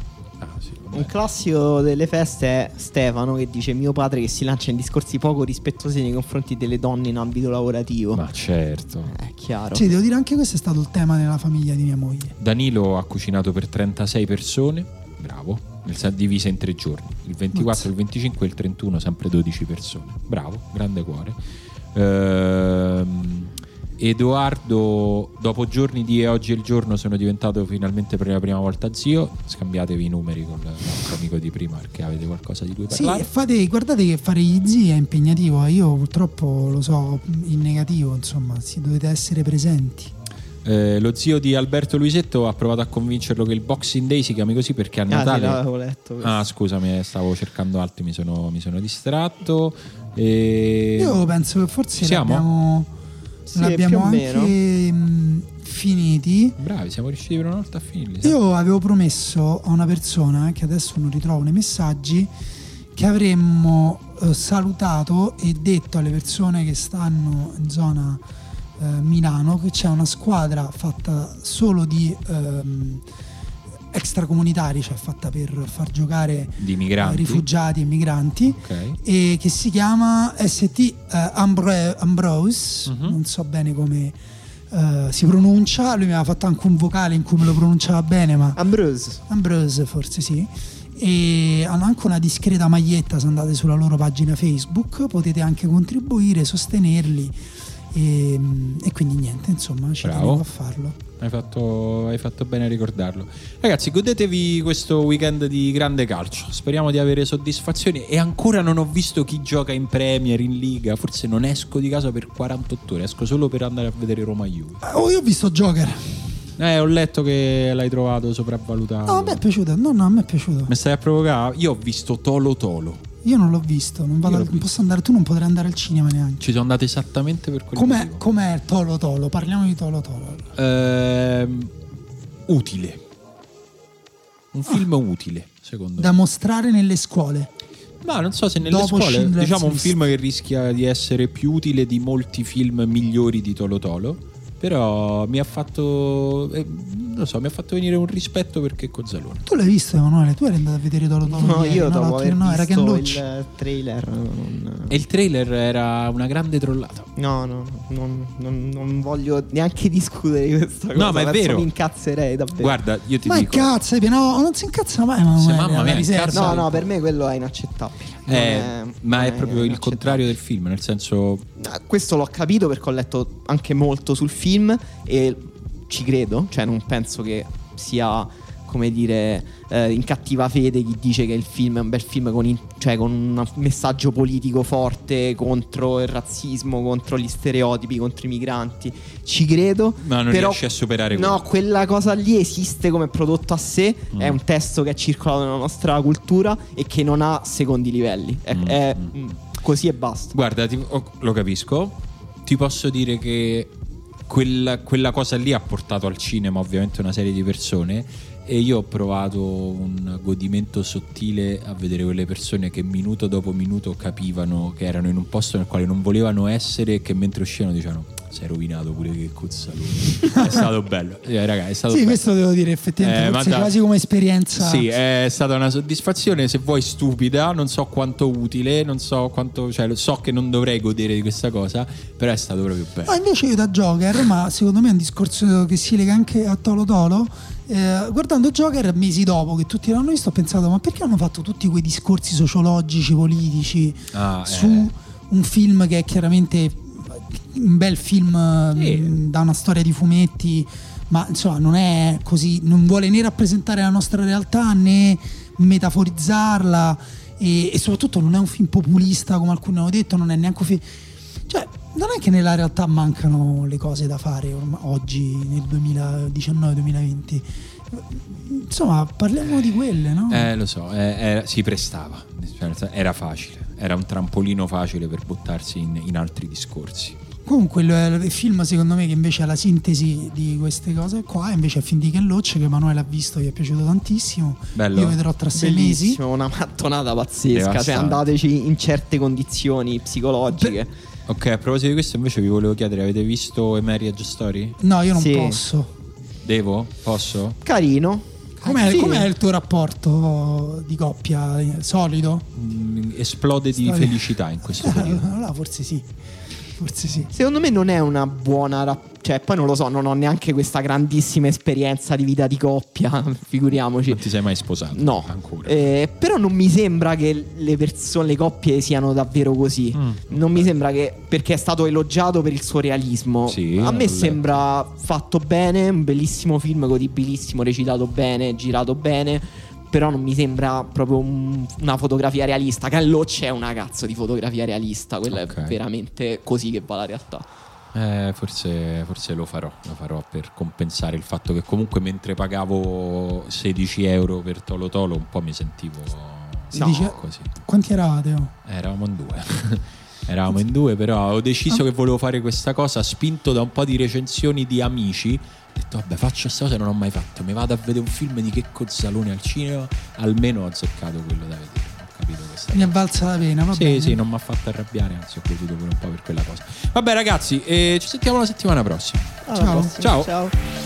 Un classico delle feste è Stefano che dice: mio padre che si lancia in discorsi poco rispettosi nei confronti delle donne in ambito lavorativo. Ma certo, è chiaro. Sì, devo dire, anche questo è stato il tema nella famiglia di mia moglie. Danilo ha cucinato per trentasei persone, bravo, divisa in tre giorni, il ventiquattro, il venticinque e il trentuno, sempre dodici persone, bravo, grande cuore. Ehm Edoardo, dopo giorni di E oggi è il giorno, sono diventato finalmente per la prima volta zio. Scambiatevi i numeri con l'altro amico di prima, perché avete qualcosa di cui parlare. Sì, fate, guardate che fare gli zii è impegnativo. Io purtroppo lo so in negativo, insomma, sì, dovete essere presenti. Eh, lo zio di Alberto Luisetto ha provato a convincerlo che il Boxing Day si chiami così perché a Natale. Ah, sì, l'avevo letto. Ah, scusami, stavo cercando altri, mi sono, mi sono distratto. E... Io penso che forse siamo? l'abbiamo. Sì, l'abbiamo più o anche mh, finiti. Bravi, siamo riusciti per una volta a finirli. Io avevo promesso a una persona, che adesso non ritrovo nei messaggi, che avremmo eh, salutato e detto alle persone che stanno in zona eh, Milano che c'è una squadra fatta solo di ehm, extracomunitari, cioè fatta per far giocare di migranti. Eh, rifugiati e migranti, okay. E che si chiama S T eh, Ambro- Ambrose, uh-huh. Non so bene come eh, si pronuncia. Lui mi aveva fatto anche un vocale in cui me lo pronunciava bene, ma Ambrose Ambrose forse sì. E hanno anche una discreta maglietta, se andate sulla loro pagina Facebook potete anche contribuire, sostenerli. E, e quindi niente, insomma, ci tenevo a farlo. Hai fatto, hai fatto bene a ricordarlo. Ragazzi, godetevi questo weekend di grande calcio. Speriamo di avere soddisfazioni. E ancora non ho visto chi gioca in Premier, in Liga. Forse non esco di casa per quarantotto ore. Esco solo per andare a vedere Roma-Juve. Oh, io ho visto Joker. Eh, ho letto che l'hai trovato sopravvalutato. No, a me è piaciuto. No, no, a me è piaciuto. Mi stai a provocare? Io ho visto Tolo Tolo. Io non l'ho visto, non, vado al, non posso andare, tu non potrai andare al cinema neanche. Ci sono andato esattamente per quello. Com'è, com'è Tolo Tolo? Parliamo di Tolo Tolo. Ehm, utile. Un ah. film utile, secondo da me. Da mostrare nelle scuole. Ma non so se nelle Dopo scuole, Schindler's diciamo un List. film che rischia di essere più utile di molti film migliori di Tolo Tolo. Però mi ha fatto eh, non lo so, mi ha fatto venire un rispetto perché Cozzalone. Tu l'hai visto, Emanuele? Tu eri andato a vedere Tolo Tolo? No, ieri, io no, dopo aver no, era Ken visto Loach. il trailer non... E il trailer era una grande trollata. No, no, non, non, non voglio neanche discutere di questa cosa. No, ma è penso vero. Mi incazzerei davvero. Guarda, io ti ma dico. cazzo, no, non si incazza mai, Emanuele. Se mamma mia, riserva. No, no, per me quello è inaccettabile. Non Eh, è- ma non è proprio il contrario del film, nel senso. Ah, questo l'ho capito perché ho letto anche molto sul film e ci credo, cioè non penso che sia, come dire, eh, in cattiva fede chi dice che il film è un bel film con, in- cioè con un messaggio politico forte contro il razzismo, contro gli stereotipi, contro i migranti. Ci credo. Ma non però, riesci a superare quello. No, quella cosa lì esiste come prodotto a sé, Mm. è un testo che è circolato nella nostra cultura e che non ha secondi livelli. È, Mm, è- mm. mm, così e basta. Guarda, ti- oh, lo capisco. Ti posso dire che quella, quella cosa lì ha portato al cinema ovviamente una serie di persone e io ho provato un godimento sottile a vedere quelle persone che minuto dopo minuto capivano che erano in un posto nel quale non volevano essere e che mentre uscivano dicevano si è rovinato pure che Cozzalone. È stato bello, eh, raga, è stato Sì, bello. questo devo dire effettivamente, Eh, forse ma da- quasi come esperienza. Sì, è stata una soddisfazione, se vuoi stupida, non so quanto utile, non so quanto, cioè so che non dovrei godere di questa cosa, però è stato proprio bello. No, invece io da Joker, ma secondo me è un discorso che si lega anche a Tolo Tolo. Eh, guardando Joker mesi dopo che tutti l'hanno visto ho pensato ma perché hanno fatto tutti quei discorsi sociologici, politici Ah, su eh. un film che è chiaramente un bel film, Sì. mh, da una storia di fumetti, ma insomma non è così, non vuole né rappresentare la nostra realtà né metaforizzarla e, e soprattutto non è un film populista come alcuni hanno detto, non è neanche un film, cioè non è che nella realtà mancano le cose da fare ormai, oggi nel duemiladiciannove duemilaventi, insomma parliamo di quelle, no? Eh, lo so, eh, eh, si prestava, cioè, era facile, era un trampolino facile per buttarsi in, in altri discorsi. Comunque il, il film secondo me che invece è la sintesi di queste cose qua invece è Film di Ken Loach, che Emanuele ha visto, gli è piaciuto tantissimo. Bello. Io vedrò tra sei mesi. Bellissimo, una mattonata pazzesca. Devastante. Cioè andateci in certe condizioni psicologiche. Ok, a proposito di questo invece vi volevo chiedere, avete visto A Marriage Story? No, io non Sì. posso. Devo? Posso? Carino. Com'è, Sì. com'è il tuo rapporto di coppia? Solido? Mm, esplode di Storia. felicità in questo Eh, periodo. allora forse sì. Forse sì. Secondo me non è una buona rap- cioè poi non lo so, non ho neanche questa grandissima esperienza di vita di coppia, figuriamoci. Non ti sei mai sposato? No, Ancora. Eh, però non mi sembra che le persone, le coppie siano davvero così. Mm. Non mi sembra che, perché è stato elogiato per il suo realismo. Sì, a ho me letto. sembra fatto bene, un bellissimo film, godibilissimo, recitato bene, girato bene. Però non mi sembra proprio un- una fotografia realista. Ken Loach è una cazzo di fotografia realista. Quella Ok. è veramente così che va la realtà. Eh, forse, forse lo farò, lo farò per compensare il fatto che comunque mentre pagavo sedici euro per Tolo Tolo un po' mi sentivo Si no, dice- così. Quanti eravate? Oh? Eravamo in due. Eravamo in due, però ho deciso che volevo fare questa cosa, spinto da un po' di recensioni di amici. Ho detto vabbè, faccio questa cosa che non ho mai fatto, mi vado a vedere un film di che Cozzalone al cinema, almeno ho azzeccato quello da vedere. Ho capito questa Ne è cosa. valsa la pena, va Sì, bene. sì, non mi ha fatto arrabbiare, anzi ho goduto pure un po' per quella cosa. Vabbè ragazzi, eh, ci sentiamo la settimana prossima. Alla Ciao. prossima. Ciao. Ciao.